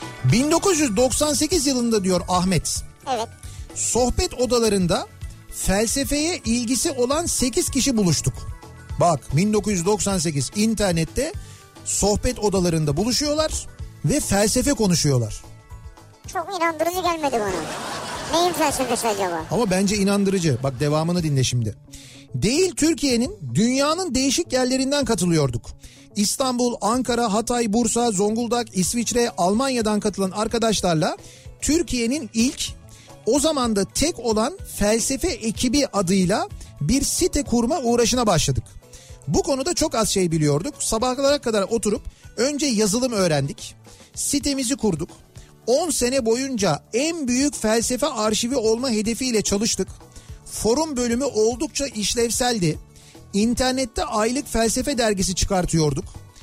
1998 yılında diyor Ahmet. Evet. Sohbet odalarında felsefeye ilgisi olan 8 kişi buluştuk. Bak 1998 internette sohbet odalarında buluşuyorlar ve felsefe konuşuyorlar. Çok inandırıcı gelmedi bana. Neyin felsefesi acaba? Ama bence inandırıcı. Bak devamını dinle şimdi. Değil Türkiye'nin, dünyanın değişik yerlerinden katılıyorduk. İstanbul, Ankara, Hatay, Bursa, Zonguldak, İsviçre, Almanya'dan katılan arkadaşlarla Türkiye'nin ilk, o zaman da tek olan felsefe ekibi adıyla bir site kurma uğraşına başladık. Bu konuda çok az şey biliyorduk. Sabahlara kadar oturup önce yazılım öğrendik. Sitemizi kurduk. 10 sene boyunca en büyük felsefe arşivi olma hedefiyle çalıştık. Forum bölümü oldukça işlevseldi. İnternette aylık felsefe dergisi çıkartıyorduk.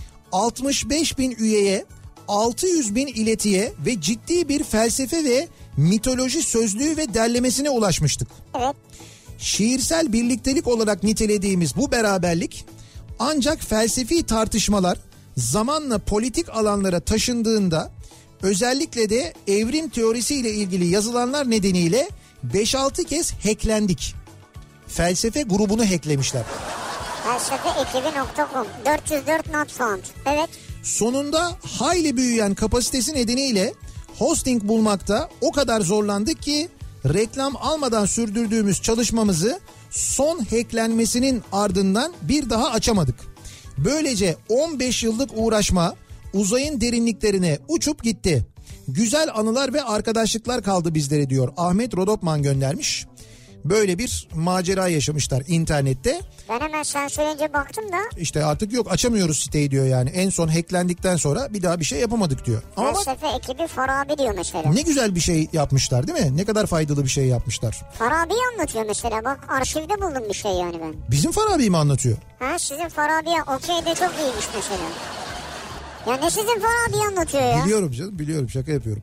65 bin üyeye, 600 bin iletiye ve ciddi bir felsefe ve mitoloji sözlüğü ve derlemesine ulaşmıştık. Evet. Şiirsel birliktelik olarak nitelediğimiz bu beraberlik ancak felsefi tartışmalar zamanla politik alanlara taşındığında, özellikle de evrim teorisiyle ilgili yazılanlar nedeniyle 5-6 kez hacklendik. Felsefe grubunu hacklemişler. Felsefeekibi.com 404 not found. Evet. Sonunda hayli büyüyen kapasitesi nedeniyle hosting bulmakta o kadar zorlandık ki reklam almadan sürdürdüğümüz çalışmamızı son hacklenmesinin ardından bir daha açamadık. Böylece 15 yıllık uğraşma uzayın derinliklerine uçup gitti. Güzel anılar ve arkadaşlıklar kaldı bizlere diyor. Ahmet Rodopman göndermiş. Böyle bir macera yaşamışlar internette. Ben hemen sen söyleyince baktım da. İşte artık yok, açamıyoruz siteyi diyor yani. En son hacklendikten sonra bir daha bir şey yapamadık diyor. Ama Felsefe ekibi Farabi diyor mesela. ne güzel bir şey yapmışlar değil mi? Ne kadar faydalı bir şey yapmışlar. Farabi'yi anlatıyor mesela, bak arşivde buldum bir şey yani ben. Bizim Farabi'yi mi anlatıyor? Ha, sizin Farabi'ye okey de çok iyiymiş mesela. Ya ne sizin Farabi'yi anlatıyor ya? Biliyorum canım, biliyorum, şaka yapıyorum.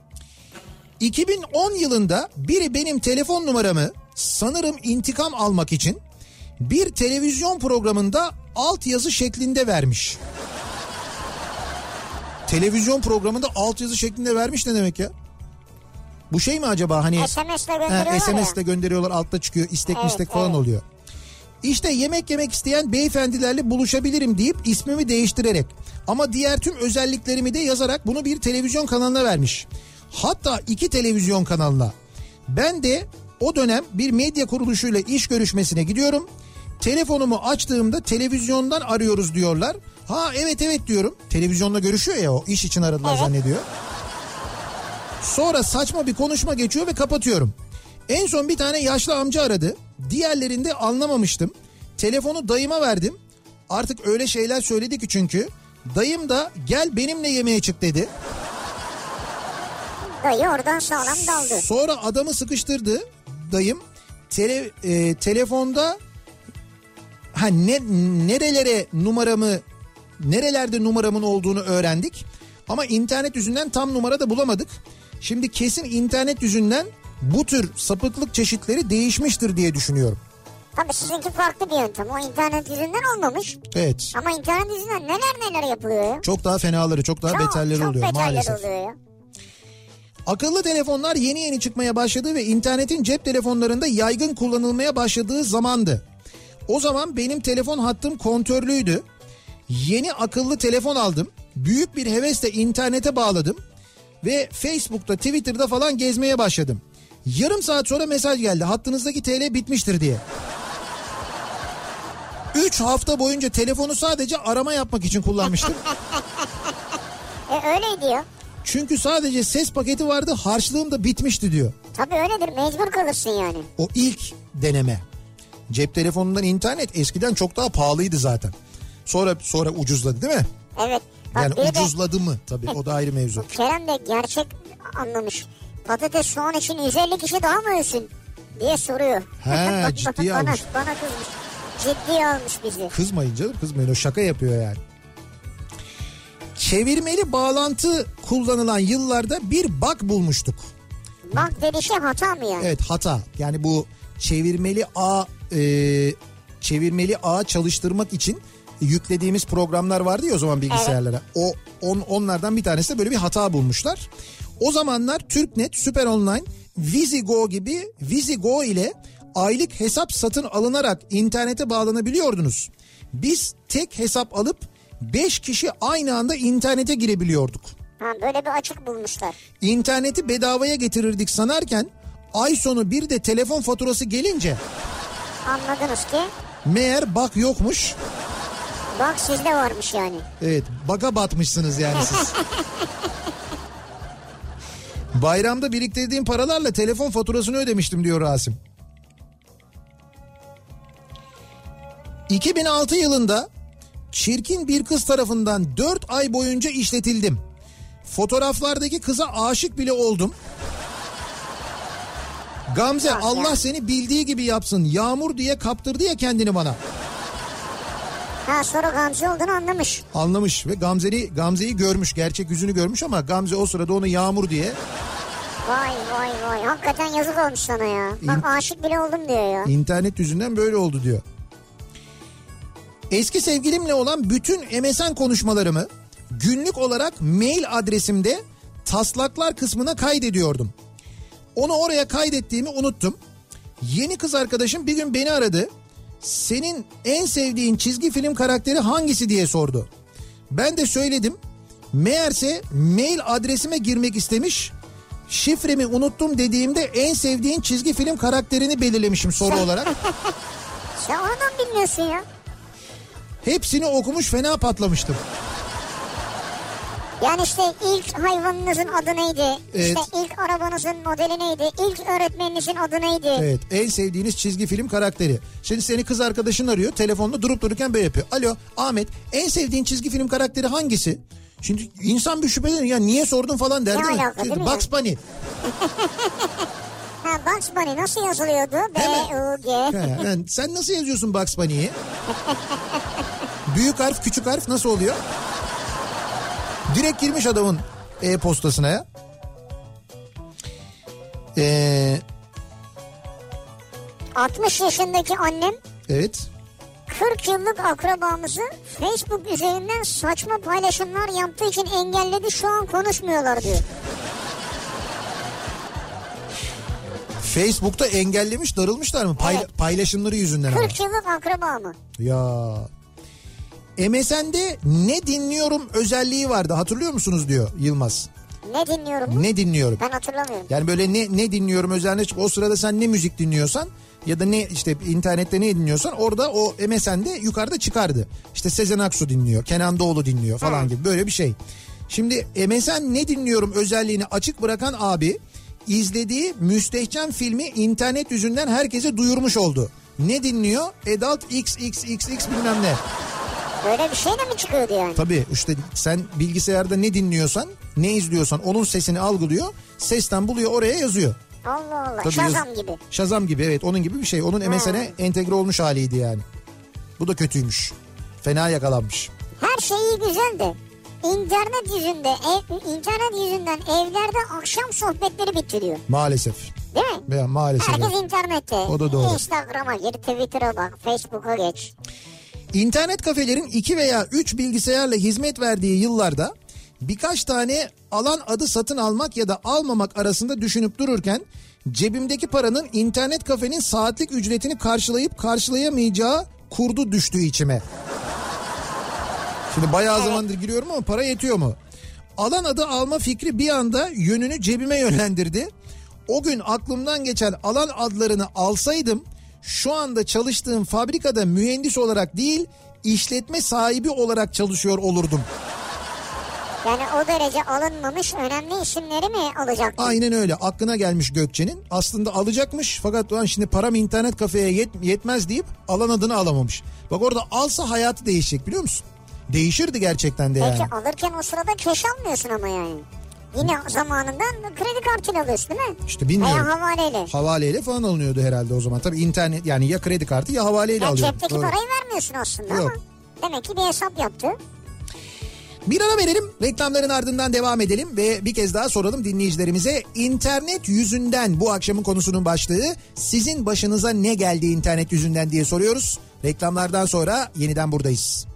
2010 yılında biri benim telefon numaramı sanırım intikam almak için bir televizyon programında altyazı şeklinde vermiş. Televizyon programında altyazı şeklinde vermiş ne demek ya? Bu şey mi acaba hani? SMS'le gönderiyorlar SMS'le gönderiyorlar, altta çıkıyor, istek mistek falan oluyor. İşte yemek yemek isteyen beyefendilerle buluşabilirim deyip ismimi değiştirerek ama diğer tüm özelliklerimi de yazarak bunu bir televizyon kanalına vermiş. Hatta 2 televizyon kanalına. Ben de o dönem bir medya kuruluşuyla iş görüşmesine gidiyorum. Telefonumu açtığımda televizyondan arıyoruz diyorlar. Ha evet diyorum. Televizyonla görüşüyor ya, o iş için aradılar zannediyor. Sonra saçma bir konuşma geçiyor ve kapatıyorum. En son bir tane yaşlı amca aradı. Diğerlerini de anlamamıştım. Telefonu dayıma verdim. Artık öyle şeyler söyledi ki çünkü. Dayım da gel benimle yemeğe çık dedi. Dayı oradan sağlam daldı. Sonra adamı sıkıştırdı dayım. Telefonda nerelerde numaramın olduğunu öğrendik. Ama internet yüzünden tam numara da bulamadık. Şimdi kesin internet yüzünden bu tür sapıklık çeşitleri değişmiştir diye düşünüyorum. Tabii sizinki farklı bir yöntem. O internet yüzünden olmamış. Evet. Ama internet yüzünden neler yapılıyor ya. Çok daha fenaları, çok daha beterleri oluyor maalesef. Oluyor ya. Akıllı telefonlar yeni çıkmaya başladı ve internetin cep telefonlarında yaygın kullanılmaya başladığı zamandı. O zaman benim telefon hattım kontörlüydü. Yeni akıllı telefon aldım. Büyük bir hevesle internete bağladım. Ve Facebook'ta, Twitter'da falan gezmeye başladım. Yarım saat sonra mesaj geldi. Hattınızdaki TL bitmiştir diye. 3 hafta boyunca telefonu sadece arama yapmak için kullanmıştım. Öyleydi ya. Çünkü sadece ses paketi vardı, harçlığım da bitmişti diyor. Tabii öyledir, mecbur kalırsın yani. O ilk deneme. Cep telefonundan internet eskiden çok daha pahalıydı zaten. Sonra ucuzladı değil mi? Evet. Bak, yani ucuzladı mı? Tabii o da ayrı mevzu. Kerem de gerçek anlamış. patates soğan için 150 kişi daha mı ölsün diye soruyor. He, ciddiye almış. Bana kızmış. Ciddiye almış bizi. Kızmayın canım, kızmayın, o şaka yapıyor yani. Çevirmeli bağlantı kullanılan yıllarda bir bug bulmuştuk. Bug dediği şey hata mı yani? Evet, hata. Yani bu çevirmeli ağ çalıştırmak için yüklediğimiz programlar vardı ya o zaman bilgisayarlara. Evet. Onlardan bir tanesi de böyle bir hata bulmuşlar. O zamanlar Türknet, Süper Online, Vizigo ile aylık hesap satın alınarak internete bağlanabiliyordunuz. Biz tek hesap alıp 5 kişi aynı anda internete girebiliyorduk. Ha, böyle bir açık bulmuşlar. İnterneti bedavaya getirirdik sanarken ay sonu bir de telefon faturası gelince anladınız ki meğer bug yokmuş. Bug sizde varmış yani. Evet, bug'a batmışsınız yani siz. Bayramda biriktirdiğim paralarla telefon faturasını ödemiştim diyor Rasim. 2006 yılında çirkin bir kız tarafından 4 ay boyunca işletildim. Fotoğraflardaki kıza aşık bile oldum. Gamze Allah seni bildiği gibi yapsın. Yağmur diye kaptırdı ya kendini bana. Ha, sonra Gamze olduğunu anlamış. Anlamış ve Gamze'yi görmüş. Gerçek yüzünü görmüş ama Gamze o sırada onu Yağmur diye. Vay. Hakikaten yazık olmuş sana ya. Bak aşık bile oldum diyor ya. İnternet yüzünden böyle oldu diyor. Eski sevgilimle olan bütün MSN konuşmalarımı günlük olarak mail adresimde taslaklar kısmına kaydediyordum. Onu oraya kaydettiğimi unuttum. Yeni kız arkadaşım bir gün beni aradı. Senin en sevdiğin çizgi film karakteri hangisi diye sordu. Ben de söyledim. Meğerse mail adresime girmek istemiş. Şifremi unuttum dediğimde en sevdiğin çizgi film karakterini belirlemişim soru olarak. Sen oradan bilmiyorsun ya. Hepsini okumuş, fena patlamıştım. Yani işte ilk hayvanınızın adı neydi? Evet. İşte ilk arabanızın modeli neydi? İlk öğretmeninizin adı neydi? Evet, en sevdiğiniz çizgi film karakteri. Şimdi seni kız arkadaşın arıyor, telefonda durup dururken böyle yapıyor. Alo Ahmet, en sevdiğin çizgi film karakteri hangisi? Şimdi insan bir şüphelenir ya, niye sordun falan der, değil mi? Alaka, değil mi? Bugs Bunny. Ha, Bugs Bunny nasıl yazılıyordu? B-U-G. Yani sen nasıl yazıyorsun Bugs Bunny'yi? Büyük harf, küçük harf nasıl oluyor? Direkt girmiş adamın e-postasına ya. 60 yaşındaki annem. Evet. 40 yıllık akrabamızı Facebook üzerinden saçma paylaşımlar yaptığı için engelledi, şu an konuşmuyorlar diyor. Facebook'ta engellemiş, darılmışlar mı? Evet. Paylaşımları yüzünden 40 yıllık akraba mı? Ya. MSN'de ne dinliyorum özelliği vardı, hatırlıyor musunuz diyor Yılmaz. Ne dinliyorum? Ne dinliyorum? Ben hatırlamıyorum. Yani böyle ne dinliyorum özelliğine çıkıp o sırada sen ne müzik dinliyorsan ya da ne işte internette ne dinliyorsan orada o MSN'de yukarıda çıkardı. İşte Sezen Aksu dinliyor, Kenan Doğulu dinliyor falan gibi böyle bir şey. Şimdi MSN ne dinliyorum özelliğini açık bırakan abi izlediği Müstehcen filmi internet yüzünden herkese duyurmuş oldu. Ne dinliyor? Adult XXXX bilmem ne. Böyle bir şey de mi çıkıyordu yani? Tabii işte sen bilgisayarda ne dinliyorsan, ne izliyorsan onun sesini algılıyor. Sesten buluyor, oraya yazıyor. Allah Allah. Tabii Shazam gibi. Shazam gibi, evet, onun gibi bir şey. Onun MSN'e entegre olmuş haliydi yani. Bu da kötüymüş. Fena yakalanmış. Her şey iyi güzel de internet yüzünden evlerde akşam sohbetleri bitiriyor. Maalesef. Değil mi? Veya maalesef. Herkes internette. O da doğru. Instagram'a gir, Twitter'a bak, Facebook'a geç. İnternet kafelerin 2 veya 3 bilgisayarla hizmet verdiği yıllarda birkaç tane alan adı satın almak ya da almamak arasında düşünüp dururken cebimdeki paranın internet kafenin saatlik ücretini karşılayıp karşılayamayacağı kurdu düştüğü içime. Şimdi bayağı zamandır giriyorum ama para yetiyor mu? Alan adı alma fikri bir anda yönünü cebime yönlendirdi. O gün aklımdan geçen alan adlarını alsaydım şu anda çalıştığım fabrikada mühendis olarak değil, işletme sahibi olarak çalışıyor olurdum. Yani o derece alınmamış önemli isimleri mi alacaktın? Aynen öyle, aklına gelmiş Gökçe'nin. Aslında alacakmış fakat ulan şimdi param internet kafeye yetmez deyip alan adını alamamış. Bak orada alsa hayatı değişecek, biliyor musun? Değişirdi gerçekten de yani. Peki alırken o sırada keş almıyorsun ama yani. Yine zamanından kredi kartıyla alıyorsun değil mi? İşte bilmiyorum. Veya havaleyle. Havaleyle falan alınıyordu herhalde o zaman. Tabii internet yani ya kredi kartı ya havaleyle Ya alıyor. cepteki Doğru. parayı vermiyorsun aslında Yok. ama demek ki bir hesap yaptı. Bir ara verelim, reklamların ardından devam edelim ve bir kez daha soralım dinleyicilerimize. İnternet yüzünden bu akşamın konusunun başlığı, sizin başınıza ne geldi internet yüzünden diye soruyoruz. Reklamlardan sonra yeniden buradayız.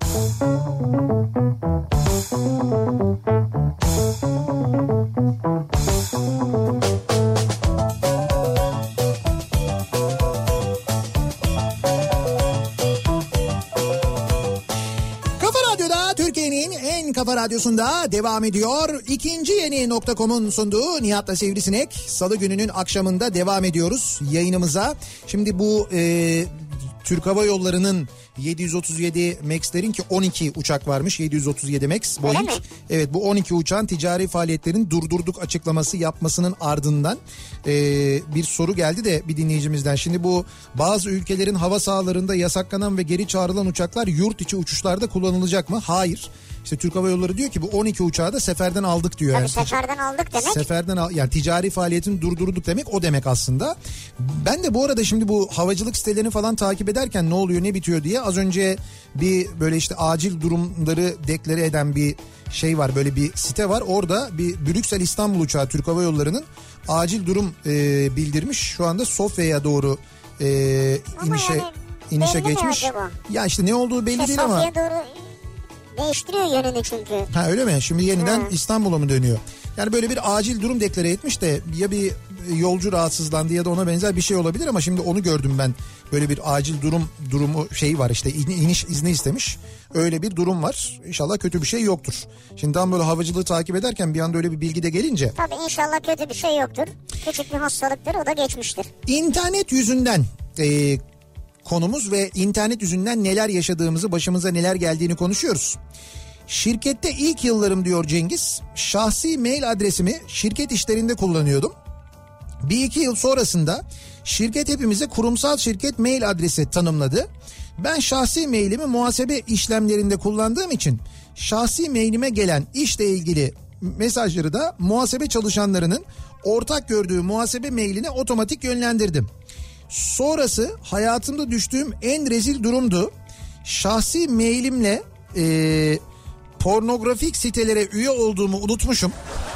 Kafa Radyosu'nda devam ediyor. İkinci yeni nokta.com'un sunduğu Nihat'la Sivrisinek. Salı gününün akşamında devam ediyoruz yayınımıza. Şimdi bu Türk Hava Yolları'nın 737 MAX'lerin ki 12 uçak varmış, 737 MAX Boeing. Evet, bu 12 uçağın ticari faaliyetlerini durdurduk açıklaması yapmasının ardından bir soru geldi de bir dinleyicimizden. Şimdi bu bazı ülkelerin hava sahalarında yasaklanan ve geri çağrılan uçaklar yurt içi uçuşlarda kullanılacak mı? Hayır. İşte Türk Hava Yolları diyor ki bu 12 uçağı da seferden aldık diyor. Tabii yani seferden aldık demek. Seferden yani ticari faaliyetini durdurduk demek, o demek aslında. Ben de bu arada şimdi bu havacılık sitelerini falan takip ederken ne oluyor ne bitiyor diye az önce bir böyle işte acil durumları deklare eden bir şey var, böyle bir site var. Orada bir Brüksel İstanbul uçağı Türk Hava Yolları'nın acil durum bildirmiş. Şu anda Sofya'ya doğru inişe geçmiş. Ya işte ne olduğu belli değil ama. Sofya'ya doğru değiştiriyor yönünü çünkü. Ha öyle mi? Şimdi yeniden İstanbul'a mı dönüyor? Yani böyle bir acil durum deklare etmiş de ya bir yolcu rahatsızlandı ya da ona benzer bir şey olabilir ama şimdi onu gördüm ben. Böyle bir acil durumu şey var işte, iniş izni istemiş. Öyle bir durum var. İnşallah kötü bir şey yoktur. Şimdi tam böyle havacılığı takip ederken bir anda öyle bir bilgi de gelince. Tabii inşallah kötü bir şey yoktur. Küçük bir hastalıktır, o da geçmiştir. İnternet yüzünden konumuz ve internet yüzünden neler yaşadığımızı, başımıza neler geldiğini konuşuyoruz. Şirkette ilk yıllarım diyor Cengiz, şahsi mail adresimi şirket işlerinde kullanıyordum. 1-2 yıl sonrasında şirket hepimize kurumsal şirket mail adresi tanımladı. Ben şahsi mailimi muhasebe işlemlerinde kullandığım için şahsi mailime gelen işle ilgili mesajları da muhasebe çalışanlarının ortak gördüğü muhasebe mailine otomatik yönlendirdim. Sonrası hayatımda düştüğüm en rezil durumdu. Şahsi mailimle pornografik sitelere üye olduğumu unutmuşum.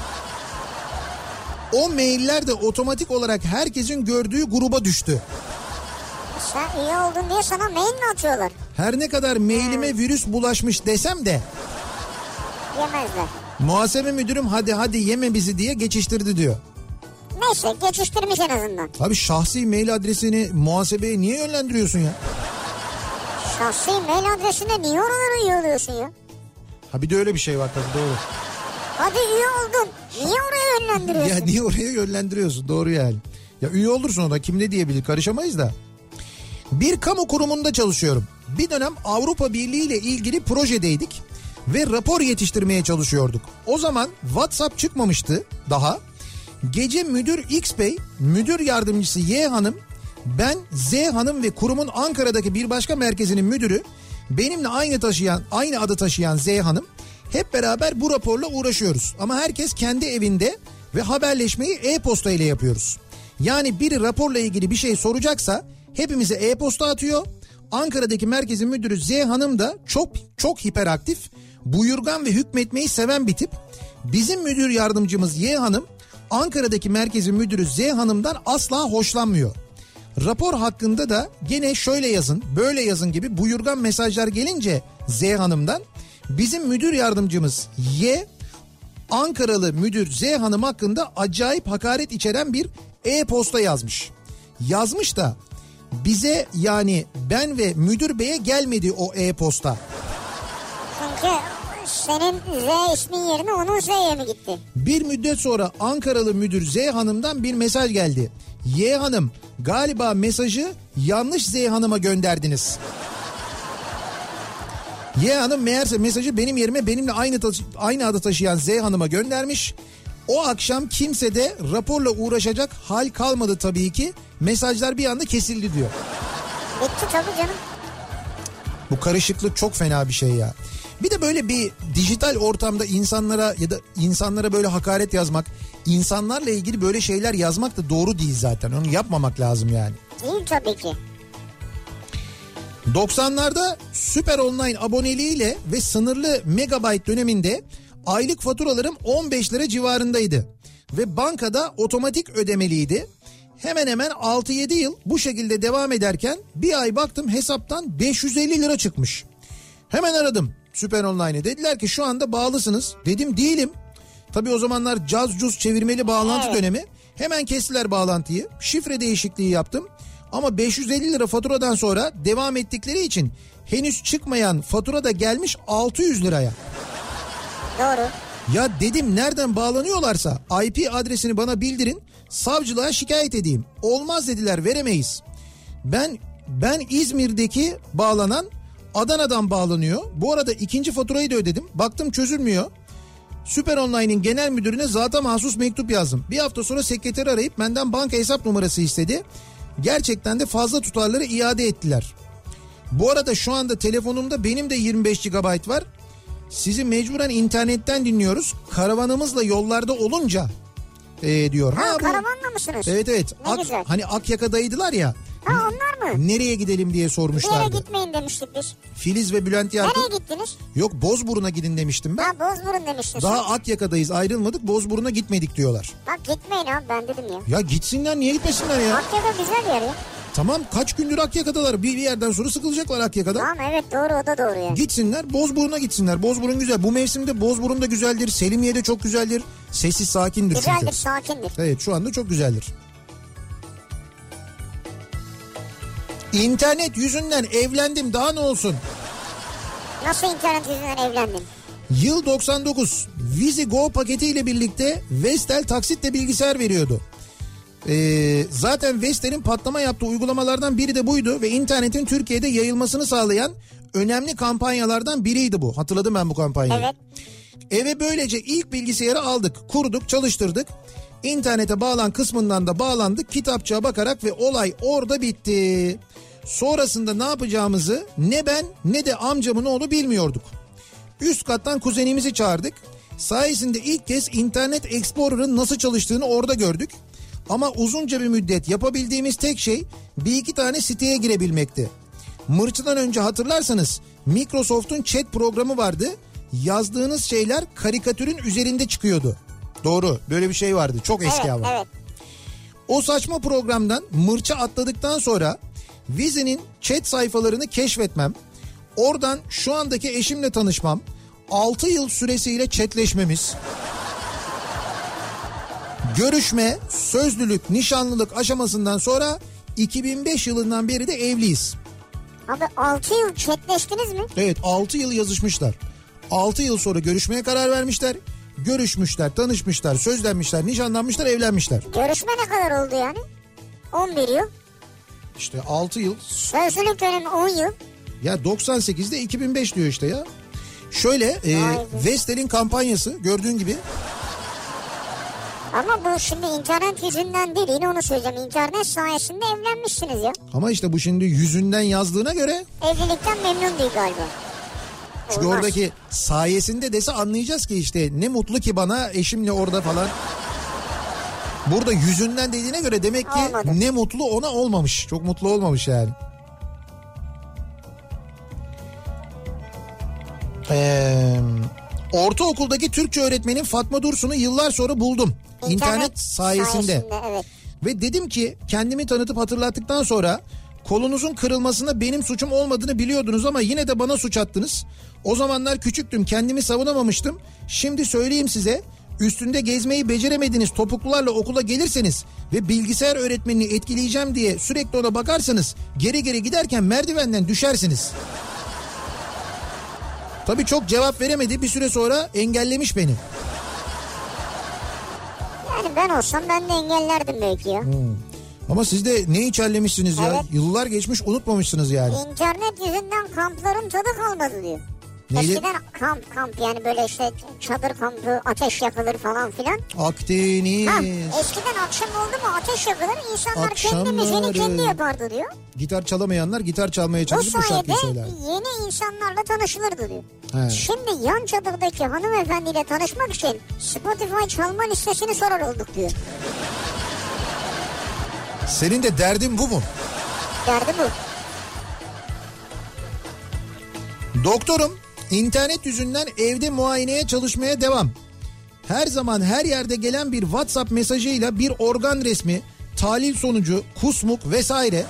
O mailler de otomatik olarak herkesin gördüğü gruba düştü. Sen üye oldun diye sana mail mi atıyorlar? Her ne kadar mailime virüs bulaşmış desem de yemezler. Muhasebe müdürüm hadi yeme bizi diye geçiştirdi diyor. Neyse, geçiştirmiş en azından. Abi şahsi mail adresini muhasebeye niye yönlendiriyorsun ya? Şahsi mail adresine niye oralara üye oluyorsun ya? Ha bir de öyle bir şey var tabii, doğru. Hadi üye oldun. Niye oraya yönlendiriyorsun? Ya niye oraya yönlendiriyorsun, doğru yani. Ya üye olursun, o da kim ne diyebilir, karışamayız da. Bir kamu kurumunda çalışıyorum. Bir dönem Avrupa Birliği ile ilgili projedeydik ve rapor yetiştirmeye çalışıyorduk. O zaman WhatsApp çıkmamıştı daha. Gece müdür X Bey, müdür yardımcısı Y Hanım, ben Z Hanım ve kurumun Ankara'daki bir başka merkezinin müdürü, benimle aynı adı taşıyan Z Hanım, hep beraber bu raporla uğraşıyoruz. Ama herkes kendi evinde ve haberleşmeyi e-posta ile yapıyoruz. Yani biri raporla ilgili bir şey soracaksa hepimize e-posta atıyor. Ankara'daki merkezin müdürü Z Hanım da çok hiperaktif, buyurgan ve hükmetmeyi seven bir tip. Bizim müdür yardımcımız Y Hanım, Ankara'daki merkezin müdürü Z Hanım'dan asla hoşlanmıyor. Rapor hakkında da gene şöyle yazın, böyle yazın gibi buyurgan mesajlar gelince Z Hanım'dan, bizim müdür yardımcımız Y, Ankaralı müdür Z Hanım hakkında acayip hakaret içeren bir e-posta yazmış. Yazmış da bize, yani ben ve müdür beye gelmedi o e-posta. Çünkü senin Z ismin yerine onun Z'ye mi gitti? Bir müddet sonra Ankaralı müdür Z Hanım'dan bir mesaj geldi. Y Hanım, galiba mesajı yanlış Z Hanım'a gönderdiniz. Y Hanım meğerse mesajı benim yerime benimle aynı adı taşıyan Z Hanım'a göndermiş. O akşam kimse de raporla uğraşacak hal kalmadı tabii ki. Mesajlar bir anda kesildi diyor. Bitti tabii canım. Bu karışıklık çok fena bir şey ya. Bir de böyle bir dijital ortamda insanlara ya da insanlara böyle hakaret yazmak, insanlarla ilgili böyle şeyler yazmak da doğru değil zaten. Onu yapmamak lazım yani. Değil tabii ki. 90'larda Süper Online aboneliğiyle ve sınırlı megabayt döneminde aylık faturalarım 15 lira civarındaydı. Ve bankada otomatik ödemeliydi. Hemen hemen 6-7 yıl bu şekilde devam ederken bir ay baktım hesaptan 550 lira çıkmış. Hemen aradım Süper Online'ı. Dediler ki şu anda bağlısınız. Dedim değilim. Tabii o zamanlar caz çevirmeli bağlantı dönemi. Hemen kestiler bağlantıyı. Şifre değişikliği yaptım. Ama 550 lira faturadan sonra devam ettikleri için henüz çıkmayan fatura da gelmiş 600 liraya. Doğru. Ya dedim nereden bağlanıyorlarsa IP adresini bana bildirin, savcılığa şikayet edeyim. Olmaz dediler, veremeyiz. Ben İzmir'deki bağlanan Adana'dan bağlanıyor. Bu arada ikinci faturayı da ödedim. Baktım çözülmüyor. Süper Online'in genel müdürüne zata mahsus mektup yazdım. Bir hafta sonra sekreteri arayıp benden banka hesap numarası istedi. Gerçekten de fazla tutarları iade ettiler. Bu arada şu anda telefonumda benim de 25 GB var. Sizi mecburen internetten dinliyoruz. Karavanımızla yollarda olunca diyor. Karavanla mısınız? Evet. Güzel. Hani Akyaka'daydılar ya. Ha onlar mı? Nereye gidelim diye sormuşlardı. Bir yere gitmeyin demiştik biz. Filiz ve Bülent Yarkın. Nereye gittiniz? Yok, Bozburun'a gidin demiştim ben. Ha, Bozburun demiştin. Daha Akyaka'dayız, ayrılmadık, Bozburun'a gitmedik diyorlar. Bak gitmeyin abi, ben dedim ya. Ya gitsinler, niye gitmesinler ya? Akyaka güzel yer ya. Tamam, kaç gündür Akyaka'dalar, bir yerden sonra sıkılacaklar Akyaka'da. Tamam, evet doğru, o da doğru ya. Gitsinler, Bozburun'a gitsinler. Bozburun güzel. Bu mevsimde Bozburun da güzeldir. Selimiye de çok güzeldir. Sessiz, sakindir güzeldir, çünkü. sakindir. Evet, şu anda çok güzeldir. İnternet yüzünden evlendim, daha ne olsun? Nasıl internet yüzünden evlendin? Yıl 99. Vizigo paketiyle birlikte Vestel taksitle bilgisayar veriyordu. Zaten Vestel'in patlama yaptığı uygulamalardan biri de buydu ve internetin Türkiye'de yayılmasını sağlayan önemli kampanyalardan biriydi bu. Hatırladım ben bu kampanyayı. Evet. Eve böylece ilk bilgisayarı aldık, kurduk, çalıştırdık. İnternete bağlan kısmından da bağlandık, kitapçığa bakarak ve olay orada bitti. Sonrasında ne yapacağımızı ne ben ne de amcamın oğlu bilmiyorduk. Üst kattan kuzenimizi çağırdık. Sayesinde ilk kez Internet Explorer'ın nasıl çalıştığını orada gördük. Ama uzunca bir müddet yapabildiğimiz tek şey bir iki tane siteye girebilmekti. Mırçıdan önce hatırlarsanız Microsoft'un chat programı vardı. Yazdığınız şeyler karikatürün üzerinde çıkıyordu. Doğru, böyle bir şey vardı, çok eski ama. Evet. O saçma programdan mırça atladıktan sonra Vizi'nin chat sayfalarını keşfetmem, oradan şu andaki eşimle tanışmam, 6 yıl süresiyle chatleşmemiz, görüşme, sözlülük, nişanlılık aşamasından sonra 2005 yılından beri de evliyiz. Abi 6 yıl chatleştiniz mi? Evet, 6 yıl yazışmışlar. 6 yıl sonra görüşmeye karar vermişler. Görüşmüşler, tanışmışlar, sözlenmişler, nişanlanmışlar, evlenmişler. Görüşme ne kadar oldu yani? 11 yıl. İşte 6 yıl. Sözlülük dönemi 10 yıl. Ya 98'de 2005 diyor işte ya. Şöyle Vestel'in kampanyası gördüğün gibi. Ama bu şimdi internet yüzünden değil, yine onu söyleyeceğim. İnternet sayesinde evlenmişsiniz ya. Ama işte bu şimdi yüzünden yazdığına göre. Evlilikten memnun değil galiba. Çünkü olmaz. Oradaki sayesinde dese anlayacağız ki işte ne mutlu ki bana eşimle orada falan. Burada yüzünden dediğine göre demek ki olmadı. Ne mutlu ona olmamış. Çok mutlu olmamış yani. Ortaokuldaki Türkçe öğretmenim Fatma Dursun'u yıllar sonra buldum. İnternet sayesinde. Evet. Ve dedim ki kendimi tanıtıp hatırlattıktan sonra kolunuzun kırılmasında benim suçum olmadığını biliyordunuz ama yine de bana suç attınız. O zamanlar küçüktüm, kendimi savunamamıştım. Şimdi söyleyeyim size, üstünde gezmeyi beceremediğiniz topuklularla okula gelirseniz ve bilgisayar öğretmenini etkileyeceğim diye sürekli ona bakarsanız geri geri giderken merdivenden düşersiniz. Tabii çok cevap veremedi, bir süre sonra engellemiş beni. Yani ben olsam ben de engellerdim belki ya. Ama siz de ne içerlemişsiniz ya. Evet. Yıllar geçmiş, unutmamışsınız yani. İnternet yüzünden kampların tadı kalmadı diyor. Neydi? Eskiden kamp yani böyle işte çadır kampı, ateş yakılır falan filan. Akdeniz. Eskiden akşam oldu mu ateş yakılır, insanlar kendi müziğini kendi yapardı diyor. Gitar çalamayanlar gitar çalmaya Bu çalışıp bu şarkıyı sayede söylerdi. yeni insanlarla tanışılırdı diyor. He. Şimdi yan çadırdaki hanımefendiyle tanışmak için Spotify çalma listesini sorar olduk diyor. Senin de derdin bu mu? Derdi bu. Doktorum, internet yüzünden evde muayeneye çalışmaya devam. Her zaman her yerde gelen bir WhatsApp mesajıyla bir organ resmi, tahlil sonucu, kusmuk vesaire.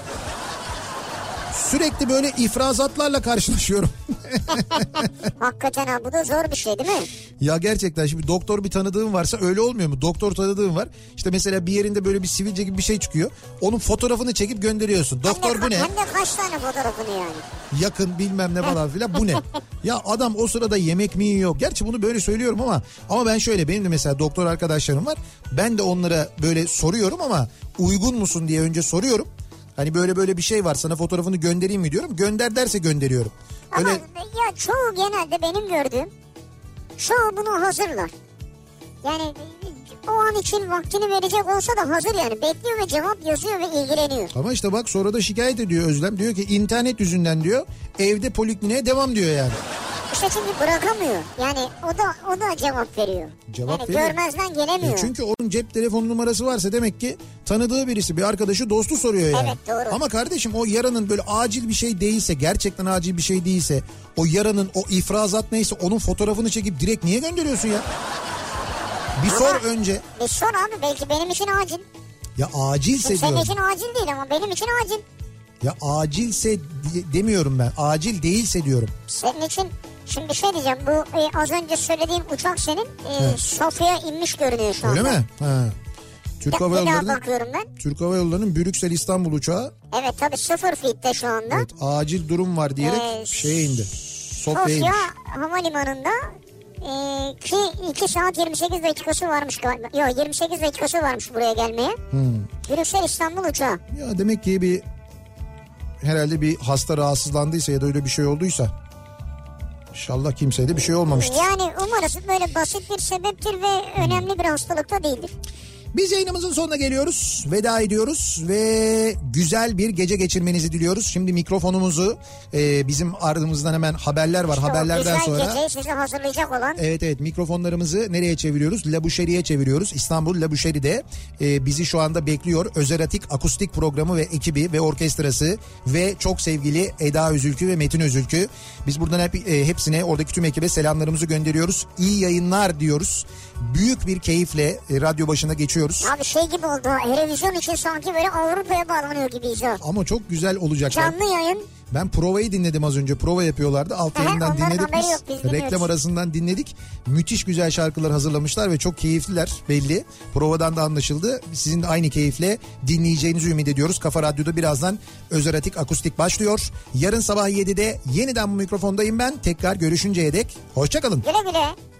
Sürekli böyle ifrazatlarla karşılaşıyorum. Hakikaten ha, bu da zor bir şey değil mi? Ya gerçekten şimdi doktor bir tanıdığım varsa öyle olmuyor mu? Doktor tanıdığım var. İşte mesela bir yerinde böyle bir sivilce gibi bir şey çıkıyor. Onun fotoğrafını çekip gönderiyorsun. Doktor bu ne? Hem de kaç tane fotoğrafını yani. Yakın bilmem ne falan filan, bu ne? Ya adam o sırada yemek mi yiyor? Gerçi bunu böyle söylüyorum ama ben şöyle, benim de mesela doktor arkadaşlarım var. Ben de onlara böyle soruyorum ama uygun musun diye önce soruyorum. Hani böyle bir şey var, sana fotoğrafını göndereyim mi diyorum. Gönder derse gönderiyorum. Ama Öyle... ya çoğu, genelde benim gördüğüm çoğu bunu hazırlar. Yani o an için vaktini verecek olsa da hazır yani. Bekliyor ve cevap yazıyor ve ilgileniyor. Ama işte bak sonra da şikayet ediyor Özlem. Diyor ki internet yüzünden diyor evde polikliniğe devam diyor yani. İşte çünkü bırakamıyor. Yani o da cevap veriyor. Cevap yani veriyor. Görmezden gelemiyor. Çünkü onun cep telefon numarası varsa demek ki tanıdığı birisi, bir arkadaşı, dostu soruyor yani. Evet, doğru. Ama kardeşim o yaranın böyle acil bir şey değilse, gerçekten acil bir şey değilse, o yaranın o ifrazat neyse onun fotoğrafını çekip direkt niye gönderiyorsun ya? Bir ama sor önce. Bir sor abi, belki benim için acil. Ya acilse senin diyorum. için acil değil ama benim için acil. Ya acilse demiyorum ben. Acil değilse diyorum. Senin için şimdi bir şey diyeceğim. Bu az önce söylediğim uçak senin Sofya'ya inmiş görünüyor şu anda. Öyle mi? Ha. Türk Hava Bir daha Yolları'nın, bakıyorum ben. Türk Hava Yolları'nın Brüksel İstanbul uçağı. Evet tabii 0 feet'te şu anda. Evet, acil durum var diyerek şeye indi. Sofya'ya Sofya inmiş. Havalimanı'nda ki 2 saat 28 dakikası varmış galiba. Yok 28 dakikası varmış buraya gelmeye. Brüksel İstanbul uçağı. Ya demek ki herhalde bir hasta rahatsızlandıysa ya da öyle bir şey olduysa, İnşallah kimseye de bir şey olmamıştır. Yani umarız böyle basit bir sebeptir ve önemli bir hastalık da değildir. Biz yayınımızın sonuna geliyoruz. Veda ediyoruz ve güzel bir gece geçirmenizi diliyoruz. Şimdi mikrofonumuzu bizim ardımızdan hemen haberler var. İşte haberlerden sonra. Güzel geceyi size hazırlayacak olan. Evet mikrofonlarımızı nereye çeviriyoruz? Labuşeri'ye çeviriyoruz. İstanbul Labuşeri'de bizi şu anda bekliyor. Özeratik Akustik Programı ve ekibi ve orkestrası ve çok sevgili Eda Özülkü ve Metin Özülkü. Biz buradan hepsine, oradaki tüm ekibe selamlarımızı gönderiyoruz. İyi yayınlar diyoruz. Büyük bir keyifle radyo başına geçiyoruz. Abi şey gibi oldu. Televizyon için sanki böyle Avrupa'ya bağlanıyor gibiyiz ha. Ama çok güzel olacak. Canlı yayın. Ben provayı dinledim az önce. Prova yapıyorlardı. Alt yayından dinledik biz. Reklam arasından dinledik. Müthiş güzel şarkılar hazırlamışlar ve çok keyifliler belli. Provadan da anlaşıldı. Sizin de aynı keyifle dinleyeceğinizi ümit ediyoruz. Kafa Radyo'da birazdan Özeratik Akustik başlıyor. Yarın sabah 7'de yeniden bu mikrofondayım ben. Tekrar görüşünceye dek hoşça kalın. Güle güle.